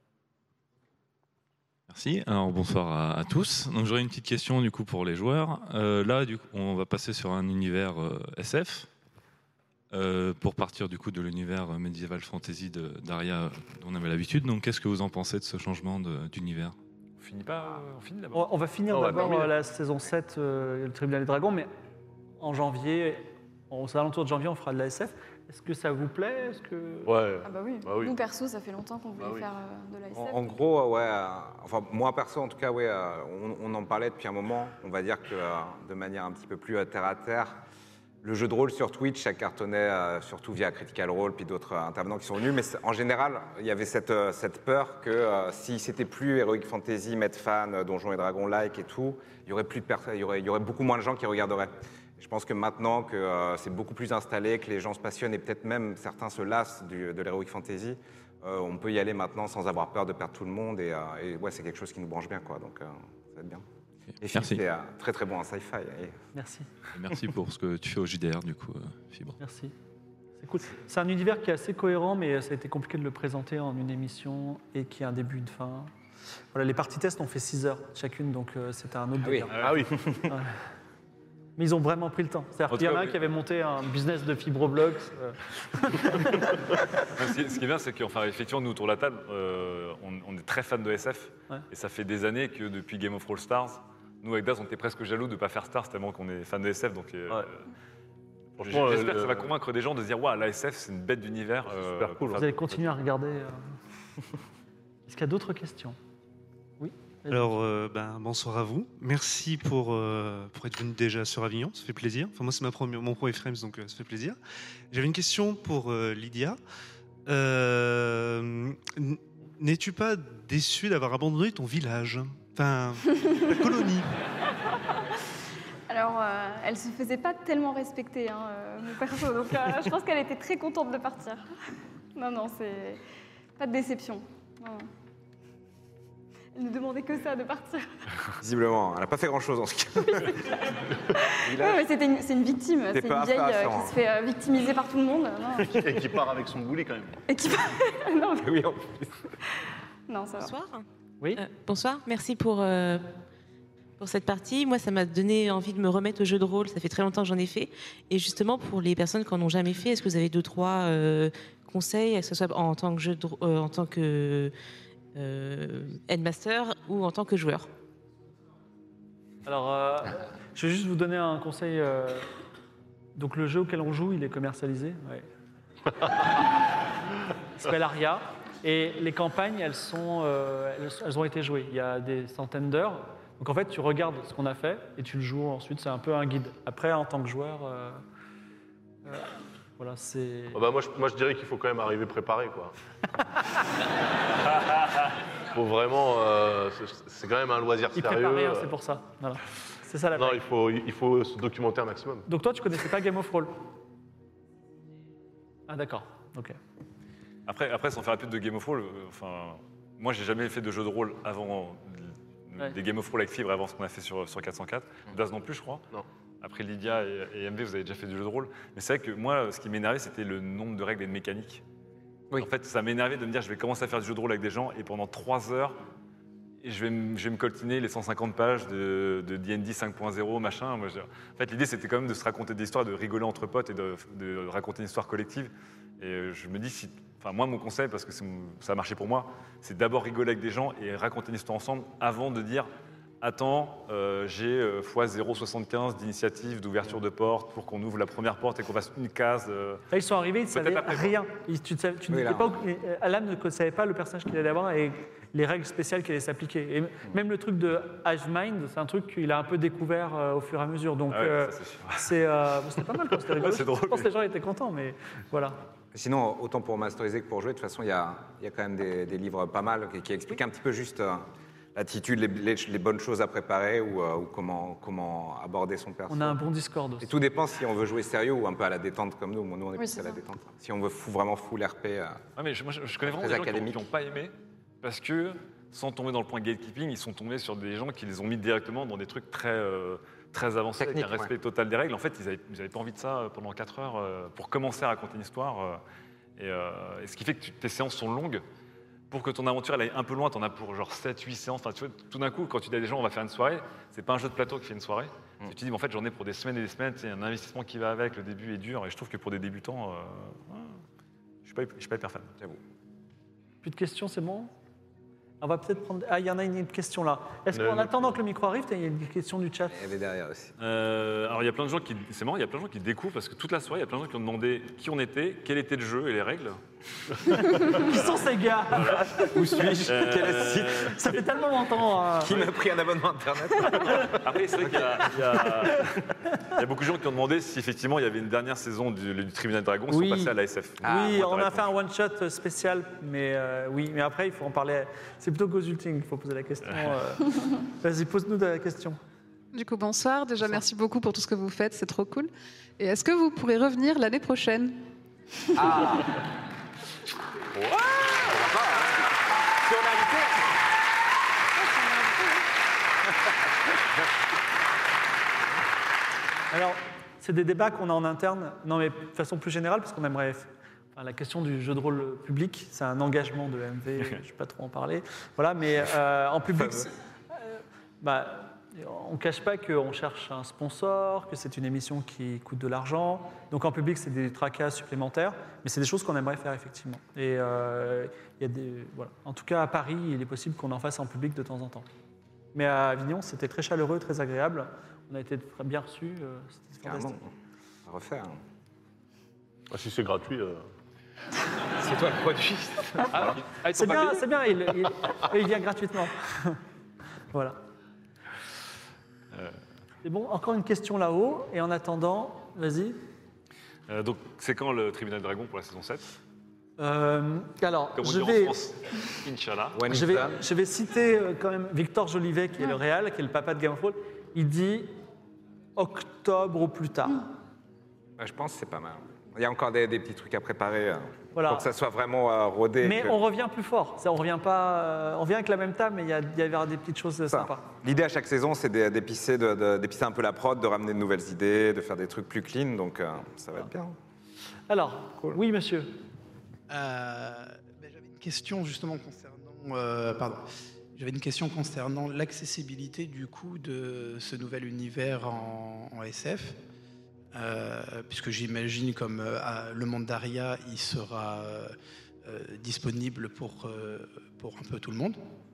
[SPEAKER 10] Merci. Alors bonsoir à, à tous. Donc j'aurais une petite question du coup pour les joueurs. Euh, là, du coup, on va passer sur un univers euh, S F. Euh, pour partir du coup de l'univers Medieval Fantasy de d'Aria dont on avait l'habitude. Donc qu'est-ce que vous en pensez de ce changement de, d'univers?
[SPEAKER 3] On finit pas, on finit d'abord.
[SPEAKER 2] On, on va finir
[SPEAKER 4] On va
[SPEAKER 2] d'abord
[SPEAKER 4] terminer.
[SPEAKER 2] euh, la saison sept, euh, le Tribunal des Dragons, mais en janvier, aux alentours de janvier, on fera de la S F. Est-ce que ça vous plaît? Est-ce que...
[SPEAKER 4] Ouais.
[SPEAKER 5] Ah bah oui.
[SPEAKER 4] Bah oui.
[SPEAKER 5] Nous, perso, ça fait longtemps qu'on voulait
[SPEAKER 4] Bah oui.
[SPEAKER 5] faire euh, de la S F.
[SPEAKER 6] En, en gros, ouais, euh, enfin moi perso en tout cas, ouais, euh, on, on en parlait depuis un moment. On va dire que euh, de manière un petit peu plus euh, terre à terre, le jeu de rôle sur Twitch, ça cartonnait euh, surtout via Critical Role puis d'autres euh, intervenants qui sont venus. Mais en général, il y avait cette, euh, cette peur que euh, si c'était plus Heroic Fantasy, Medfan, euh, Donjons et Dragons like et tout, il y aurait plus de personnes, il y aurait, il y aurait beaucoup moins de gens qui regarderaient. Je pense que maintenant que euh, c'est beaucoup plus installé, que les gens se passionnent et peut-être même certains se lassent du, de l'Heroic Fantasy, euh, on peut y aller maintenant sans avoir peur de perdre tout le monde. Et, euh, et ouais, c'est quelque chose qui nous branche bien, quoi. Donc euh, ça va être bien. Et Philippe,
[SPEAKER 10] Merci.
[SPEAKER 6] c'est euh, très très bon en sci-fi. Et...
[SPEAKER 2] Merci.
[SPEAKER 10] Et merci pour ce que tu fais au J D R du coup, euh, Fibre.
[SPEAKER 2] Merci. C'est cool. C'est un univers qui est assez cohérent, mais ça a été compliqué de le présenter en une émission et qui a un début, une fin. Voilà, les parties tests ont fait six heures chacune, donc euh, c'était un autre
[SPEAKER 6] Ah oui.
[SPEAKER 2] délire.
[SPEAKER 4] Ah oui.
[SPEAKER 2] Ouais. Mais ils ont vraiment pris le temps. C'est-à-dire
[SPEAKER 3] En
[SPEAKER 2] qu'il y en
[SPEAKER 3] tout
[SPEAKER 2] a
[SPEAKER 3] cas,
[SPEAKER 2] un qui avait monté un business de fibroblogs. euh,
[SPEAKER 3] Ce qui, est, ce qui est bien, c'est qu'enfin, effectivement, nous autour de la table, euh, on, on est très fans de S F.
[SPEAKER 2] Ouais.
[SPEAKER 3] Et ça fait des années que depuis Game of All Stars, nous avec Daz, on était presque jaloux de ne pas faire Stars tellement qu'on est fans de S F. Donc, euh,
[SPEAKER 4] Ouais.
[SPEAKER 3] euh,
[SPEAKER 4] Franchement,
[SPEAKER 3] j'espère
[SPEAKER 4] le-
[SPEAKER 3] que ça va convaincre des gens de se dire, waouh, la S F, c'est une bête d'univers. euh,
[SPEAKER 4] super cool.
[SPEAKER 2] Vous allez continuer à regarder. euh. Est-ce qu'il y a d'autres questions? Oui. Vas-y.
[SPEAKER 11] Alors, euh, ben, bonsoir à vous. Merci pour, euh, pour être venu déjà sur Avignon, ça fait plaisir. Enfin, moi, c'est ma première, mon premier Frames, donc euh, ça fait plaisir. J'avais une question pour euh, Lydia. Euh, n- n'es-tu pas déçu d'avoir abandonné ton village? Enfin, la colonie.
[SPEAKER 5] Alors, euh, elle se faisait pas tellement respecter, hein, euh, mon perso, donc euh, je pense qu'elle était très contente de partir. Non, non, c'est pas de déception. Non, non. Elle ne demandait que ça, de partir.
[SPEAKER 6] Visiblement, elle n'a pas fait grand-chose en ce cas.
[SPEAKER 5] Ouais, mais c'était une- c'est une victime,
[SPEAKER 6] T'es
[SPEAKER 5] c'est
[SPEAKER 6] pas
[SPEAKER 5] une vieille euh,
[SPEAKER 6] rassurant.
[SPEAKER 5] qui se fait euh, victimiser par tout le monde. Non,
[SPEAKER 4] Et qui part avec son bouli quand même.
[SPEAKER 5] et qui... non, mais-
[SPEAKER 6] Oui, en plus.
[SPEAKER 5] non, ça va.
[SPEAKER 12] Bonsoir.
[SPEAKER 2] Oui.
[SPEAKER 12] Euh, bonsoir, merci pour, euh, pour cette partie. Moi, ça m'a donné envie de me remettre au jeu de rôle. Ça fait très longtemps que j'en ai fait. Et justement, pour les personnes qui n'en ont jamais fait, est-ce que vous avez deux, trois euh, conseils, que ce soit en tant que, jeu de, euh, en tant que euh, headmaster ou en tant que joueur?
[SPEAKER 2] Alors, euh, je vais juste vous donner un conseil. euh, Donc, le jeu auquel on joue, il est commercialisé. Ouais. Il s'appelle Aria. Et les campagnes, elles, sont, euh, elles, elles ont été jouées. Il y a des centaines d'heures. Donc, en fait, tu regardes ce qu'on a fait et tu le joues ensuite. C'est un peu un guide. Après, en tant que joueur, euh, euh, voilà, c'est.
[SPEAKER 4] Ah bah moi, je, moi, je dirais qu'il faut quand même arriver préparé, quoi. faut vraiment. euh, c'est- c'est quand même un loisir
[SPEAKER 2] Il
[SPEAKER 4] sérieux.
[SPEAKER 2] prépare rien,
[SPEAKER 4] euh.
[SPEAKER 2] c'est pour ça. Voilà. C'est ça la
[SPEAKER 4] Non,
[SPEAKER 2] blague.
[SPEAKER 4] il faut, il faut se documenter un maximum.
[SPEAKER 2] Donc, toi, tu connaissais pas Game of Thrones? Ah, d'accord. Ok.
[SPEAKER 3] Après, après, sans faire la pub de Game of Thrones, euh, enfin, moi, j'ai jamais fait de jeu de rôle avant euh,
[SPEAKER 2] Ouais.
[SPEAKER 3] des Game of Thrones avec Fibre, avant ce qu'on a fait sur, sur quatre cent quatre. Daz non plus, je crois.
[SPEAKER 4] Non.
[SPEAKER 3] Après Lydia et, et M V, vous avez déjà fait du jeu de rôle. Mais c'est vrai que moi, ce qui m'énervait, c'était le nombre de règles et de mécaniques.
[SPEAKER 6] Oui.
[SPEAKER 3] En fait, ça m'énervait de me dire, je vais commencer à faire du jeu de rôle avec des gens et pendant trois heures, et je vais, me- je vais me coltiner les cent cinquante pages de, de D and D cinq point zéro, machin. Moi, je- en fait, l'idée, c'était quand même de se raconter des histoires, de rigoler entre potes et de, de raconter une histoire collective. Et euh, je me dis, si, enfin, moi, mon conseil, parce que c'est mon- ça a marché pour moi, c'est d'abord rigoler avec des gens et raconter une histoire ensemble avant de dire, attends, euh, j'ai euh, fois zéro virgule soixante-quinze d'initiative, d'ouverture de porte pour qu'on ouvre la première porte et qu'on fasse une case. euh.
[SPEAKER 2] Là, ils sont arrivés, ils ne
[SPEAKER 3] Peut-être
[SPEAKER 2] savaient
[SPEAKER 3] après, quoi.
[SPEAKER 2] rien. Ils- tu ne savais- tu
[SPEAKER 6] Oui,
[SPEAKER 2] n'étais
[SPEAKER 6] là.
[SPEAKER 2] pas au- euh, Alan ne savait pas le personnage qu'il allait avoir et les règles spéciales qui allaient s'appliquer. Et même le truc de Hive Mind, c'est un truc qu'il a un peu découvert euh, au fur et à mesure. Donc,
[SPEAKER 3] Ah ouais,
[SPEAKER 2] euh,
[SPEAKER 3] ça, c'est sûr.
[SPEAKER 2] c'est euh, c'était pas mal, quoi, c'était rigolo.
[SPEAKER 3] Ouais, c'est drôle,
[SPEAKER 2] Je pense que
[SPEAKER 3] mais-
[SPEAKER 2] les gens étaient contents, mais voilà.
[SPEAKER 6] Sinon, autant pour masteriser que pour jouer, de toute façon, il y a, il y a quand même des, des livres pas mal qui, qui expliquent un petit peu juste euh, l'attitude, les, les- les bonnes choses à préparer ou, euh, ou comment, comment aborder son perso.
[SPEAKER 2] On a un bon Discord
[SPEAKER 6] Et
[SPEAKER 2] aussi.
[SPEAKER 6] tout dépend si on veut jouer sérieux ou un peu à la détente comme nous. Nous, on est
[SPEAKER 5] Oui,
[SPEAKER 6] plus
[SPEAKER 5] c'est
[SPEAKER 6] à la
[SPEAKER 5] ça.
[SPEAKER 6] détente. Si on veut fou, vraiment full R P, euh,
[SPEAKER 3] Ouais, mais je, moi, je, je connais vraiment
[SPEAKER 6] Très
[SPEAKER 3] des gens
[SPEAKER 6] académique.
[SPEAKER 3] qui n'ont pas aimé parce que, sans tomber dans le point gatekeeping, ils sont tombés sur des gens qui les ont mis directement dans des trucs très, euh, très avancés,
[SPEAKER 6] Technique,
[SPEAKER 3] avec un respect total des règles. En fait, ils n'avaient ils avaient pas envie de ça pendant quatre heures euh, pour commencer à raconter une histoire. euh, et, euh, et ce qui fait que tu- tes séances sont longues. Pour que ton aventure elle aille un peu loin, tu en as pour genre sept huit séances. Enfin, tu vois, tout d'un coup, quand tu dis à des gens, on va faire une soirée, c'est pas un jeu de plateau qui fait une soirée.
[SPEAKER 6] Mm.
[SPEAKER 3] C'est que tu dis, mais en fait, j'en ai pour des semaines et des semaines. Il y a un investissement qui va avec, le début est dur. Et je trouve que pour des débutants, euh, ouais, je suis pas, je suis pas hyper fan.
[SPEAKER 6] j'avoue.
[SPEAKER 2] Plus de questions, c'est bon? On va peut-être prendre. Ah, il y en a une question là. Est-ce
[SPEAKER 4] Le-
[SPEAKER 2] qu'en attendant que le micro arrive, il y a une question du chat?
[SPEAKER 6] Il y avait derrière aussi.
[SPEAKER 3] Euh, alors il y a plein de gens qui, c'est marrant, il y a plein de gens qui découvrent parce que toute la soirée, il y a plein de gens qui ont demandé qui on était, quel était le jeu et les règles.
[SPEAKER 2] Qui sont ces gars?
[SPEAKER 6] Où suis-je
[SPEAKER 3] Euh,
[SPEAKER 6] Quel site
[SPEAKER 2] Ça fait tellement longtemps. hein.
[SPEAKER 6] Qui m'a pris un abonnement Internet
[SPEAKER 3] Après, c'est vrai qu'il y a, il y a- il y a beaucoup de gens qui ont demandé si effectivement il y avait une dernière saison du, du Tribunal Dragon, ils
[SPEAKER 2] Oui.
[SPEAKER 3] sont passés à l'A S F.
[SPEAKER 6] Ah,
[SPEAKER 2] oui,
[SPEAKER 3] moi,
[SPEAKER 2] on
[SPEAKER 3] ta
[SPEAKER 2] a fait un
[SPEAKER 3] réponse.
[SPEAKER 2] one-shot spécial, mais euh, oui, mais après, il faut en parler. C'est plutôt consulting, il faut poser la question. euh. Vas-y, pose-nous la question.
[SPEAKER 13] Du coup, bonsoir. Déjà, merci beaucoup pour tout ce que vous faites, c'est trop cool. Et est-ce que vous pourrez revenir l'année prochaine?
[SPEAKER 6] Ah
[SPEAKER 2] Alors, c'est des débats qu'on a en interne, non mais de façon plus générale, parce qu'on aimerait. Enfin, la question du jeu de rôle public, c'est un engagement de M V, je ne vais pas trop en parler. Voilà, mais euh, en public, c'est- euh, bah, on ne cache pas qu'on cherche un sponsor, que c'est une émission qui coûte de l'argent. Donc en public, c'est des tracas supplémentaires, mais c'est des choses qu'on aimerait faire effectivement. Et euh, il y a des, voilà. En tout cas, à Paris, il est possible qu'on en fasse en public de temps en temps. Mais à Avignon, c'était très chaleureux, très agréable. On a été très bien reçus. euh, C'était
[SPEAKER 6] Carrément,
[SPEAKER 2] fantastique.
[SPEAKER 6] à refaire.
[SPEAKER 4] Ah, si c'est gratuit. euh,
[SPEAKER 6] C'est toi le produit.
[SPEAKER 3] Ah, ils sont
[SPEAKER 2] C'est
[SPEAKER 3] pas
[SPEAKER 2] bien,
[SPEAKER 3] payés
[SPEAKER 2] c'est bien, il, il- il vient gratuitement. Voilà.
[SPEAKER 3] Euh.
[SPEAKER 2] C'est bon, encore une question là-haut. Et en attendant, vas-y.
[SPEAKER 3] Euh, donc c'est quand le Tribunal Dragon pour la saison sept?
[SPEAKER 2] Euh, alors,
[SPEAKER 3] Comme on
[SPEAKER 2] je
[SPEAKER 3] dit
[SPEAKER 2] vais,
[SPEAKER 3] en France, Inch'Allah.
[SPEAKER 6] When
[SPEAKER 2] je
[SPEAKER 6] it's
[SPEAKER 2] vais,
[SPEAKER 6] done.
[SPEAKER 2] je vais citer euh, quand même Victor Jolivet, qui est le réal, qui est le papa de Game of Thrones. Il dit octobre au plus tard.
[SPEAKER 6] Ouais, je pense que c'est pas mal. Il y a encore des, des petits trucs à préparer euh,
[SPEAKER 2] Voilà.
[SPEAKER 6] pour que ça soit vraiment euh, rodé.
[SPEAKER 2] Mais
[SPEAKER 6] que-
[SPEAKER 2] on revient plus fort. Ça, on revient pas. euh, on vient avec la même table, mais il y, a, il y avait des petites choses
[SPEAKER 6] Ça.
[SPEAKER 2] sympas.
[SPEAKER 6] L'idée à chaque saison, c'est d'é- d'épicer, de- de- d'épicer un peu la prod, de ramener de nouvelles idées, de faire des trucs plus clean, donc euh, ça va être bien.
[SPEAKER 2] Alors, oui, monsieur.
[SPEAKER 14] Euh, ben, j'avais une question justement concernant, euh, pardon, j'avais une question concernant l'accessibilité du coup de ce nouvel univers en, en S F, euh, puisque j'imagine comme euh, à- le monde d'Aria, il sera euh, euh, disponible pour euh, pour un peu tout le monde.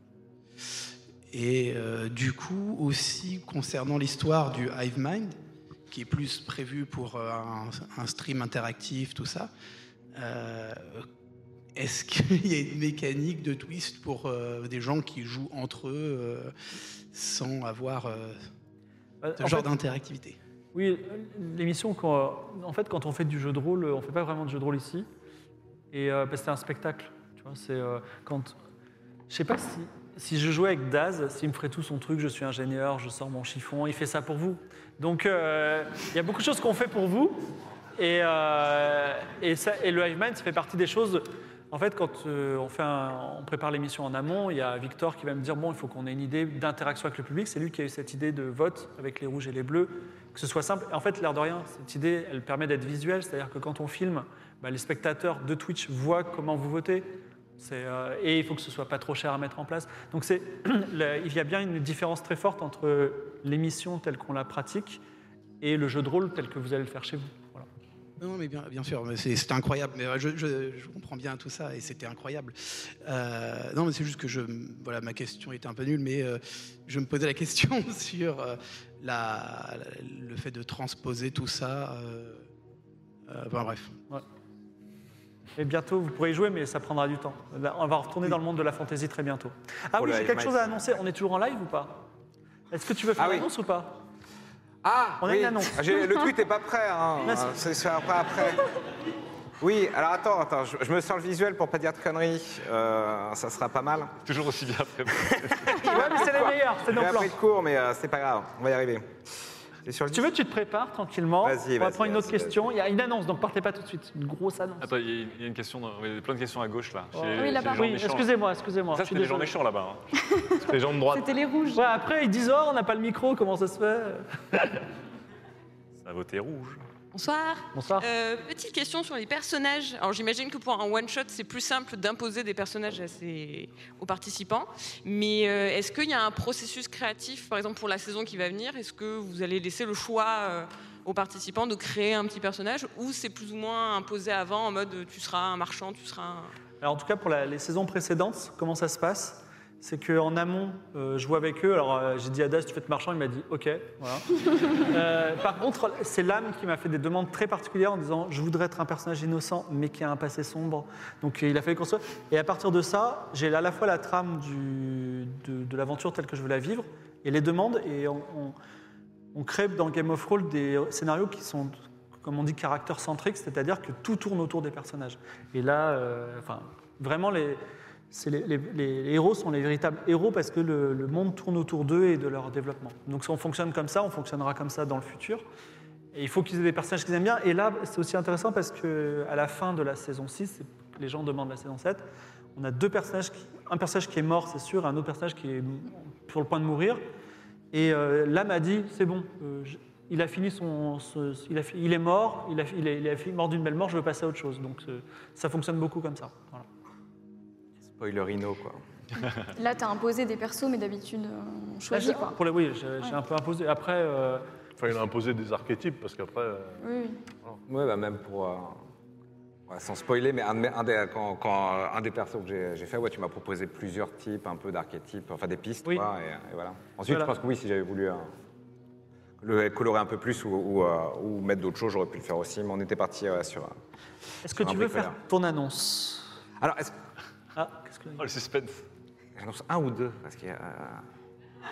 [SPEAKER 14] Et euh, du coup aussi concernant l'histoire du Hive Mind, qui est plus prévu pour euh, un, un stream interactif, tout ça. Euh, Est-ce qu'il y a une mécanique de twist pour euh, des gens qui jouent entre eux euh, sans avoir euh, ce
[SPEAKER 2] En
[SPEAKER 14] genre
[SPEAKER 2] fait,
[SPEAKER 14] d'interactivité?
[SPEAKER 2] Oui, l'émission, quand- en fait, quand on fait du jeu de rôle, on ne fait pas vraiment de jeu de rôle ici. Et euh, parce que c'est un spectacle. Tu vois, c'est euh, quand. Je sais pas si, si je jouais avec Daz, s'il me ferait tout son truc, je suis ingénieur, je sors mon chiffon, il fait ça pour vous. Donc euh, il y a beaucoup de choses qu'on fait pour vous. Et, euh, et, ça, et le hive mind, ça fait partie des choses. En fait, quand euh, on, fait un, on prépare l'émission en amont, il y a Victor qui va me dire bon, il faut qu'on ait une idée d'interaction avec le public. C'est lui qui a eu cette idée de vote avec les rouges et les bleus, que ce soit simple. Et en fait, l'air de rien, cette idée, elle permet d'être visuelle, c'est-à-dire que quand on filme, bah, les spectateurs de Twitch voient comment vous votez. Euh, et il faut que ce soit pas trop cher à mettre en place. Donc c'est, il y a bien une différence très forte entre l'émission telle qu'on la pratique et le jeu de rôle tel que vous allez le faire chez vous. Voilà.
[SPEAKER 14] Non, mais bien, bien sûr, mais c'est, c'était incroyable. Mais je, je, je comprends bien tout ça et c'était incroyable. Euh, non, mais c'est juste que je, voilà, ma question était un peu nulle, mais euh, je me posais la question sur euh, la, le fait de transposer tout ça. Euh, euh, enfin, bref.
[SPEAKER 2] Ouais. Et bientôt, vous pourrez y jouer, mais ça prendra du temps. On va retourner dans le monde de la fantasy très bientôt. Ah oui, j'ai quelque chose à annoncer. On est toujours en live ou pas? Est-ce que tu veux faire
[SPEAKER 6] ah, oui.
[SPEAKER 2] l'annonce ou pas?
[SPEAKER 6] Ah,
[SPEAKER 2] on a
[SPEAKER 6] oui.
[SPEAKER 2] une annonce.
[SPEAKER 6] J'ai, le tweet n'est pas prêt. Hein. C'est, c'est après, après. Oui, alors attends, attends, je, je me sors le visuel pour pas dire de conneries. Euh, ça sera pas mal.
[SPEAKER 3] Toujours aussi bien après.
[SPEAKER 2] Ouais, mais c'est les meilleurs, c'est nos plans.
[SPEAKER 6] J'ai appris de cours, mais euh, c'est pas grave, on va y arriver.
[SPEAKER 2] Sur si tu veux, tu te prépares tranquillement.
[SPEAKER 6] Vas-y,
[SPEAKER 2] on va
[SPEAKER 6] vas-y,
[SPEAKER 2] prendre une autre
[SPEAKER 6] vas-y,
[SPEAKER 2] question. Il y a une annonce, donc partez pas tout de suite. Une grosse annonce.
[SPEAKER 3] Attends, il y, a, il y a une question, il y a plein de questions à gauche là.
[SPEAKER 2] Oh. Oui, là-bas. Oui, excusez-moi, excusez-moi.
[SPEAKER 3] Ça, c'était les gens méchants là-bas. Hein.
[SPEAKER 4] C'était les gens de droite.
[SPEAKER 5] C'était les rouges.
[SPEAKER 2] Ouais, après, ils disent oh, on n'a pas le micro, comment ça se fait?
[SPEAKER 3] Ça a voté rouge.
[SPEAKER 15] Bonsoir.
[SPEAKER 2] Bonsoir.
[SPEAKER 15] Euh, petite question sur les personnages. Alors j'imagine que pour un one-shot, c'est plus simple d'imposer des personnages à ses... aux participants. Mais euh, est-ce qu'il y a un processus créatif, par exemple pour la saison qui va venir? Est-ce que vous allez laisser le choix euh, aux participants de créer un petit personnage ou c'est plus ou moins imposé avant en mode tu seras un marchand, tu seras un...
[SPEAKER 2] Alors en tout cas pour la, les saisons précédentes, comment ça se passe? C'est qu'en amont, euh, je vois avec eux. Alors, euh, j'ai dit à Das, tu fais être marchand. Il m'a dit, OK. Voilà. euh, par contre, c'est l'âme qui m'a fait des demandes très particulières en disant, je voudrais être un personnage innocent, mais qui a un passé sombre. Donc, il a fallu construire. Et à partir de ça, j'ai à la fois la trame du, de, de l'aventure telle que je veux la vivre et les demandes. Et on, on, on crée dans Game of Thrones des scénarios qui sont, comme on dit, caractère centriques, c'est-à-dire que tout tourne autour des personnages. Et là, euh, enfin, vraiment, les. C'est les, les, les héros sont les véritables héros parce que le, le monde tourne autour d'eux et de leur développement. Donc si on fonctionne comme ça, on fonctionnera comme ça dans le futur. Et il faut qu'ils aient des personnages qu'ils aiment bien. Et là, c'est aussi intéressant parce qu'à la fin de la saison six, les gens demandent la saison sept, on a deux personnages, qui, un personnage qui est mort, c'est sûr, et un autre personnage qui est sur le point de mourir. Et euh, l'âme a dit, c'est bon, euh, je, il a fini son... son il, a, il est mort, il a, il, a, il a mort d'une belle mort, je veux passer à autre chose. Donc euh, ça fonctionne beaucoup comme ça. Voilà.
[SPEAKER 6] Spoilerino, quoi.
[SPEAKER 5] Là, tu as imposé des persos, mais d'habitude, on choisit, quoi.
[SPEAKER 2] Pour les, oui, j'ai, ouais. j'ai un peu imposé. Après... Euh...
[SPEAKER 4] Enfin, il a imposé des archétypes, parce qu'après... Euh...
[SPEAKER 5] Oui,
[SPEAKER 6] oui. Ouais, bah même pour... Euh... Ouais, sans spoiler, mais un, un des, quand, quand, un des persos que j'ai, j'ai fait, ouais, tu m'as proposé plusieurs types, un peu d'archétypes, enfin des pistes, oui. quoi, et, et voilà. Ensuite, voilà. Je pense que oui, si j'avais voulu... Euh... le colorer un peu plus ou, ou, euh, ou mettre d'autres choses, j'aurais pu le faire aussi, mais on était parti euh, sur...
[SPEAKER 2] Est-ce que tu veux faire ton annonce?
[SPEAKER 6] Alors, est-ce...
[SPEAKER 2] Ah, qu'est-ce que...
[SPEAKER 3] Oh, le suspense.
[SPEAKER 6] J'annonce un ou deux, parce qu'il y a... Euh...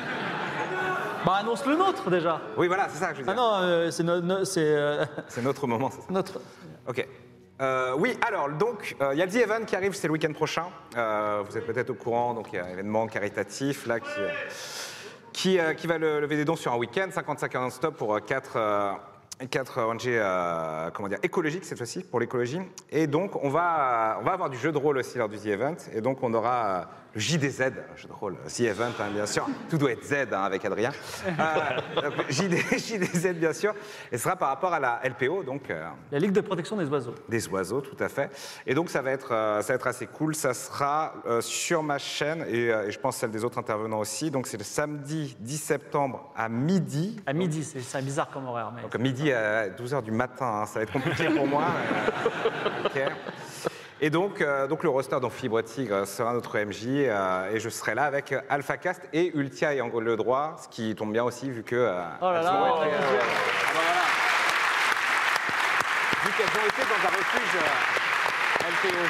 [SPEAKER 2] Bah, annonce le nôtre, déjà.
[SPEAKER 6] Oui, voilà, c'est ça que je veux dire.
[SPEAKER 2] Ah non, euh, c'est, no, no, c'est, euh...
[SPEAKER 6] c'est notre moment, c'est ça.
[SPEAKER 2] Notre...
[SPEAKER 6] Ok. Euh, oui, alors, donc, il euh, y a le The Event qui arrive, c'est le week-end prochain. Euh, vous êtes peut-être au courant, donc il y a un événement caritatif, là, qui, euh, qui, euh, qui va le, lever des dons sur un week-end, cinquante-cinq heures non-stop pour euh, quatre... Euh, quatre O N G euh, comment dire, écologiques cette fois-ci, pour l'écologie. Et donc, on va, on va avoir du jeu de rôle aussi lors du The Event. Et donc, on aura euh, le J D Z, jeu de rôle, The Event, hein, bien sûr. Tout doit être Z hein, avec Adrien. Euh, donc, J D, J D Z, bien sûr. Et ce sera par rapport à la L P O, donc... Euh,
[SPEAKER 2] la Ligue de protection des oiseaux.
[SPEAKER 6] Des oiseaux, tout à fait. Et donc, ça va être, euh, ça va être assez cool. Ça sera euh, sur ma chaîne et, euh, et je pense celle des autres intervenants aussi. Donc, c'est le samedi dix septembre à midi.
[SPEAKER 2] À midi, c'est, c'est bizarre comme horaire. Mais...
[SPEAKER 6] Donc, à midi à douze heures du matin, hein, ça va être compliqué pour moi. Mais... Okay. Et donc, euh, donc le roster dans Fibre Tigre sera notre M J euh, et je serai là avec AlphaCast et Ultia et Angle le Droit, ce qui tombe bien aussi vu que euh,
[SPEAKER 2] oh là là,
[SPEAKER 6] été, euh, voilà. Vu qu'elles ont été dans un refuge euh, L P O.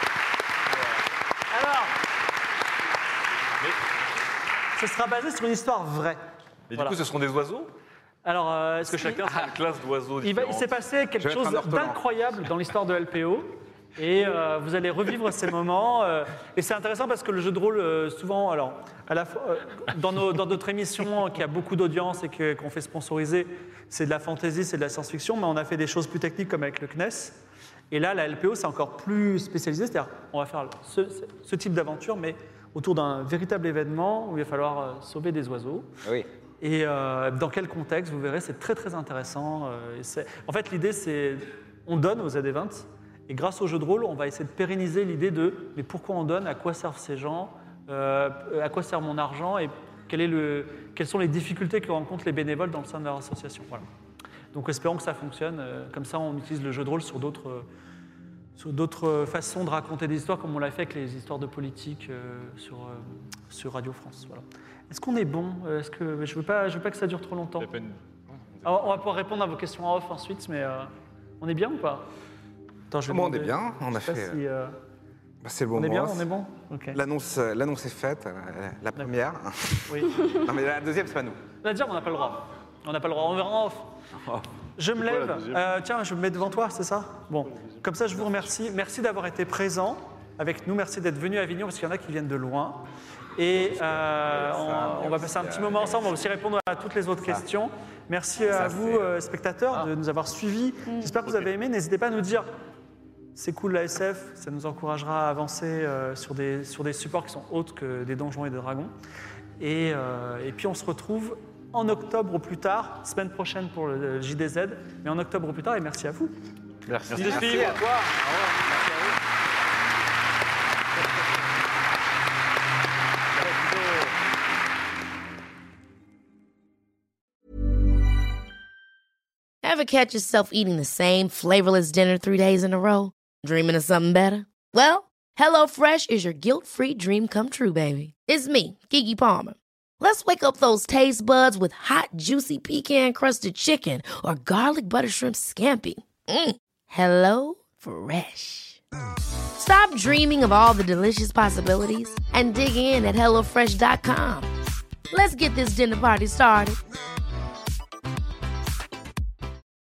[SPEAKER 2] Alors, mais... ce sera basé sur une histoire vraie.
[SPEAKER 3] Mais
[SPEAKER 2] voilà.
[SPEAKER 3] Du coup, ce seront des oiseaux?
[SPEAKER 2] Alors, euh,
[SPEAKER 3] est-ce que chacun a une classe d'oiseaux
[SPEAKER 2] il, va, il s'est passé quelque chose d'incroyable dans l'histoire de L P O. Et euh, vous allez revivre ces moments. euh, et c'est intéressant parce que le jeu de rôle, euh, souvent, alors, à la fois, euh, dans, nos, dans notre émission qui a beaucoup d'audience et que- qu'on fait sponsoriser, c'est de la fantasy, c'est de la science-fiction, mais on a fait des choses plus techniques comme avec le C N E S. Et là, la L P O, c'est encore plus spécialisé, c'est-à-dire on va faire ce, ce type d'aventure, mais autour d'un véritable événement où il va falloir euh, sauver des oiseaux.
[SPEAKER 6] Oui.
[SPEAKER 2] Et euh, dans quel contexte, vous verrez, c'est très très intéressant. euh, et c'est- en fait, l'idée, c'est on donne aux Z vingt, et grâce au jeu de rôle, on va essayer de pérenniser l'idée de mais pourquoi on donne, à quoi servent ces gens, euh, à quoi sert mon argent, et quel est le, quelles sont les difficultés que rencontrent les bénévoles dans le sein de leur association. Voilà. Donc espérons que ça fonctionne. euh, Comme ça, on utilise le jeu de rôle sur d'autres euh, sur d'autres façons de raconter des histoires, comme on l'a fait avec les histoires de politique euh, sur, euh, sur Radio France. Voilà. Est-ce qu'on est bon Euh, Est-ce que je veux pas, je veux pas que ça dure trop longtemps. Alors, on va pouvoir répondre à vos questions en off ensuite, mais euh, on est bien ou pas Attends, je vais
[SPEAKER 6] Bon, on est
[SPEAKER 2] demander-
[SPEAKER 6] bien, on a
[SPEAKER 2] je sais pas
[SPEAKER 6] fait,
[SPEAKER 2] si, euh,
[SPEAKER 6] Bah, c'est le
[SPEAKER 2] on
[SPEAKER 6] bon
[SPEAKER 2] est bien,
[SPEAKER 6] moment.
[SPEAKER 2] on est bon. Ok.
[SPEAKER 6] L'annonce, euh, l'annonce est faite, la, la première.
[SPEAKER 2] Oui.
[SPEAKER 6] Non, mais la deuxième, c'est pas nous.
[SPEAKER 2] La deuxième, on n'a pas le droit. On n'a pas le droit. On verra en off. Je me
[SPEAKER 6] C'est quoi, la
[SPEAKER 2] lève.
[SPEAKER 6] deuxième
[SPEAKER 2] Euh, tiens, je me mets devant toi, c'est ça Bon. Comme ça, je vous remercie. Merci d'avoir été présent avec nous. Merci d'être venu à Avignon parce qu'il y en a qui viennent de loin. Et euh, on, on va passer un petit moment ensemble. On va aussi répondre à toutes les autres questions. Merci à vous, euh, spectateurs, de nous avoir suivis. J'espère que vous avez aimé. N'hésitez pas à nous dire c'est cool la S F, ça nous encouragera à avancer euh, sur, des, sur des supports qui sont autres que des donjons et des dragons. Et, euh, et puis on se retrouve en octobre au plus tard, semaine prochaine pour le J D Z, mais en octobre au plus tard, et merci à vous.
[SPEAKER 4] Merci.
[SPEAKER 2] Merci, merci à toi.
[SPEAKER 1] Ever catch yourself eating the same flavorless dinner three days in a row? Dreaming of something better? Well, HelloFresh is your guilt-free dream come true, baby. It's me, Keke Palmer. Let's wake up those taste buds with hot, juicy pecan-crusted chicken or garlic butter shrimp scampi. Mm. Hello Fresh. Stop dreaming of all the delicious possibilities and dig in at hello fresh dot com. Let's get this dinner party started.